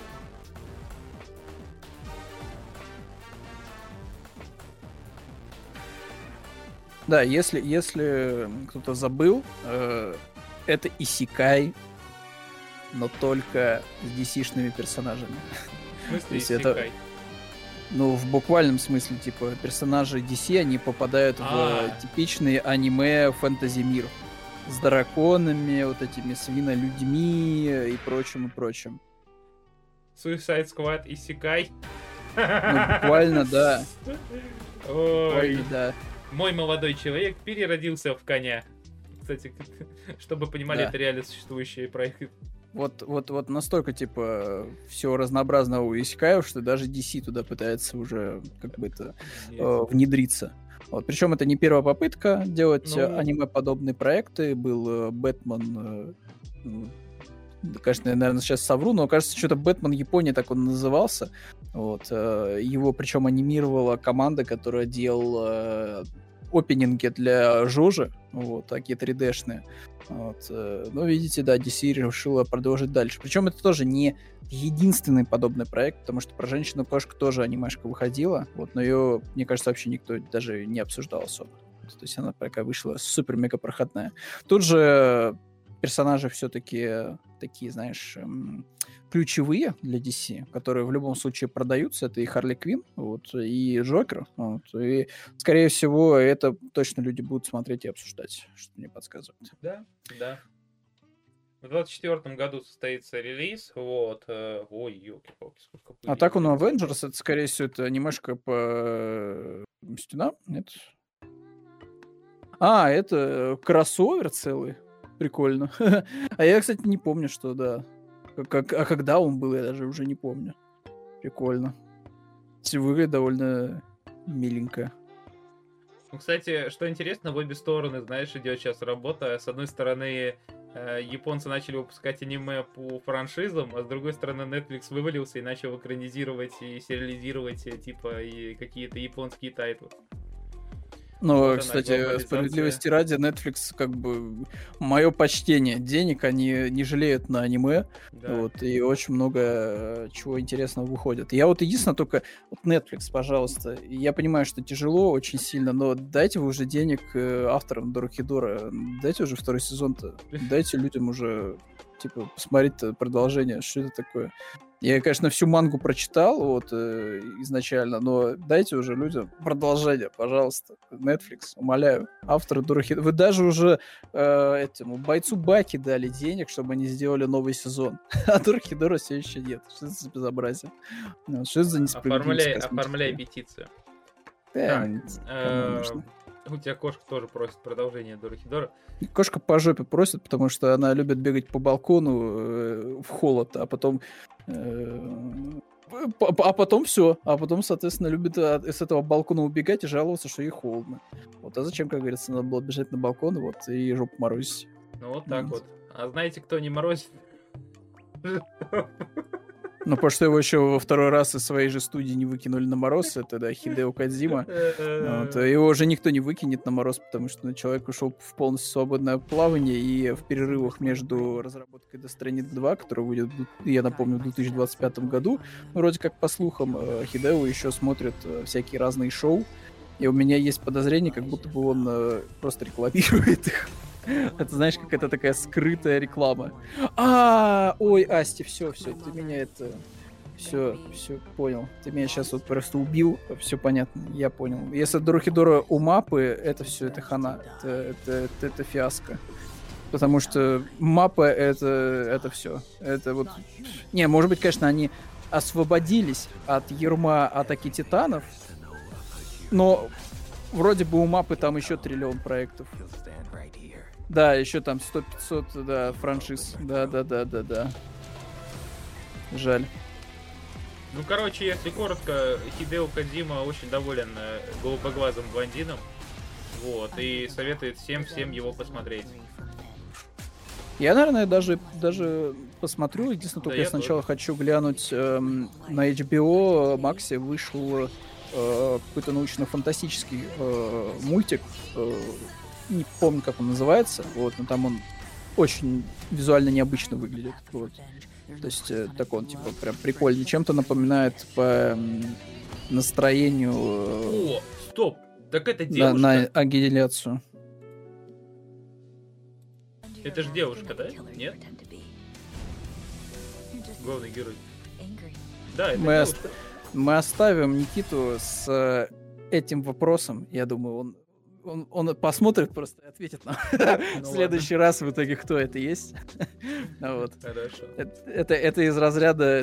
Да, если кто-то забыл, это исекай, но только с DC-шными персонажами. В смысле исекай? Ну, в буквальном смысле, типа, персонажи DC, они попадают в типичный аниме фэнтези-мир. С драконами, вот этими свинолюдьми и прочим. Suicide Squad исекай? Ну, буквально, да. Ой, да. Мой молодой человек переродился в коня. Кстати, чтобы понимали, это реально существующие проекты. Вот настолько, типа, все разнообразно у исекаев, что даже DC туда пытается уже как бы это внедриться. Вот. Причем это не первая попытка делать аниме-подобные проекты. Был Бэтмен... Конечно, я, наверное, сейчас совру, но кажется, что-то Бэтмен Япония, так он назывался. Вот. Его причем анимировала команда, которая делала опенинги для Жожи, вот, такие 3D-шные. Вот, ну, видите, да, DC решила продолжить дальше. Причем это тоже не единственный подобный проект, потому что про Женщину-кошку тоже анимешка выходила, вот, но ее, мне кажется, вообще никто даже не обсуждал особо. То есть она пока вышла супер-мега проходная. Тут же персонажи все-таки такие, знаешь, ключевые для DC, которые в любом случае продаются. Это и Харли Квинн, вот, и Джокер. Вот, и, скорее всего, это точно люди будут смотреть и обсуждать, что мне подсказывает. Да, да. В 2024 году состоится релиз, вот. Ой, ёлки-палки, сколько пыли. А так он Avengers, это, скорее всего, это анимешка по стенам, нет? А, это кроссовер целый. Прикольно. А я, кстати, не помню, что, да. А когда он был, я даже уже не помню. Прикольно. Выглядит довольно миленько. Ну, кстати, что интересно, в обе стороны, знаешь, идет сейчас работа. С одной стороны, японцы начали выпускать аниме по франшизам, а с другой стороны, Netflix вывалился и начал экранизировать и сериализировать, типа, и какие-то японские тайтлы. Ну, Вот кстати, справедливости ради, Netflix, как бы, мое почтение. Денег они не жалеют на аниме, Да. вот, и очень много чего интересного выходит. Я вот единственное только, вот Netflix, пожалуйста, я понимаю, что тяжело очень сильно, но дайте вы уже денег авторам Дорохидора, дайте уже второй сезон-то, дайте людям уже, типа, посмотреть продолжение, что это такое. Я, конечно, всю мангу прочитал вот изначально, но дайте уже людям продолжение, пожалуйста. Netflix, умоляю. Авторы Дорохидора. Вы даже уже этому бойцу Баки дали денег, чтобы они сделали новый сезон. А Дорохидора все еще нет. Что это за безобразие? Ну, что это за несправедливость? Оформляй петицию. Да, У тебя кошка тоже просит продолжение Дорохидора. Кошка по жопе просит, потому что она любит бегать по балкону в холод, а потом все. А потом, соответственно, любит с этого балкона убегать и жаловаться, что ей холодно. Вот, а зачем, как говорится, надо было бежать на балкон, вот, и жопу морозить. Ну, вот так вот. А знаете, кто не морозит? Ну, потому что его еще во второй раз из своей же студии не выкинули на мороз, это, да, Хидео Кодзима. Вот, его уже никто не выкинет на мороз, потому что человек ушел в полностью свободное плавание, и в перерывах между разработкой Death Stranding 2, которая выйдет, я напомню, в 2025 году, вроде как по слухам, Хидео еще смотрит всякие разные шоу, и у меня есть подозрение, как будто бы он просто рекламирует их. Это, знаешь, как это такая скрытая реклама. Ой, Асти, все, ты меня это... Все, понял. Ты меня сейчас вот просто убил. Все понятно, я понял. Если Дорохидора у мапы, это все, это хана. Это фиаско. Потому что мапа это все. Это вот... Не, может быть, конечно, они освободились от ярма атаки титанов, но вроде бы у мапы там еще триллион проектов. Да, еще там 100-500, да, франшиз. Да. Жаль. Ну, короче, если коротко, Хидео Кодзима очень доволен голубоглазым блондином. Вот, и советует всем его посмотреть. Я, наверное, даже посмотрю. Единственное, только Да, я сначала хочу глянуть на HBO Max вышел какой-то научно-фантастический мультик. Не помню, как он называется, вот, но там он очень визуально необычно выглядит, вот. То есть так он, типа, прям прикольный. Чем-то напоминает по настроению... О, стоп! Так это девушка? На агиляцию. Это же девушка, да? Нет? Главный герой. Да, это девушка. Мы оставим Никиту с этим вопросом. Я думаю, он посмотрит просто и ответит нам в следующий раз в итоге, кто это есть. Вот. Хорошо. Это из разряда,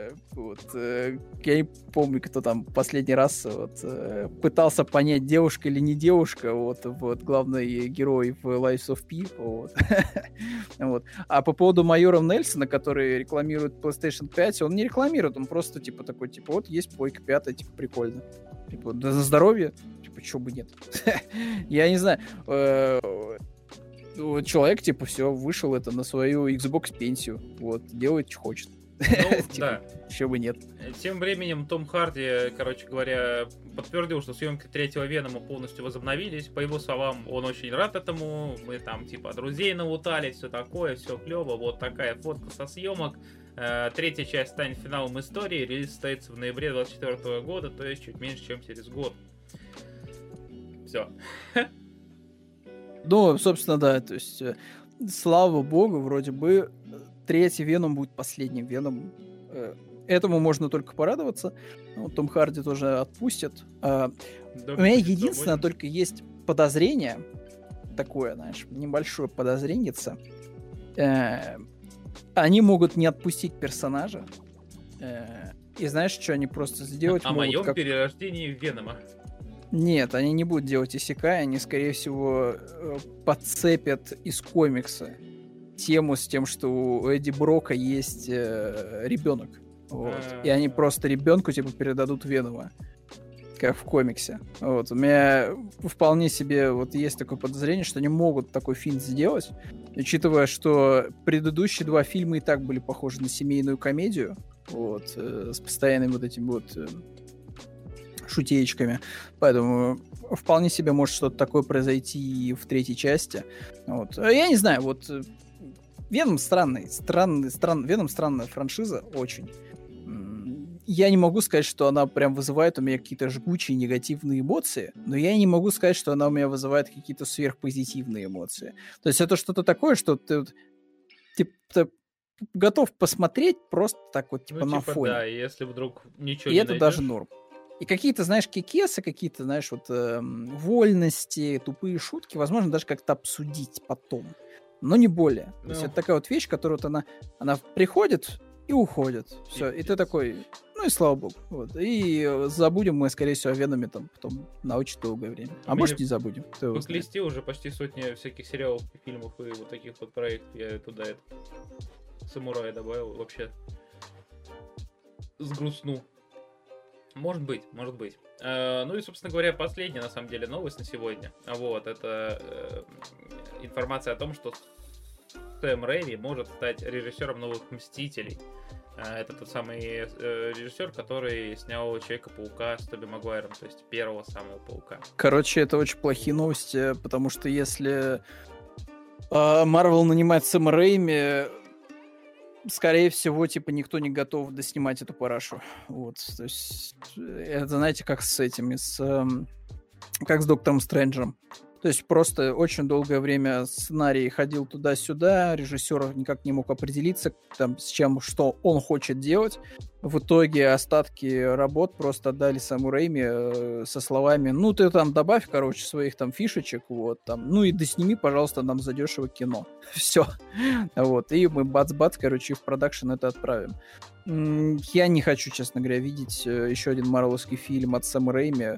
я не помню, кто там последний раз пытался понять, девушка или не девушка, вот главный герой в Lies of P. Вот. А по поводу майора Нельсона, который рекламирует PlayStation 5, он не рекламирует, он просто такой, вот есть плойка 5, прикольно. Да за здоровье, чё бы нет. Я не знаю. Человек, все, вышел это на свою Xbox пенсию. Вот, делает, что хочет. Да. Чего бы нет. Тем временем Том Харди, короче говоря, подтвердил, что съемки третьего Венома полностью возобновились. По его словам, он очень рад этому. Мы там типа друзей наутали, все такое, все клево. Вот такая фотка со съемок. Третья часть станет финалом истории. Релиз состоится в ноябре 2024 года, то есть чуть меньше, чем через год. Все. Ну, собственно, да, то есть, слава богу, вроде бы, третий Веном будет последним Веном. Этому можно только порадоваться. Ну, Том Харди тоже отпустят. Да, У меня будет единственное свободен. только есть подозрение, такое, знаешь, небольшое подозренница. Они могут не отпустить персонажа. И знаешь, что они просто сделать О могут? моем перерождении в Венома. Нет, они не будут делать исекай, они, скорее всего, подцепят из комикса тему с тем, что у Эдди Брока есть ребенок. Вот. И они просто ребенку типа передадут Венома, как в комиксе. Вот. У меня вполне себе вот есть такое подозрение, что они могут такой фильм сделать, учитывая, что предыдущие два фильма и так были похожи на семейную комедию, вот, с постоянными вот этими вот шутеечками. Поэтому вполне себе может что-то такое произойти и в третьей части. Вот. Я не знаю, вот Веном Веном странная франшиза, очень. Я не могу сказать, что она прям вызывает у меня какие-то жгучие негативные эмоции, но я не могу сказать, что она у меня вызывает какие-то сверхпозитивные эмоции. То есть это что-то такое, что ты вот, типа, готов посмотреть просто так вот, типа, на фоне. Да, если вдруг ничего И не это найдешь. даже норм. И какие-то, знаешь, кекесы, какие-то, знаешь, вот вольности, тупые шутки, возможно, даже как-то обсудить потом. Но не более. То есть Ну. это такая вот вещь, которая вот она приходит и уходит. Все. И ты такой, ну и слава богу. Вот. И забудем мы, скорее всего, о Веноме там потом на очень долгое время. А У может, меня не забудем. Кто его В знает. листе уже почти сотни всяких сериалов, фильмов и вот таких вот проектов. Я туда Самурая добавил, вообще сгрустну. Может быть, может быть. Ну и, собственно говоря, последняя, на самом деле, новость на сегодня. Вот, это информация о том, что Сэм Рэйми может стать режиссером новых «Мстителей». Это тот самый режиссер, который снял Человека-паука с Тоби Магуайром, то есть первого самого Паука. Короче, это очень плохие новости, потому что если Марвел нанимает Сэма Рэйми, скорее всего, типа, никто не готов доснимать эту парашу. Вот, то есть, это, знаете, как с этими, как с Доктором Стрэнджем. То есть просто очень долгое время сценарий ходил туда-сюда, режиссер никак не мог определиться, там, с чем, что он хочет делать. В итоге остатки работ просто отдали Сэму Рэйми со словами: ну, ты там добавь, короче, своих там фишечек, вот, там, ну и досними, пожалуйста, нам задешево кино. Все. Вот, и мы бац-бац, короче, в продакшн это отправим. Я не хочу, честно говоря, видеть еще один марвеловский фильм от Сэма Рэйми,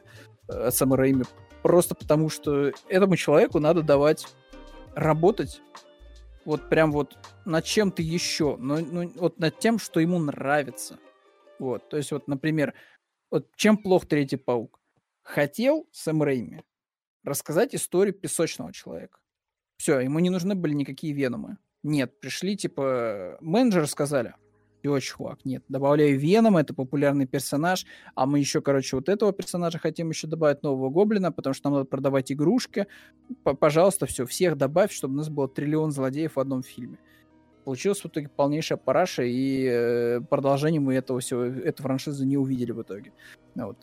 просто потому что этому человеку надо давать работать вот прям вот над чем-то еще, ну, вот над тем, что ему нравится. Вот, то есть вот, например, вот чем плох Третий Паук? Хотел Сэм Рэйми рассказать историю Песочного Человека. Все, ему не нужны были никакие Веномы. Нет, пришли, типа, менеджеры сказали: все, чувак, нет, добавляю Венома, это популярный персонаж, а мы еще, короче, вот этого персонажа хотим еще добавить, нового Гоблина, потому что нам надо продавать игрушки. Пожалуйста, все, всех добавь, чтобы у нас было 1 триллион злодеев в одном фильме. Получилась в итоге полнейшая параша, и продолжение мы этого всего, эту франшизу не увидели в итоге. Вот.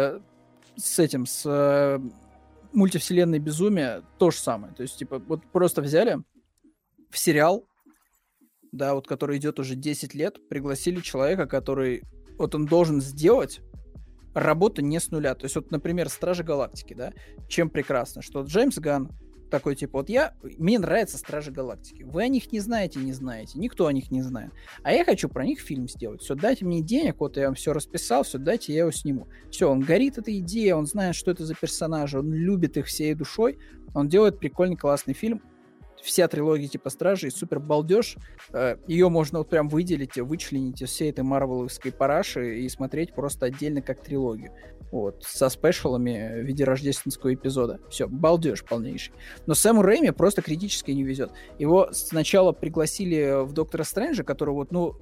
С мультивселенной Безумия то же самое. То есть, типа, вот просто взяли в сериал, да, вот который идет уже 10 лет, пригласили человека, который, вот он должен сделать работу не с нуля. То есть, вот, например, Стражи Галактики, да, чем прекрасно, что Джеймс Ганн такой, типа, вот мне нравятся Стражи Галактики. Вы о них не знаете, никто о них не знает. А я хочу про них фильм сделать. Все, дайте мне денег, вот я вам все расписал, все, дайте, я его сниму. Все, он горит этой идеей, он знает, что это за персонажи, он любит их всей душой, он делает прикольный, классный фильм. Вся трилогия типа Стражей, супер балдеж. Ее можно вот прям выделить, вычленить из всей этой марвеловской параши и смотреть просто отдельно как трилогию. Вот, со спешалами в виде рождественского эпизода. Все, балдеж полнейший. Но Сэму Рэйми просто критически не везет. Его сначала пригласили в Доктора Стрэнджа, который вот, ну,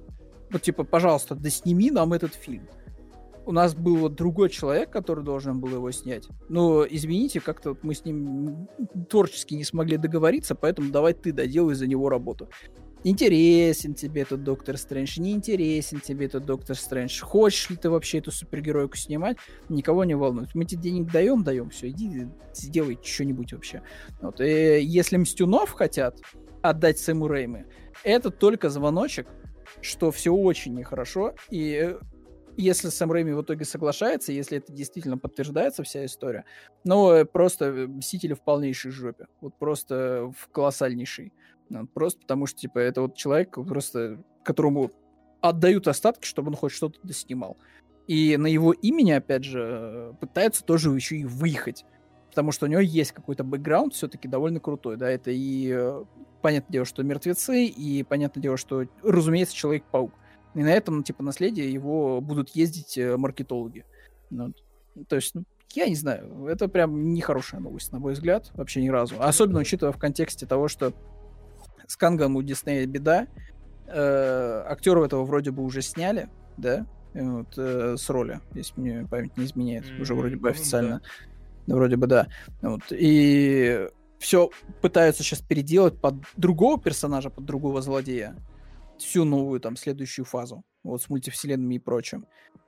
вот типа, пожалуйста, досними нам этот фильм. У нас был вот другой человек, который должен был его снять. Но, извините, как-то вот мы с ним творчески не смогли договориться, поэтому давай ты доделай за него работу. Интересен тебе этот Доктор Стрэндж, не интересен тебе этот Доктор Стрэндж. Хочешь ли ты вообще эту супергеройку снимать? Никого не волнует. Мы тебе денег даем, все, иди сделай что-нибудь вообще. Вот. И если Мстюнов хотят отдать Сэму Рэйми, это только звоночек, что все очень нехорошо, и если Сэм Рэйми в итоге соглашается, если это действительно подтверждается, вся история, ну, просто Мстители в полнейшей жопе. Вот просто в колоссальнейшей. Просто потому что, типа, это вот человек, просто которому отдают остатки, чтобы он хоть что-то доснимал. И на его имени, опять же, пытаются тоже еще и выехать. Потому что у него есть какой-то бэкграунд все-таки довольно крутой, да, это и, понятное дело, что мертвецы, и, понятное дело, что, разумеется, Человек-паук. И на этом, типа, наследие его будут ездить маркетологи. Ну, то есть, я не знаю, это прям нехорошая новость, на мой взгляд, вообще ни разу. Особенно учитывая в контексте того, что с Кангом у Диснея беда. Актеру этого вроде бы уже сняли, да, вот, с роли, если мне память не изменяет, уже вроде бы официально. Да. Вроде бы, да. Вот. И все пытаются сейчас переделать под другого персонажа, под другого злодея. Всю новую, там, следующую фазу. Вот, с мультивселенными и прочим.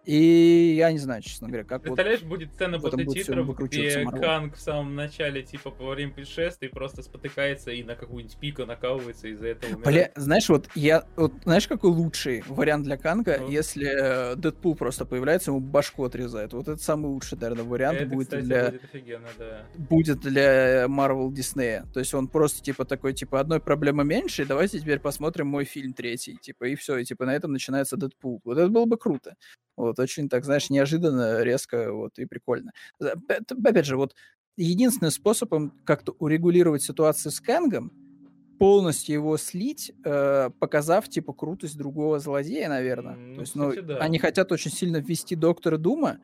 И я не знаю, честно говоря, как представляешь, вот будет сцена после титров, где Marvel. Канг в самом начале, типа, во время путешествий просто спотыкается и на какую-нибудь пику накалывается, из-за этого умирает. Бля, знаешь, знаешь, какой лучший вариант для Канга, если Дэдпул просто появляется, ему башку отрезает. Вот это самый лучший, наверное, вариант это, будет, кстати, для... будет офигенно, да. Будет для Marvel Disney. То есть он просто, типа, такой, типа, одной проблемы меньше, и давайте теперь посмотрим мой фильм третий, типа, и все, и, типа, на этом начинается Дэдпул. Вот это было бы круто. Вот, очень так, знаешь, неожиданно, резко, вот, и прикольно. Опять же, вот, единственным способом как-то урегулировать ситуацию с Кангом, полностью его слить, показав, типа, крутость другого злодея, наверное. Ну, то есть, кстати, да. Они хотят очень сильно ввести Доктора Дума,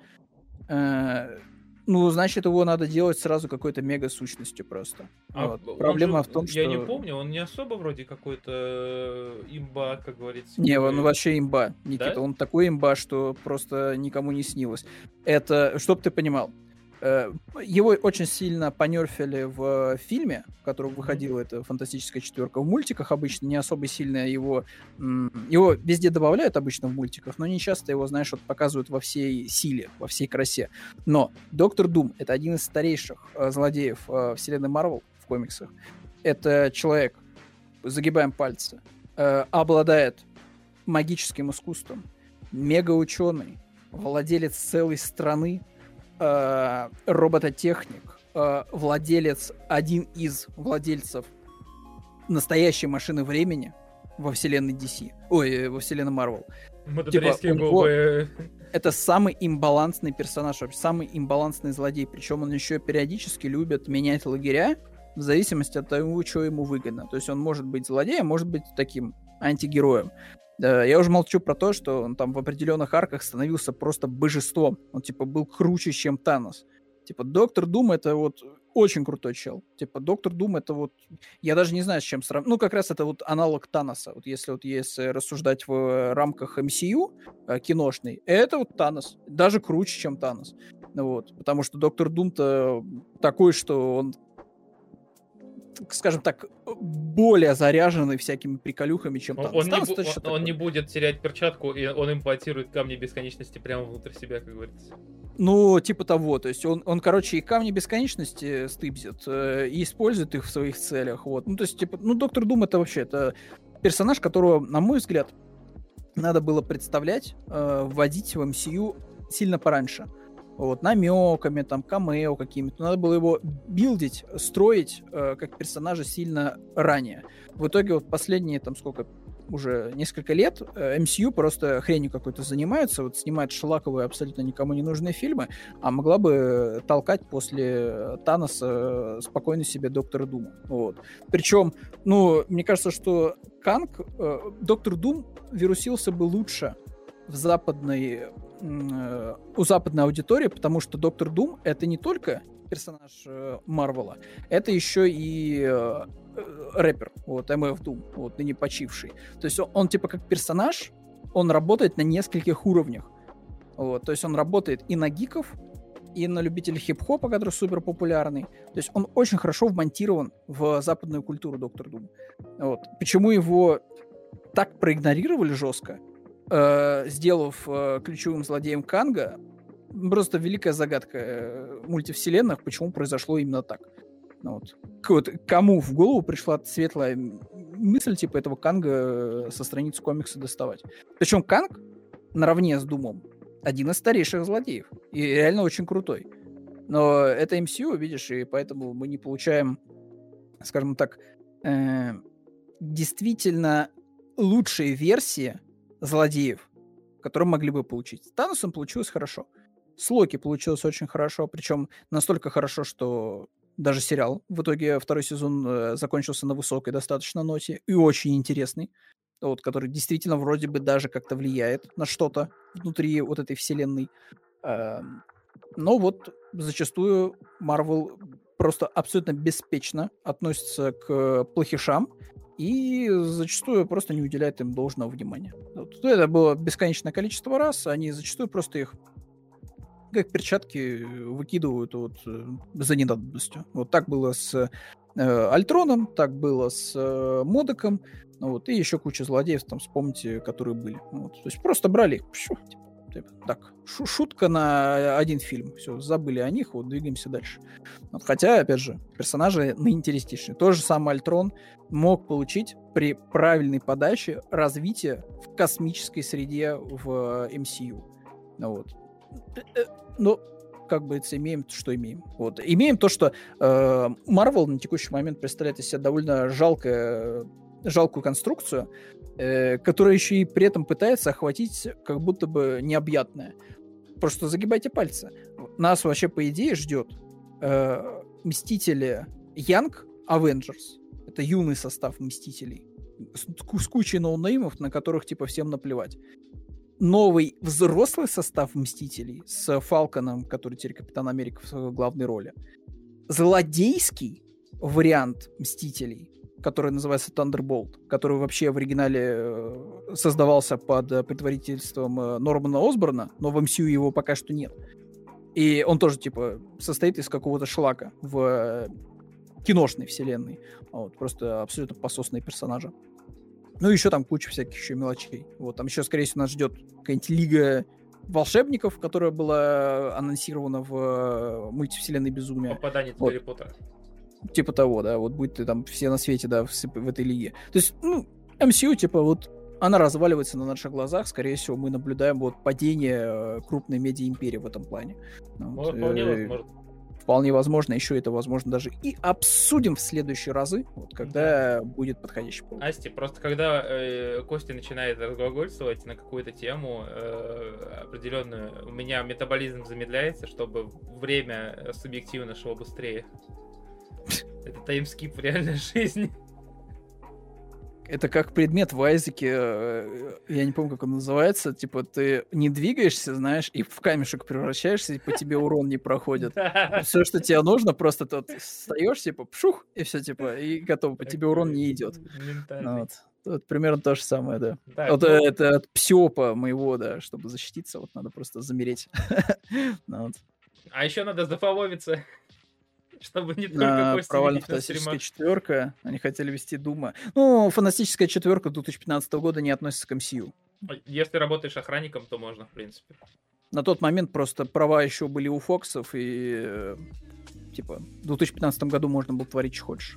ну, значит, его надо делать сразу какой-то мега-сущностью просто. Вот. Проблема в том, что... Я не помню, он не особо вроде какой-то имба, как говорится. Не, он вообще имба, Никита. Да? Он такой имба, что просто никому не снилось. Это, чтоб ты понимал, его очень сильно понерфили в фильме, в котором выходила эта фантастическая четверка. В мультиках обычно не особо сильно его везде добавляют обычно в мультиках, но не часто его, знаешь, вот показывают во всей силе, во всей красе. Но Доктор Дум — это один из старейших злодеев вселенной Марвел в комиксах. Это человек, загибаем пальцы, обладает магическим искусством, мега-ученый, владелец целой страны, робототехник, один из владельцев настоящей машины времени во вселенной DC. Во вселенной Marvel. Это самый имбалансный персонаж, вообще самый имбалансный злодей. Причем он еще периодически любит менять лагеря в зависимости от того, что ему выгодно. То есть он может быть злодеем, может быть таким антигероем. Я уже молчу про то, что он там в определенных арках становился просто божеством. Он, типа, был круче, чем Танос. Типа, Доктор Дум — это вот очень крутой чел. Типа, Доктор Дум — это вот... Я даже не знаю, с чем сравнивать. Ну, как раз это вот аналог Таноса. Вот если рассуждать в рамках MCU киношной, это вот Танос. Даже круче, чем Танос. Вот. Потому что Доктор Дум-то такой, что он, скажем так, более заряженный всякими приколюхами, чем Танос. Он не будет терять перчатку, и он имплантирует камни бесконечности прямо внутрь себя, как говорится. Ну, типа того. То есть он короче, и камни бесконечности стыбзит, и использует их в своих целях. Вот. Ну, то есть, типа, Доктор Дум — это вообще это персонаж, которого, на мой взгляд, надо было представлять, вводить в MCU сильно пораньше. Вот, намеками, там, камео какими-то. Надо было его билдить, строить как персонажа сильно ранее. В итоге вот последние, там, уже несколько лет MCU просто хренью какой-то занимается, вот снимает шлаковые, абсолютно никому не нужные фильмы, а могла бы толкать после Таноса спокойно себе Доктора Дума. Вот. Причем, мне кажется, что Доктор Дум вирусился бы лучше у западной аудитории, потому что Доктор Дум — это не только персонаж Марвела, это еще и рэпер, вот, MF Doom, вот, ныне почивший. То есть он типа как персонаж он работает на нескольких уровнях. Вот, то есть он работает и на гиков, и на любителей хип-хопа, который супер популярный. То есть он очень хорошо вмонтирован в западную культуру, Доктор Дум. Вот. Почему его так проигнорировали жестко, сделав ключевым злодеем Канга, просто великая загадка мультивселенных, почему произошло именно так. Вот. Кому в голову пришла светлая мысль типа этого Канга со страниц комикса доставать? Причем Канг наравне с Думом один из старейших злодеев. И реально очень крутой. Но это MCU, видишь, и поэтому мы не получаем, скажем так, действительно лучшие версии злодеев, которые могли бы получить. С Таносом получилось хорошо. С Локи получилось очень хорошо, причем настолько хорошо, что даже сериал в итоге второй сезон закончился на высокой достаточно ноте и очень интересный. Вот, который действительно вроде бы даже как-то влияет на что-то внутри вот этой вселенной. Но вот зачастую Marvel просто абсолютно беспечно относится к плохишам и зачастую просто не уделяет им должного внимания. Вот. Это было бесконечное количество раз, они зачастую просто их как перчатки выкидывают вот, за ненадобностью. Вот так было с Альтроном, так было с Модоком, вот, и еще куча злодеев, там, вспомните, которые были. Вот. То есть просто брали их, так, шутка на один фильм, все, забыли о них, вот, двигаемся дальше. Вот, хотя, опять же, персонажи наинтереснейшие. То же самое Альтрон мог получить при правильной подаче развитие в космической среде в MCU. Вот. Ну, как бы это имеем, что имеем. Вот. Имеем то, что Marvel на текущий момент представляет из себя довольно жалкую конструкцию, которая еще и при этом пытается охватить как будто бы необъятное. Просто загибайте пальцы. Нас вообще, по идее, ждет Мстители Young Avengers. Это юный состав Мстителей. С кучей ноунеймов, на которых типа всем наплевать. Новый взрослый состав Мстителей с Фалконом, который теперь Капитан Америка в главной роли. Злодейский вариант Мстителей, который называется Thunderbolt, который вообще в оригинале создавался под предводительством Нормана Осборна, но в MCU его пока что нет. И он тоже, типа, состоит из какого-то шлака в киношной вселенной. Вот, просто абсолютно пососные персонажи. Ну, еще там куча всяких еще мелочей. Вот, там еще, скорее всего, нас ждет какая-нибудь Лига волшебников, которая была анонсирована в мультивселенной Безумия. Попадание вот. Гарри Поттера. Типа того, да, вот будет там все на свете, да, в этой лиге. То есть, ну, MCU, типа, вот, она разваливается на наших глазах, скорее всего, мы наблюдаем вот падение крупной медиа-империи в этом плане. Вот, Вполне возможно. Вполне возможно, еще это возможно даже и обсудим в следующие разы, вот, когда будет подходящий повод. Асти, просто когда Костя начинает разглагольствовать на какую-то тему определенную, у меня метаболизм замедляется, чтобы время субъективно шло быстрее. Это таймскип в реальной жизни. Это как предмет в Айзеке, я не помню, как он называется, типа ты не двигаешься, знаешь, и в камешек превращаешься, и по тебе урон не проходит. Все, что тебе нужно, просто ты встаешь, типа, пшух, и все, типа, и готово, по тебе урон не идет. Вот примерно то же самое, да. Вот это от псиопа моего, да, чтобы защититься, вот надо просто замереть. А еще надо зафоловиться. Чтобы не только Костя провальная видеть на фантастическая стримах. четверка. Они хотели вести Дума. Ну, фантастическая четверка 2015 года не относится к MCU. Если работаешь охранником, то можно, в принципе. На тот момент просто права еще были у Фоксов, и типа в 2015 году можно было творить, что хочешь.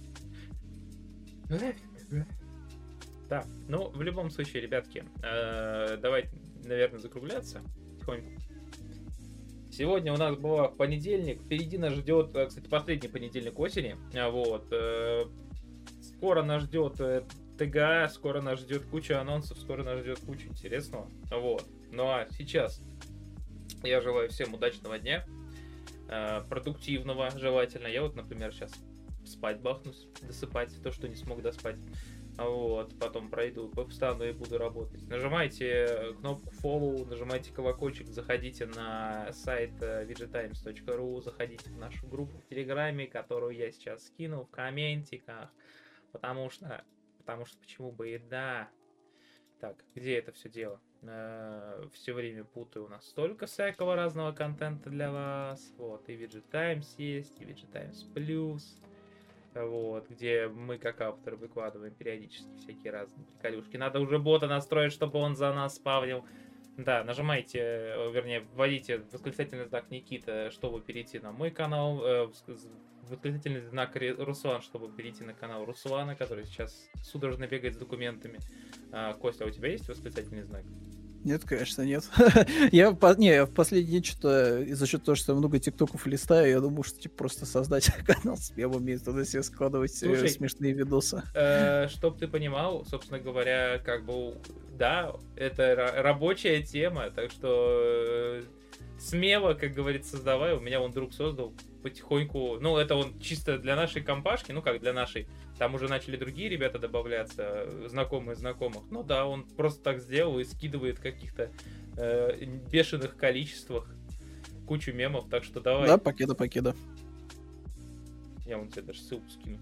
Да, ну, в любом случае, ребятки, давайте, наверное, закругляться потихоньку. Сегодня у нас был понедельник, впереди нас ждет, кстати, последний понедельник осени, вот, скоро нас ждет ТГА, скоро нас ждет куча анонсов, скоро нас ждет куча интересного, вот, ну а сейчас я желаю всем удачного дня, продуктивного желательно, я вот, например, сейчас спать бахнусь, досыпать то, что не смог доспать. Вот, потом пройду, встану и буду работать. Нажимайте кнопку follow, нажимайте колокольчик, заходите на сайт VGTimes.ru, заходите в нашу группу в Телеграме, которую я сейчас скинул в комментиках, потому что почему бы и да. Так, где это все дело? все время путаю, у нас столько всякого разного контента для вас. Вот, и VG Times есть, и VG Times Plus. Вот, где мы, как авторы, выкладываем периодически всякие разные приколюшки. Надо уже бота настроить, чтобы он за нас спавнил. Да, нажимайте, вернее, вводите восклицательный знак Никита, чтобы перейти на мой канал, восклицательный знак Руслан, чтобы перейти на канал Руслана, который сейчас судорожно бегает с документами. Костя, а у тебя есть восклицательный знак? Нет, конечно, нет. Я в последние дни что-то, за счет того, что я много тиктоков листаю, я думаю, что типа просто создать канал с мемами и туда себе складывать смешные видосы. Чтоб ты понимал, собственно говоря, как бы, да, это рабочая тема, так что смело, как говорится, создавай. У меня вон друг создал потихоньку, ну, это он чисто для нашей компашки, ну, как для нашей. Там уже начали другие ребята добавляться, знакомые знакомых. Ну да, он просто так сделал и скидывает в каких-то бешеных количествах кучу мемов, так что давай. Да, покеда. Я вон тебе даже ссылку скину.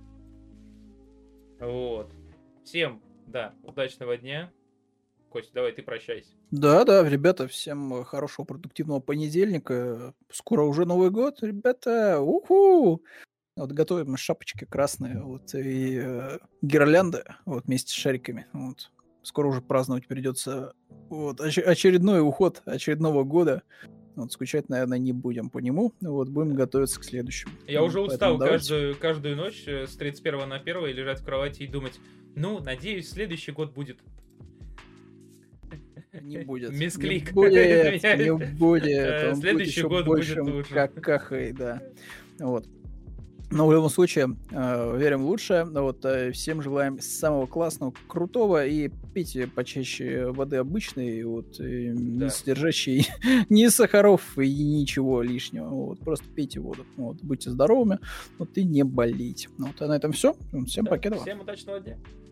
Вот. Всем, да, удачного дня. Костя, давай ты прощайся. Да, ребята, всем хорошего продуктивного понедельника. Скоро уже Новый год, ребята. Уху! Вот готовим шапочки красные, вот, и гирлянды, вот, вместе с шариками, вот. Скоро уже праздновать придется, вот, очередной уход очередного года. Вот, скучать, наверное, не будем по нему, вот, будем готовиться к следующему. Я вот, уже устал давайте... каждую ночь с 31 на 1 лежать в кровати и думать, ну, надеюсь, следующий год будет... Не будет. Мисклик. Не будет. Следующий год будет лучше. Какахой, да. Вот. Но в любом случае, верим в лучшее. Вот, всем желаем самого классного, крутого, и пейте почаще воды обычной, вот, не содержащей ни сахаров и ничего лишнего. Вот, просто пейте воду. Вот, будьте здоровыми, вот, и не болейте. Вот, а на этом все. Всем покедова. Всем удачного дня.